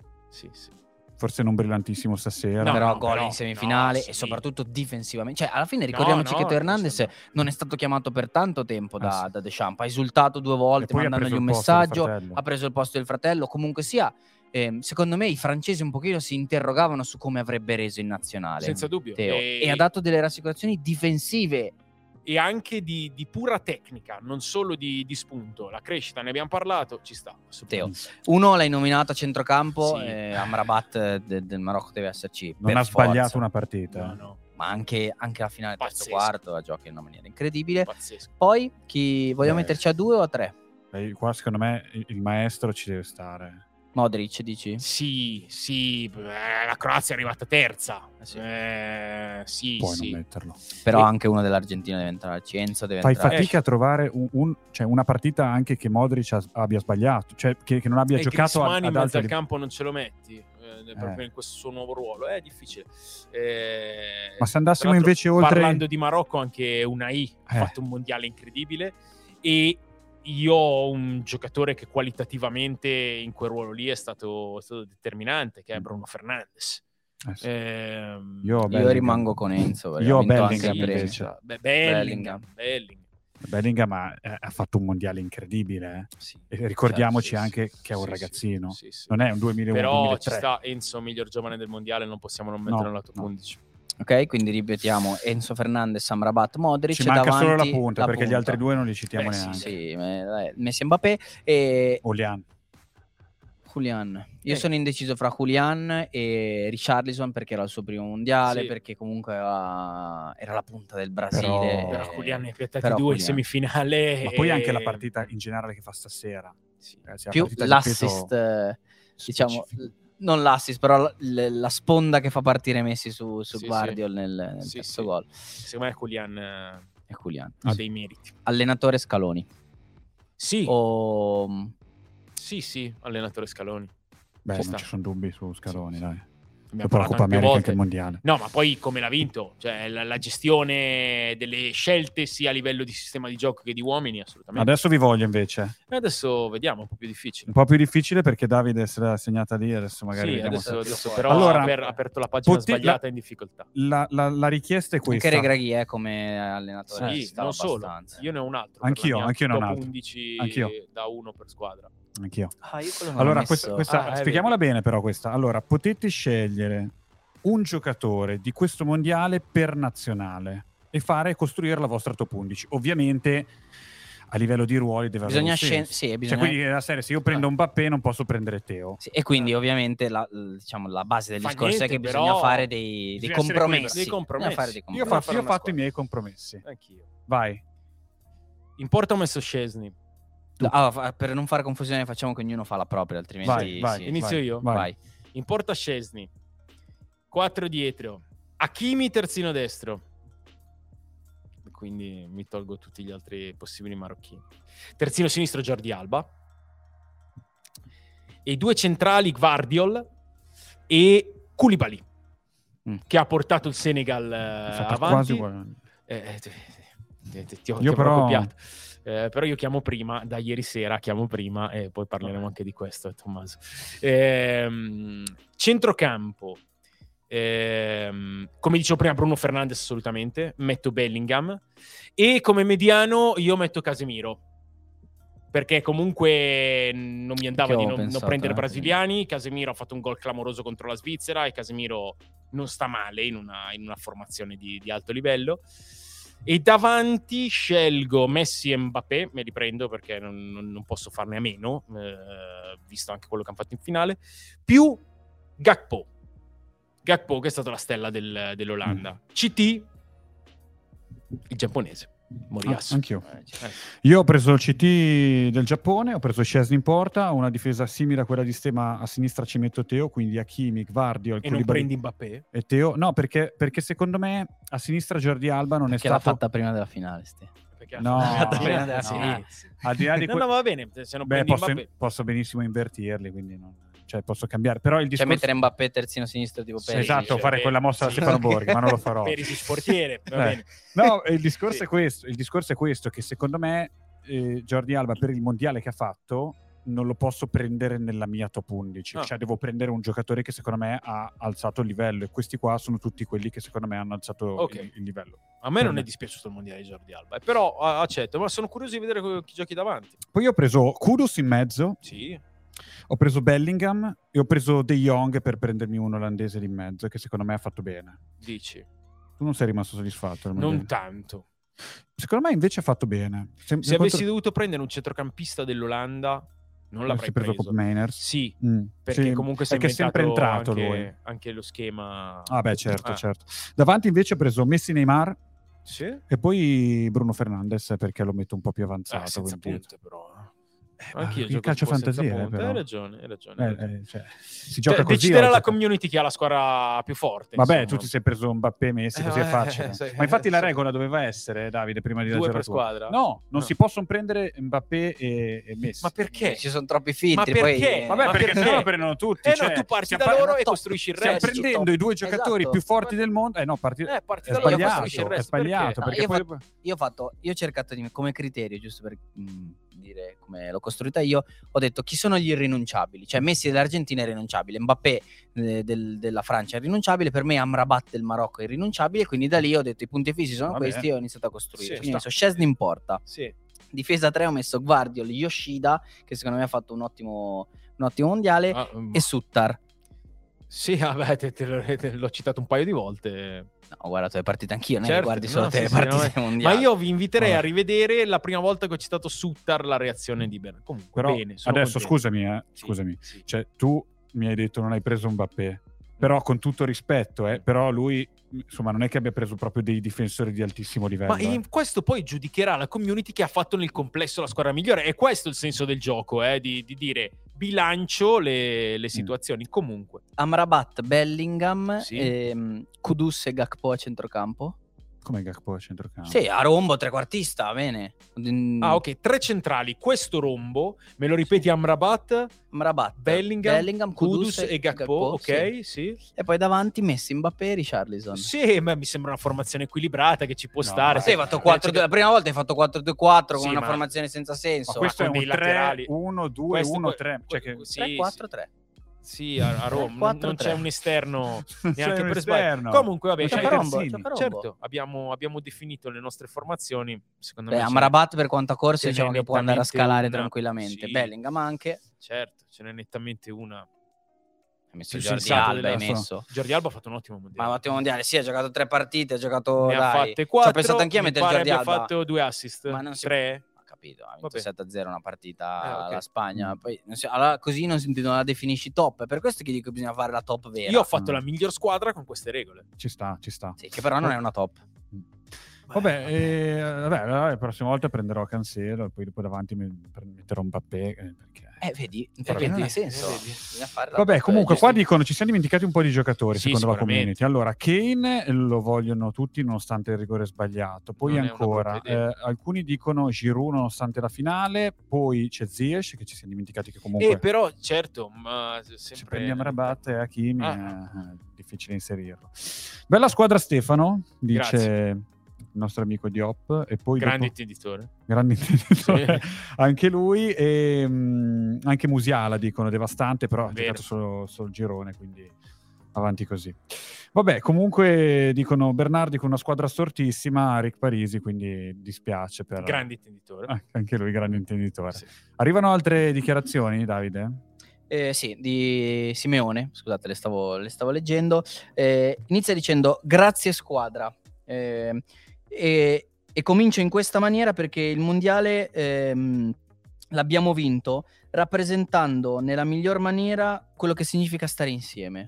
Forse non brillantissimo stasera. No, però no, gol però, in semifinale no, sì. e soprattutto difensivamente. Cioè, alla fine ricordiamoci che Teo Hernandez non è stato chiamato per tanto tempo da Deschamps. Ha esultato 2 volte, mandandogli un messaggio, ha preso il posto del fratello. Comunque sia, secondo me i francesi un pochino si interrogavano su come avrebbe reso in nazionale. Senza dubbio. Teo. E ha dato delle rassicurazioni difensive. E anche di pura tecnica, non solo di spunto. La crescita, ne abbiamo parlato, ci sta. Teo. Uno l'hai nominato a centrocampo, Sì. Amrabat del Marocco deve esserci. Non ha sbagliato una partita. No. Ma anche la finale del terzo Pazzesco. quarto la gioca in una maniera incredibile. Pazzesco. Poi chi vogliamo metterci a 2 o a 3? Qua secondo me il maestro ci deve stare. Modric, dici? Sì, la Croazia è arrivata terza. Sì. Puoi non metterlo. Però anche uno dell'Argentina deve entrare. Cienzo deve Fai entrare. fatica a trovare cioè una partita anche che Modric abbia sbagliato, cioè che non abbia giocato ad in mezzo al altri... campo non ce lo metti proprio in questo suo nuovo ruolo, è difficile. Ma se andassimo invece oltre, parlando di Marocco, anche Unai ha fatto un mondiale incredibile, e io ho un giocatore che qualitativamente in quel ruolo lì è stato determinante, che è Bruno Fernandes. Sì. Io rimango con Enzo. Io ho Bellingham invece. Bellingham ha fatto un mondiale incredibile. Sì. E ricordiamoci anche che è un ragazzino. Sì. Non è un 2001. Però 2003. ci sta Enzo, miglior giovane del mondiale, non possiamo non metterlo alla top 11. Ok, quindi ripetiamo: Enzo Fernandez, Amrabat, Modric. Ci manca davanti solo la punta, perché gli altri due non li citiamo neanche. Sì, Messi, Mbappé e Julian. Io sono indeciso fra Julian e Richarlison, perché era il suo primo mondiale, perché comunque era la punta del Brasile. Però Julian ne ha piattati 2 in semifinale. Ma poi anche la partita in generale che fa stasera. Più l'assist, diciamo... Non l'assist, però la sponda che fa partire Messi su Guardiol nel terzo gol. Secondo me Julian ha dei meriti. Allenatore Scaloni. Sì. O... Sì, allenatore Scaloni. Beh, non ci sono dubbi su Scaloni, dai. Dopo la Coppa America anche il mondiale. No, ma poi come l'ha vinto, cioè la gestione delle scelte sia a livello di sistema di gioco che di uomini, assolutamente. Adesso vi voglio invece. Adesso vediamo, un po' più difficile. Un po' più difficile perché Davide se l'ha segnata lì, adesso magari adesso però allora, ha aperto la pagina sbagliata in difficoltà. La richiesta è questa. Anche Regragui come allenatore. Sì, non solo. Io ne ho un altro. Anch'io ne ho un altro. 11 da 1 per squadra. Anch'io. Allora, questa spieghiamola bene però questa. Allora, potete scegliere un giocatore di questo mondiale per nazionale e costruire la vostra top 11. Ovviamente a livello di ruoli deve avere un senso. Cioè, quindi la serie, se io prendo un Mbappé non posso prendere Teo. Sì, e quindi ovviamente la base del discorso è che bisogna fare dei compromessi. Io ho fatto i miei compromessi. Anch'io. Vai. In porta ho messo Szczesny. Allora, per non fare confusione facciamo che ognuno fa la propria, altrimenti vai, inizio io. Vai. In porta Szczesny, 4 dietro, Hakimi terzino destro, quindi mi tolgo tutti gli altri possibili marocchini. Terzino sinistro Jordi Alba, e 2 centrali Gvardiol e Koulibaly, che ha portato il Senegal avanti. Ti ho copiato. Però io chiamo prima, da ieri sera e poi parleremo anche di questo, Tommaso. Centrocampo, come dicevo prima, Bruno Fernandes assolutamente, metto Bellingham, e come mediano io metto Casemiro, perché comunque non mi andava di non prendere brasiliani. Casemiro ha fatto un gol clamoroso contro la Svizzera e Casemiro non sta male in una formazione di alto livello. E davanti scelgo Messi e Mbappé, me li prendo perché non posso farne a meno, visto anche quello che hanno fatto in finale, più Gakpo che è stata la stella dell'Olanda. CT, il giapponese, Moriyasu. Anch'io. Io ho preso il CT del Giappone, ho preso Szczesny in porta, una difesa simile a quella di Stema, a sinistra ci metto Teo, quindi Hakimi, Gvardiol, e non prendi Mbappé? E Teo, no, perché secondo me a sinistra Jordi Alba non perché è stato... l'ha fatta prima della finale, No, al di là di no, va bene, se non posso benissimo invertirli, quindi cioè posso cambiare, però il discorso... Cioè mettere Mbappé terzino sinistro tipo Perisic. Esatto, fare quella mossa da Stefano Borghi, ma non lo farò. Perisic portiere, va bene. No, il discorso è questo, che secondo me Jordi Alba per il mondiale che ha fatto non lo posso prendere nella mia top 11, cioè devo prendere un giocatore che secondo me ha alzato il livello, e questi qua sono tutti quelli che secondo me hanno alzato il livello. A me non è dispiaciuto il mondiale di Jordi Alba, però accetto, ma sono curioso di vedere chi giochi davanti. Poi io ho preso Kudus in mezzo, ho preso Bellingham e ho preso De Jong per prendermi un olandese lì in mezzo, che secondo me ha fatto bene. Dici? Tu non sei rimasto soddisfatto? Non tanto. Secondo me invece ha fatto bene. Se avessi dovuto prendere un centrocampista dell'Olanda, non l'avrei preso. Mainers? Sì, perché comunque è sempre entrato anche lo schema. Ah beh, certo. Davanti invece ho preso Messi, Neymar, e poi Bruno Fernandes, perché lo metto un po' più avanzato. Senza punte però. Anche io gioco calcio fantasia, però. Hai ragione. Cioè, si gioca così. Deciderà la community chi ha la squadra più forte. Vabbè, insomma. tu ti sei preso Mbappé e Messi, così è facile. Ma infatti la regola doveva essere, Davide, prima di due per squadra? No, non si possono prendere Mbappé e Messi. Ma perché? Ci sono troppi filtri. Ma perché? Vabbè, perché sennò lo prendono tutti. No, tu parti da loro e costruisci il resto. Stiamo prendendo i due giocatori più forti del mondo. Parti da loro e costruisci il resto. È sbagliato. Io ho cercato come criterio, giusto per dire come l'ho costruita io, ho detto chi sono gli irrinunciabili, cioè Messi dell'Argentina è irrinunciabile, Mbappé della Francia è irrinunciabile, per me Amrabat del Marocco è irrinunciabile, quindi da lì ho detto i punti fissi sono questi e ho iniziato a costruire. Quindi ho messo Szczesny in porta, difesa 3 ho messo Gvardiol, Yoshida, che secondo me ha fatto un ottimo mondiale, e Suttar. Sì, vabbè, l'ho citato un paio di volte. No, guarda, tu hai partite anch'io, non guardi solo te le partite mondiali. Ma io vi inviterei a rivedere la prima volta che ho citato Suttar, la reazione di Bernard. Comunque, però, bene. Adesso scusami. Cioè, tu mi hai detto non hai preso Mbappé, però con tutto rispetto, però lui, insomma, non è che abbia preso proprio dei difensori di altissimo livello. Ma in questo poi giudicherà la community che ha fatto nel complesso la squadra migliore. E questo è il senso del gioco, di dire bilancio le situazioni. Comunque Amrabat, Bellingham, Kudus e Gakpo a centrocampo. Come Gakpo a centrocampo? Sì, a rombo, trequartista, bene. Ok, 3 centrali. Questo rombo, me lo ripeti, Amrabat, Bellingham, Kudus e Gakpo, ok, sì. E poi davanti Messi, Mbappé e Richarlison. Sì, ma mi sembra una formazione equilibrata che ci può stare. Sì, hai fatto 4-2, la prima volta hai fatto 4-2-4 con una formazione senza senso. Ma questo è un 3-1-2-1-3. Cioè che 3-4-3. Sì, a Roma non c'è un esterno neanche per sbaglio. Comunque vabbè, certo, abbiamo definito le nostre formazioni. Secondo me Amrabat per quanto corso diciamo che può andare a scalare tranquillamente. Bellingham anche. Certo, ce n'è nettamente una. Hai messo Jordi Alba, Jordi Alba ha fatto un ottimo mondiale. Ma un ottimo mondiale, sì, ha giocato 3 partite, ha giocato ne ha fatte 4. Ci ho pensato anch'io a mettere Jordi Alba. Ha fatto 2 assist, ma non 3. Capito, ha vinto 7-0 una partita alla Spagna, poi allora, così non la definisci top, per questo che dico che bisogna fare la top vera. Io ho fatto la miglior squadra con queste regole. Ci sta. Sì, che però non è una top. Vabbè, la prossima volta prenderò Cancelo e poi dopo davanti metterò Mbappé, perché vedi, non ha senso. Vabbè, comunque qua dicono ci siamo dimenticati un po' di giocatori, secondo la community. Allora, Kane lo vogliono tutti nonostante il rigore sbagliato. Poi ancora alcuni dicono Giroud nonostante la finale. Poi c'è Ziyech, che ci siamo dimenticati che comunque però certo, ma se prendiamo Rabat e Hakimi è difficile inserirlo. Bella squadra, Stefano, dice Grazie. il nostro amico Diop, e poi grande intenditore. Sì. Anche lui, e anche Musiala dicono devastante, però ha giocato solo il girone, quindi avanti così. Vabbè, comunque dicono Bernardi con una squadra stortissima, Rick Parisi, quindi dispiace per grande intenditore. Anche lui grande intenditore. Sì. Arrivano altre dichiarazioni, Davide? Sì, di Simeone, scusate, le stavo leggendo. Inizia dicendo grazie squadra. E comincio in questa maniera perché il mondiale l'abbiamo vinto rappresentando nella miglior maniera quello che significa stare insieme.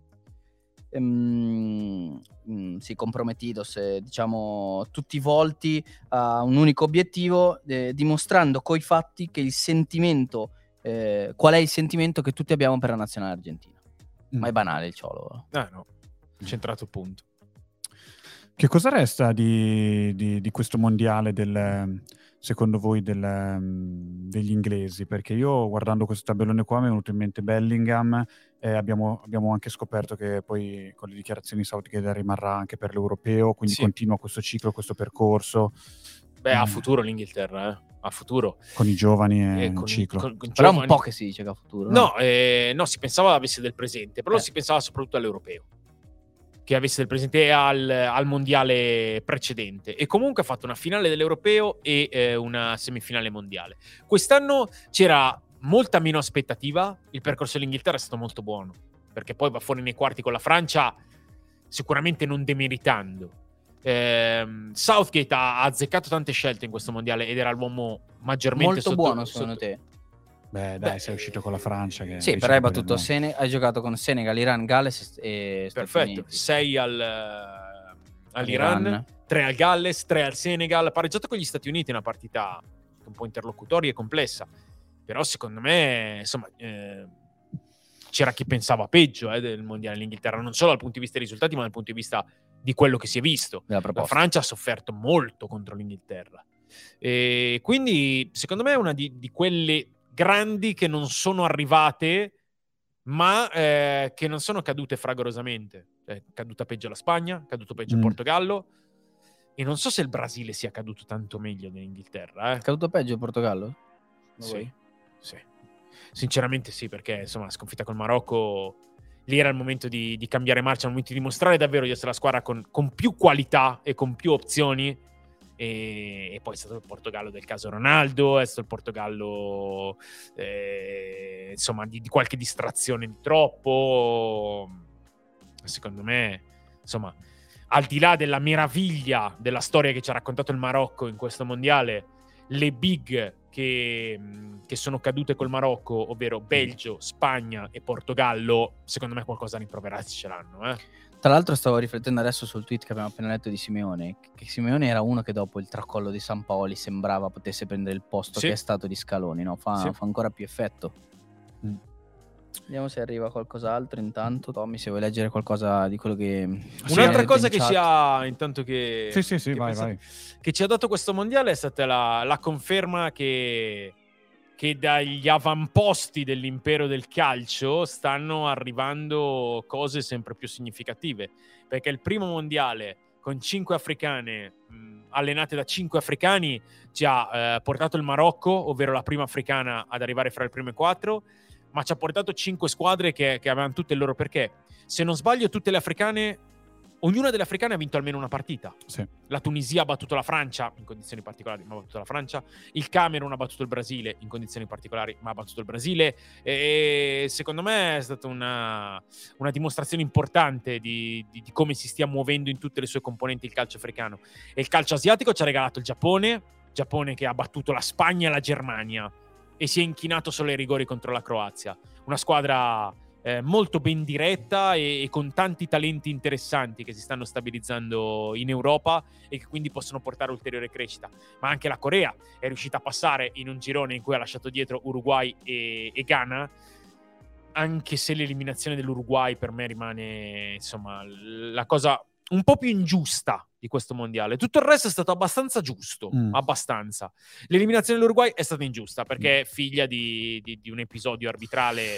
Sì, comprometidos, diciamo tutti volti a un unico obiettivo, dimostrando coi fatti che il sentimento, qual è il sentimento che tutti abbiamo per la nazionale argentina. Ma è banale il ciolo. No, centrato punto. Che cosa resta di questo mondiale secondo voi degli inglesi? Perché io guardando questo tabellone qua mi è venuto in mente Bellingham, abbiamo anche scoperto che poi con le dichiarazioni Southgate rimarrà anche per l'Europeo, quindi continua questo ciclo, questo percorso. Ha futuro l'Inghilterra, a futuro. Con i giovani e con il ciclo. con Però giovani. un po' che si dice che a futuro. No, si pensava avesse del presente, però si pensava soprattutto all'europeo, che avesse del presente al mondiale precedente, e comunque ha fatto una finale dell'europeo e una semifinale mondiale. Quest'anno c'era molta meno aspettativa, il percorso dell'Inghilterra è stato molto buono, perché poi va fuori nei quarti con la Francia, sicuramente non demeritando. Southgate ha azzeccato tante scelte in questo mondiale ed era l'uomo maggiormente molto buono secondo te? Beh, sei uscito con la Francia. Che sì, però hai battuto hai giocato con Senegal, Iran, Galles e perfetto, 6 all'Iran, 3 al Galles, 3 al Senegal, pareggiato con gli Stati Uniti, una partita un po' interlocutoria e complessa, però secondo me insomma c'era chi pensava peggio del mondiale dell'Inghilterra, non solo dal punto di vista dei risultati ma dal punto di vista di quello che si è visto. La Francia ha sofferto molto contro l'Inghilterra, e quindi secondo me è una di quelle grandi che non sono arrivate ma che non sono cadute fragorosamente. È caduta peggio la Spagna, caduto peggio il Portogallo, e non so se il Brasile sia caduto tanto meglio dell'Inghilterra. È caduto peggio il Portogallo? Sì. Sinceramente sì, perché insomma la sconfitta col Marocco lì era il momento di cambiare marcia, il momento di dimostrare davvero di essere la squadra con più qualità e con più opzioni. E poi è stato il Portogallo del caso Ronaldo, è stato il Portogallo insomma di qualche distrazione di troppo. Secondo me insomma, al di là della meraviglia della storia che ci ha raccontato il Marocco in questo mondiale, le big che sono cadute col Marocco, ovvero Belgio, Spagna e Portogallo, secondo me qualcosa da rimproverarsi ce l'hanno. Tra l'altro stavo riflettendo adesso sul tweet che abbiamo appena letto di Simeone, che Simeone era uno che dopo il tracollo di Sampaoli sembrava potesse prendere il posto che è stato di Scaloni, no? Fa ancora più effetto. Vediamo se arriva qualcos'altro intanto. Tommy, se vuoi leggere qualcosa di quello che... Un'altra cosa che ci ha, intanto che... Sì, vai. Che ci ha dato questo mondiale è stata la conferma che dagli avamposti dell'impero del calcio stanno arrivando cose sempre più significative, perché il primo mondiale con 5 africane allenate da 5 africani ci ha portato il Marocco, ovvero la prima africana ad arrivare fra le prime 4, ma ci ha portato 5 squadre che avevano tutte il loro perché. Se non sbaglio, tutte le africane, ognuna delle africane ha vinto almeno una partita. Sì. La Tunisia ha battuto la Francia in condizioni particolari, ma ha battuto la Francia. Il Camerun ha battuto il Brasile in condizioni particolari, ma ha battuto il Brasile. E secondo me è stata una dimostrazione importante di come si stia muovendo in tutte le sue componenti il calcio africano. E il calcio asiatico ci ha regalato il Giappone che ha battuto la Spagna e la Germania e si è inchinato solo ai rigori contro la Croazia. Una squadra molto ben diretta e con tanti talenti interessanti che si stanno stabilizzando in Europa e che quindi possono portare ulteriore crescita. Ma anche la Corea è riuscita a passare in un girone in cui ha lasciato dietro Uruguay e Ghana, anche se l'eliminazione dell'Uruguay per me rimane insomma la cosa un po' più ingiusta di questo mondiale. Tutto il resto è stato abbastanza giusto, abbastanza. L'eliminazione dell'Uruguay è stata ingiusta perché è figlia di un episodio arbitrale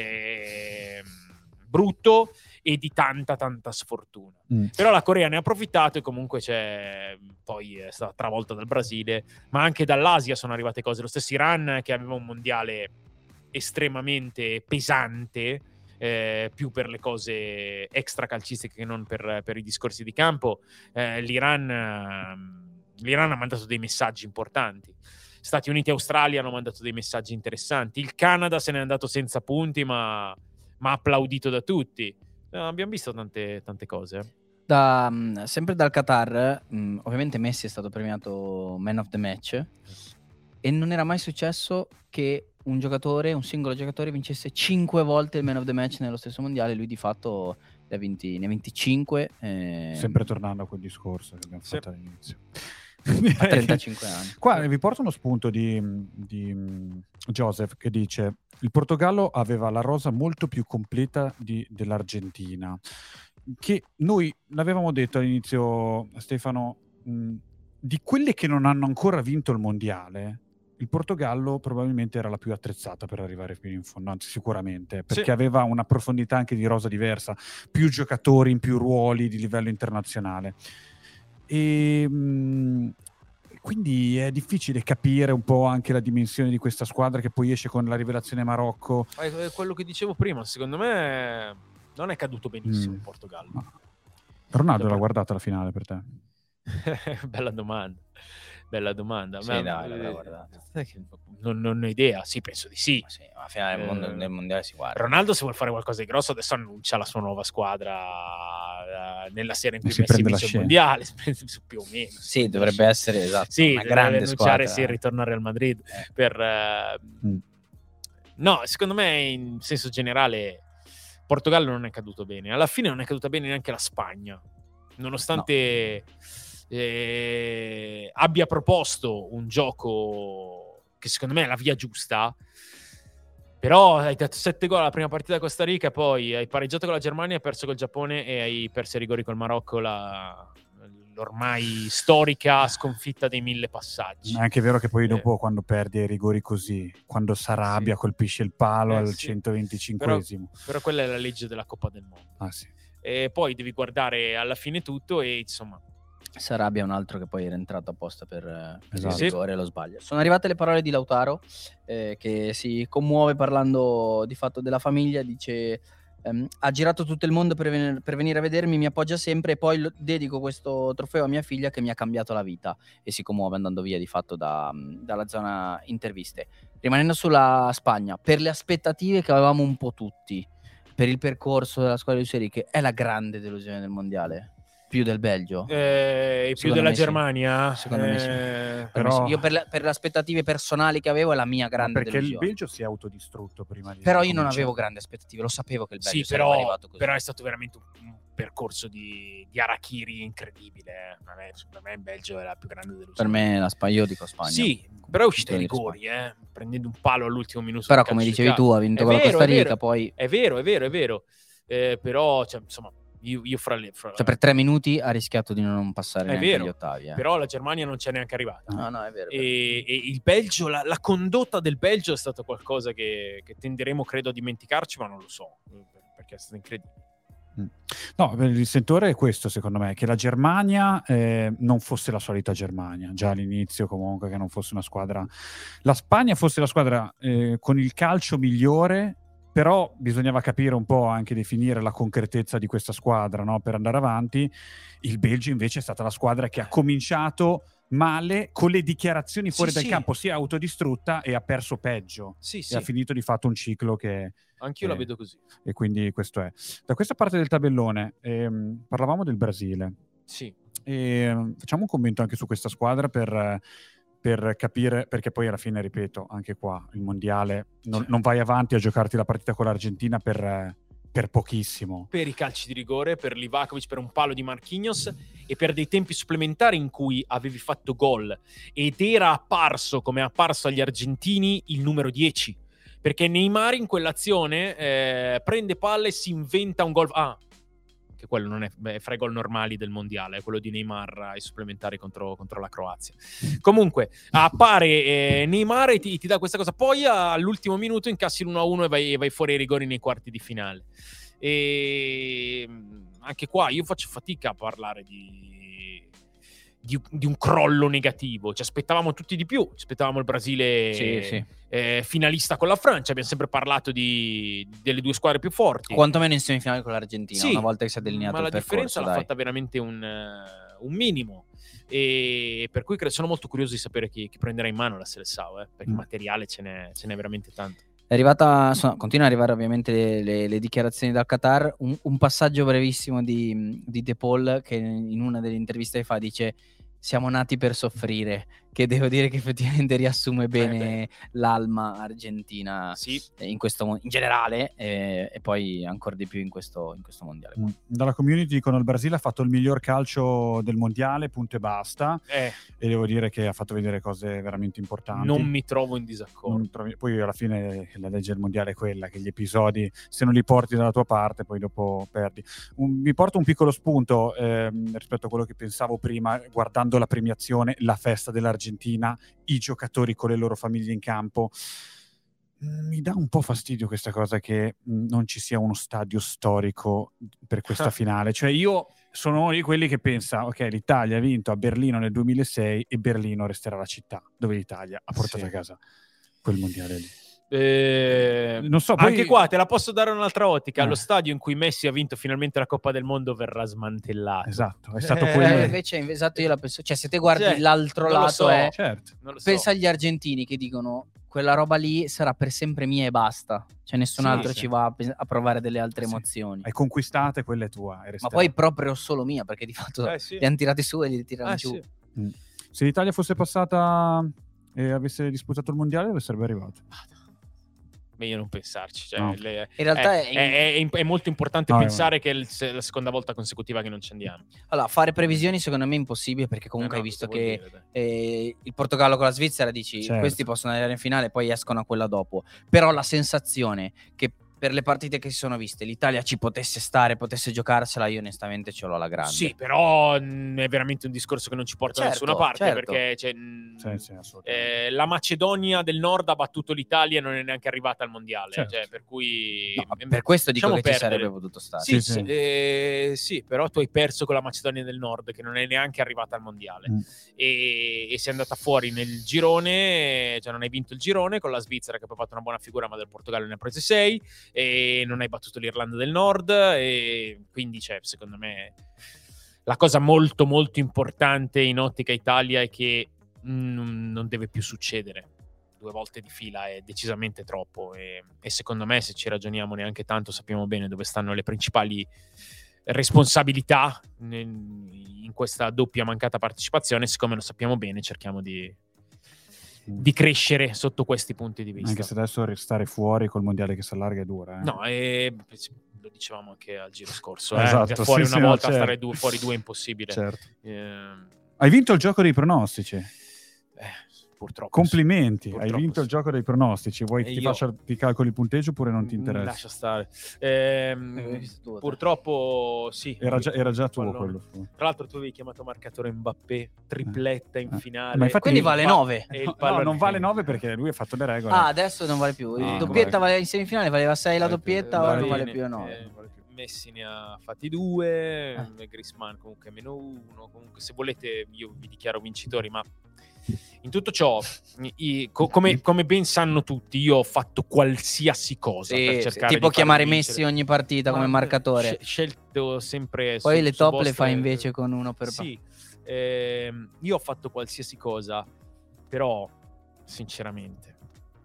brutto e di tanta sfortuna. Però la Corea ne ha approfittato e comunque poi è stata travolta dal Brasile, ma anche dall'Asia sono arrivate cose. Lo stesso Iran, che aveva un mondiale estremamente pesante, più per le cose extra calcistiche che non per i discorsi di campo. L'Iran ha mandato dei messaggi importanti. Stati Uniti e Australia hanno mandato dei messaggi interessanti. Il Canada se n'è andato senza punti ma ha applaudito da tutti. Abbiamo visto tante cose. Sempre dal Qatar, ovviamente Messi è stato premiato Man of the Match e non era mai successo che un singolo giocatore vincesse 5 volte il Man of the Match nello stesso mondiale. Lui di fatto ne ha 25. Sempre tornando a quel discorso che abbiamo fatto all'inizio. A 35 anni. Qua vi porto uno spunto di Joseph che dice: il Portogallo aveva la rosa molto più completa dell'Argentina, che noi l'avevamo detto all'inizio, Stefano, di quelle che non hanno ancora vinto il mondiale, il Portogallo probabilmente era la più attrezzata per arrivare fino in fondo, anzi sicuramente, perché aveva una profondità anche di rosa diversa, più giocatori in più ruoli di livello internazionale. E quindi è difficile capire un po' anche la dimensione di questa squadra che poi esce con la rivelazione Marocco. È quello che dicevo prima, secondo me non è caduto benissimo il Portogallo. Ronaldo l'ha guardata la finale per te? Bella domanda. Sì, dai, l'avrà guardata. Non ho idea, sì, penso di sì. Ma sì, alla finale del mondiale si guarda. Ronaldo, se vuole fare qualcosa di grosso, adesso annuncia la sua nuova squadra nella serie in cui Si Messi prende la vince il scena. mondiale, più o meno. Sì, dovrebbe essere, esatto, sì, una grande annunciare squadra. sì, il ritorno al Real Madrid No, secondo me in senso generale Portogallo non è caduto bene. Alla fine non è caduta bene neanche la Spagna, nonostante abbia proposto un gioco che secondo me è la via giusta. Però hai dato 7 gol alla prima partita a Costa Rica, poi hai pareggiato con la Germania, hai perso col Giappone e hai perso i rigori col Marocco, l'ormai storica sconfitta dei 1000 passaggi. È anche vero che poi dopo quando perdi ai rigori così, quando Sarabia colpisce il palo al 125esimo. Però quella è la legge della Coppa del Mondo. Ah, sì. E poi devi guardare alla fine tutto e insomma... Sarabia è un altro che poi era entrato apposta per il Esatto. rigore, lo sbaglio. Sono arrivate le parole di Lautaro che si commuove parlando di fatto della famiglia, dice ha girato tutto il mondo per venire a vedermi, mi appoggia sempre e poi dedico questo trofeo a mia figlia che mi ha cambiato la vita, e si commuove andando via di fatto dalla zona interviste. Rimanendo sulla Spagna, per le aspettative che avevamo un po' tutti, per il percorso della squadra di Luis Enrique, è la grande delusione del mondiale. Più del Belgio, più della Germania, secondo me sì. Però... Io per le aspettative personali che avevo è la mia grande perché delusione. il Belgio si è autodistrutto prima di però io non avevo grandi aspettative, lo sapevo che il Belgio sarebbe arrivato così. Però è stato veramente un percorso di Harakiri incredibile. Per me il Belgio è la più grande delusione. Per me la Spagna, io dico Spagna. Sì, però è uscito ai rigori, prendendo un palo all'ultimo minuto. Però come dicevi tu, ha vinto con la Costa Rica, poi... È vero. Però, cioè, insomma, io fra cioè per 3 minuti ha rischiato di non passare neanche agli ottavi. Però la Germania non c'è neanche arrivata. No, è vero. E il Belgio, la condotta del Belgio è stata qualcosa che tenderemo, credo, a dimenticarci, ma non lo so, perché è stato incredibile. No, il sentore è questo, secondo me, che la Germania non fosse la solita Germania, già all'inizio comunque, che non fosse una squadra... La Spagna fosse la squadra con il calcio migliore, però bisognava capire un po', anche definire la concretezza di questa squadra, no? Per andare avanti. Il Belgio invece è stata la squadra che ha cominciato male, con le dichiarazioni fuori dal campo, si è autodistrutta e ha perso peggio. E ha finito di fatto un ciclo che... Anch'io la vedo così. E quindi questo è. Da questa parte del tabellone parlavamo del Brasile. Sì. Facciamo un commento anche su questa squadra per capire, perché poi alla fine, ripeto, anche qua il mondiale non vai avanti a giocarti la partita con l'Argentina per pochissimo. Per i calci di rigore, per Livakovic, per un palo di Marquinhos e per dei tempi supplementari in cui avevi fatto gol ed era apparso, come è apparso agli argentini, il numero 10. Perché Neymar in quell'azione prende palla e si inventa un gol. Che quello non è fra i gol normali del mondiale, è quello di Neymar ai supplementari contro la Croazia. Comunque appare Neymar e ti dà questa cosa, poi all'ultimo minuto incassi l'1-1 e vai fuori ai rigori nei quarti di finale. E anche qua io faccio fatica a parlare di un crollo negativo. Ci aspettavamo tutti di più, ci aspettavamo il Brasile finalista con la Francia, abbiamo sempre parlato delle due squadre più forti, quantomeno in semifinale con l'Argentina, una volta che si è delineato il percorso. Ma la differenza l'ha fatta veramente un minimo, e per cui sono molto curioso di sapere chi prenderà in mano la Seleção, perché materiale ce n'è veramente tanto. È arrivata, continua ad arrivare ovviamente le dichiarazioni dal Qatar. Un passaggio brevissimo di De Paul, che in una delle interviste che fa dice: siamo nati per soffrire, che devo dire che effettivamente riassume bene l'alma argentina in generale e poi ancora di più in questo mondiale. Dalla community dicono: il Brasile ha fatto il miglior calcio del mondiale, punto e basta. E devo dire che ha fatto vedere cose veramente importanti. Non mi trovo in disaccordo. Poi alla fine la legge del mondiale è quella che gli episodi, se non li porti dalla tua parte, poi dopo perdi. Mi porto un piccolo spunto rispetto a quello che pensavo prima, guardando la premiazione, la festa dell'Argentina, i giocatori con le loro famiglie in campo. Mi dà un po' fastidio questa cosa che non ci sia uno stadio storico per questa finale. Cioè io sono uno di quelli che pensa, ok, l'Italia ha vinto a Berlino nel 2006 e Berlino resterà la città dove l'Italia ha portato a casa quel mondiale lì. Non so, poi... anche qua te la posso dare un'altra ottica. Lo stadio in cui Messi ha vinto finalmente la Coppa del Mondo verrà smantellato. Esatto, è stato quello. Invece, esatto, io la penso. Cioè, se te guardi l'altro lato, so, certo. Pensa agli argentini che dicono quella roba lì sarà per sempre mia e basta. Cioè, nessun altro ci va a provare delle altre emozioni. Hai conquistate, quella è tua. Ma poi proprio solo mia, perché di fatto li hanno tirati su e li tirano giù. Se l'Italia fosse passata e avesse disputato il mondiale, dove sarebbe arrivato? Meglio non pensarci, cioè, in realtà è molto importante pensare che è la seconda volta consecutiva che non ci andiamo. Allora, fare previsioni secondo me è impossibile, perché comunque hai visto che il Portogallo con la Svizzera dici questi possono arrivare in finale, poi escono a quella dopo, però la sensazione che per le partite che si sono viste l'Italia ci potesse stare, potesse giocarsela, io onestamente ce l'ho alla grande. Sì, però è veramente un discorso che non ci porta da nessuna parte, perché la Macedonia del Nord ha battuto l'Italia e non è neanche arrivata al mondiale, cioè, per cui per questo dico che ci sarebbe potuto stare. Sì, però tu hai perso con la Macedonia del Nord che non è neanche arrivata al mondiale e sei andata fuori nel girone, cioè non hai vinto il girone con la Svizzera che poi ha fatto una buona figura, ma del Portogallo ne ha prese 6 e non hai battuto l'Irlanda del Nord, e quindi secondo me la cosa molto molto importante in ottica Italia è che non deve più succedere 2 volte di fila, è decisamente troppo, e secondo me, se ci ragioniamo neanche tanto, sappiamo bene dove stanno le principali responsabilità in questa doppia mancata partecipazione. Siccome lo sappiamo bene, cerchiamo di crescere sotto questi punti di vista. Anche se adesso restare fuori col mondiale che si allarga è dura. No, lo dicevamo anche al giro scorso. Esatto, fuori una volta, stare fuori 2 è impossibile. Certo. Hai vinto il gioco dei pronostici. Purtroppo. Complimenti, hai vinto il gioco dei pronostici. Vuoi che ti calcoli il punteggio oppure non ti interessa? Lascia stare. Purtroppo sì. Era già tuo quello. Tra l'altro tu avevi chiamato marcatore Mbappé, tripletta in finale. Ma infatti quindi vale 9. No, non vale 9 perché lui ha fatto le regole. Adesso non vale più. Doppietta valeva in semifinale, valeva 6 la doppietta, ora non vale più 9. Messi ne ha fatti 2, Griezmann comunque -1. Comunque, se volete, io vi dichiaro vincitori, ma in tutto ciò, come ben sanno tutti, io ho fatto qualsiasi cosa per cercare tipo di chiamare vincere. Messi ogni partita come marcatore. Scelto sempre. Poi le top le fai invece con uno per io ho fatto qualsiasi cosa, però sinceramente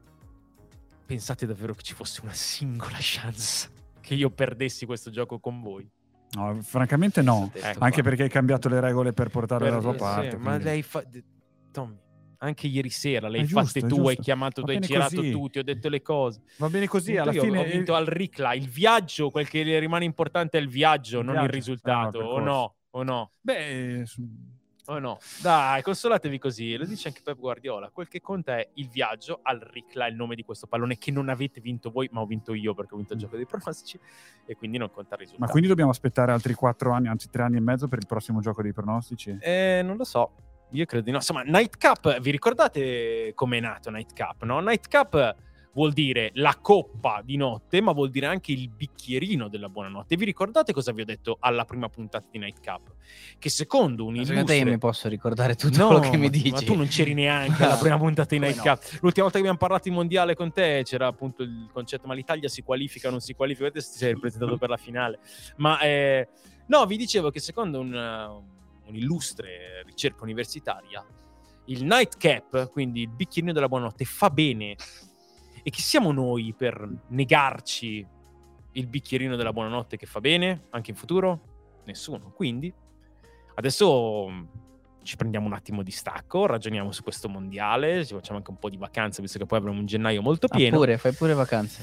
pensate davvero che ci fosse una singola chance che io perdessi questo gioco con voi? No, francamente no, anche perché hai cambiato le regole per portarle dalla tua parte. Ma lei Tommy, anche ieri sera le hai fatte tu, hai chiamato, tu hai girato tutti, ho detto le cose. Va bene così, alla io fine ho vinto al Ricla, il viaggio, quel che rimane importante è il viaggio, non il risultato, o no? Beh, o no? Dai, consolatevi così, lo dice anche Pep Guardiola, quel che conta è il viaggio. Al Ricla è il nome di questo pallone che non avete vinto voi, ma ho vinto io perché ho vinto il gioco dei pronostici, e quindi non conta il risultato. Ma quindi dobbiamo aspettare altri 4 anni, anzi 3 anni e mezzo per il prossimo gioco dei pronostici? Non lo so. Io credo di no. Insomma, Night Cup, vi ricordate com'è nato Night Cup, no? Night Cup vuol dire la coppa di notte, ma vuol dire anche il bicchierino della buonanotte. Vi ricordate cosa vi ho detto alla prima puntata di Night Cup? Che secondo un illustre... Secondo te io mi posso ricordare tutto quello che mi dici? Ma tu non c'eri neanche alla prima puntata di Night Cup. L'ultima volta che abbiamo parlato di mondiale con te c'era appunto il concetto, ma l'Italia si qualifica o non si qualifica? Vedete se ti sei presentato per la finale. Ma no, vi dicevo che secondo un'illustre ricerca universitaria, il nightcap, quindi il bicchierino della buonanotte, fa bene. E chi siamo noi per negarci il bicchierino della buonanotte che fa bene anche in futuro? Nessuno. Quindi adesso ci prendiamo un attimo di stacco, ragioniamo su questo mondiale, ci facciamo anche un po' di vacanze, visto che poi avremo un gennaio molto pieno. Fai pure vacanze.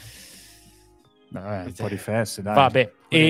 Un po' di feste, dai. Vabbè.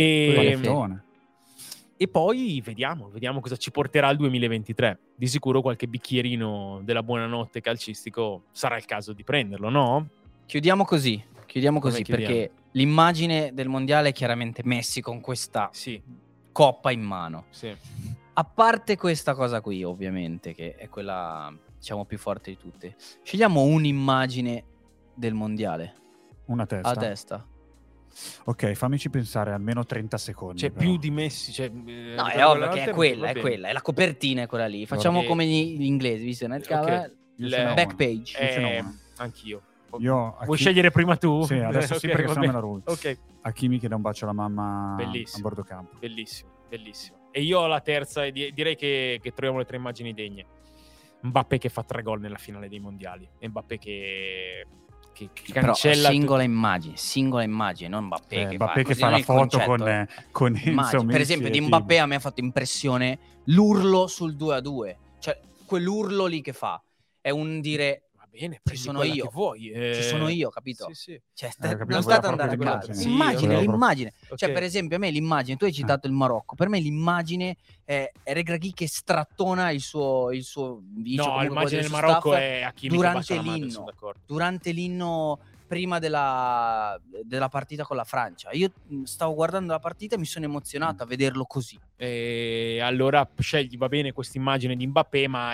E poi vediamo cosa ci porterà il 2023. Di sicuro qualche bicchierino della buonanotte calcistico sarà il caso di prenderlo, no? Chiudiamo così perché l'immagine del mondiale è chiaramente Messi con questa coppa in mano. Sì. A parte questa cosa qui, ovviamente, che è quella, diciamo, più forte di tutte, scegliamo un'immagine del mondiale. Una testa. A testa. Ok, fammici pensare almeno 30 secondi. Cioè, però. più di Messi. Cioè, No, è ovvio che è quella, è la copertina è quella lì. Facciamo Ok. come gli inglesi, visto nel cover, Io ce n'ho back una. page. Io ce n'ho una. Anch'io. Io Vuoi scegliere prima tu? Sì, adesso sì, Ok, perché va sennò me la bene. rubi. Ok, Hakimi che dà un bacio alla mamma Bellissimo. a bordo campo. bellissimo, bellissimo. E io ho la terza, e direi che troviamo le 3 immagini degne. Mbappé che fa 3 gol nella finale dei mondiali. E Mbappé che Però cancella singola immagine, non Mbappé Mbappé che così fa non la il foto concetto, con Enzo immagine. Per Messi esempio e di Tigre. Mbappé a me ha fatto impressione l'urlo sul 2-2, cioè quell'urlo lì che fa è un dire Va bene, ci prendi sono quella io, che vuoi. ci sono io, capito? Sì, sì. Cioè, ho capito, non quella state andare a proprio caso. l'immagine. Immagine, Sì, l'immagine. Ok. Cioè, per esempio, a me l'immagine, tu hai citato il Marocco, per me l'immagine è Regragui che strattona il suo vice, No, comunque l'immagine del suo Marocco staff è Hakimi che bacia la madre, sono d'accordo. durante l'inno prima della partita con la Francia. Io stavo guardando la partita e mi sono emozionato a vederlo così. E allora scegli, va bene, questa immagine di Mbappé, ma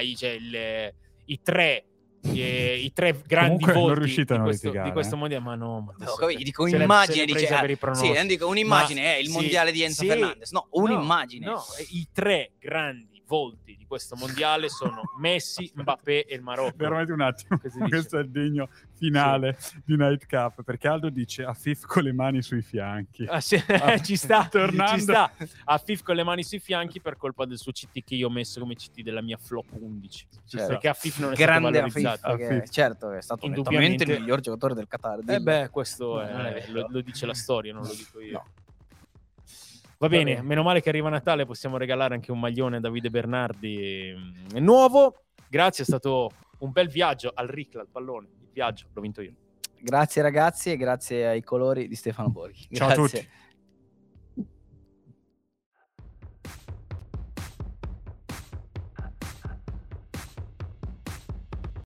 i tre grandi Comunque non volti riuscite a di litigare, questo mondiale, ma no, ma Ho capito, dico se l'è un'immagine, presa dice, per i pronostici. sì, dico un'immagine Ma è il mondiale di Enzo Fernandez. No, un'immagine. No, i 3 grandi volti di questo mondiale sono Messi, Mbappé e il Marocco. Veramente un attimo, Che si dice? questo è il degno finale di Nightcap, perché Aldo dice Afif con le mani sui fianchi. Ah, sì, ci sta, tornando. ci sta. Afif con le mani sui fianchi per colpa del suo CT che io ho messo come CT della mia flop 11. Certo. Perché Afif non è stato Grande valorizzato. Afif, che, certo, è stato Indubbiamente nettamente il miglior giocatore del Qatar. dillo. Questo No, non è vero. lo dice la storia, non lo dico io. No. Va bene, meno male che arriva Natale, possiamo regalare anche un maglione a Davide Bernardi nuovo. Grazie, è stato un bel viaggio al Ricla, al pallone. Il viaggio l'ho vinto io. Grazie ragazzi e grazie ai colori di Stefano Borghi. Ciao a Grazie. tutti.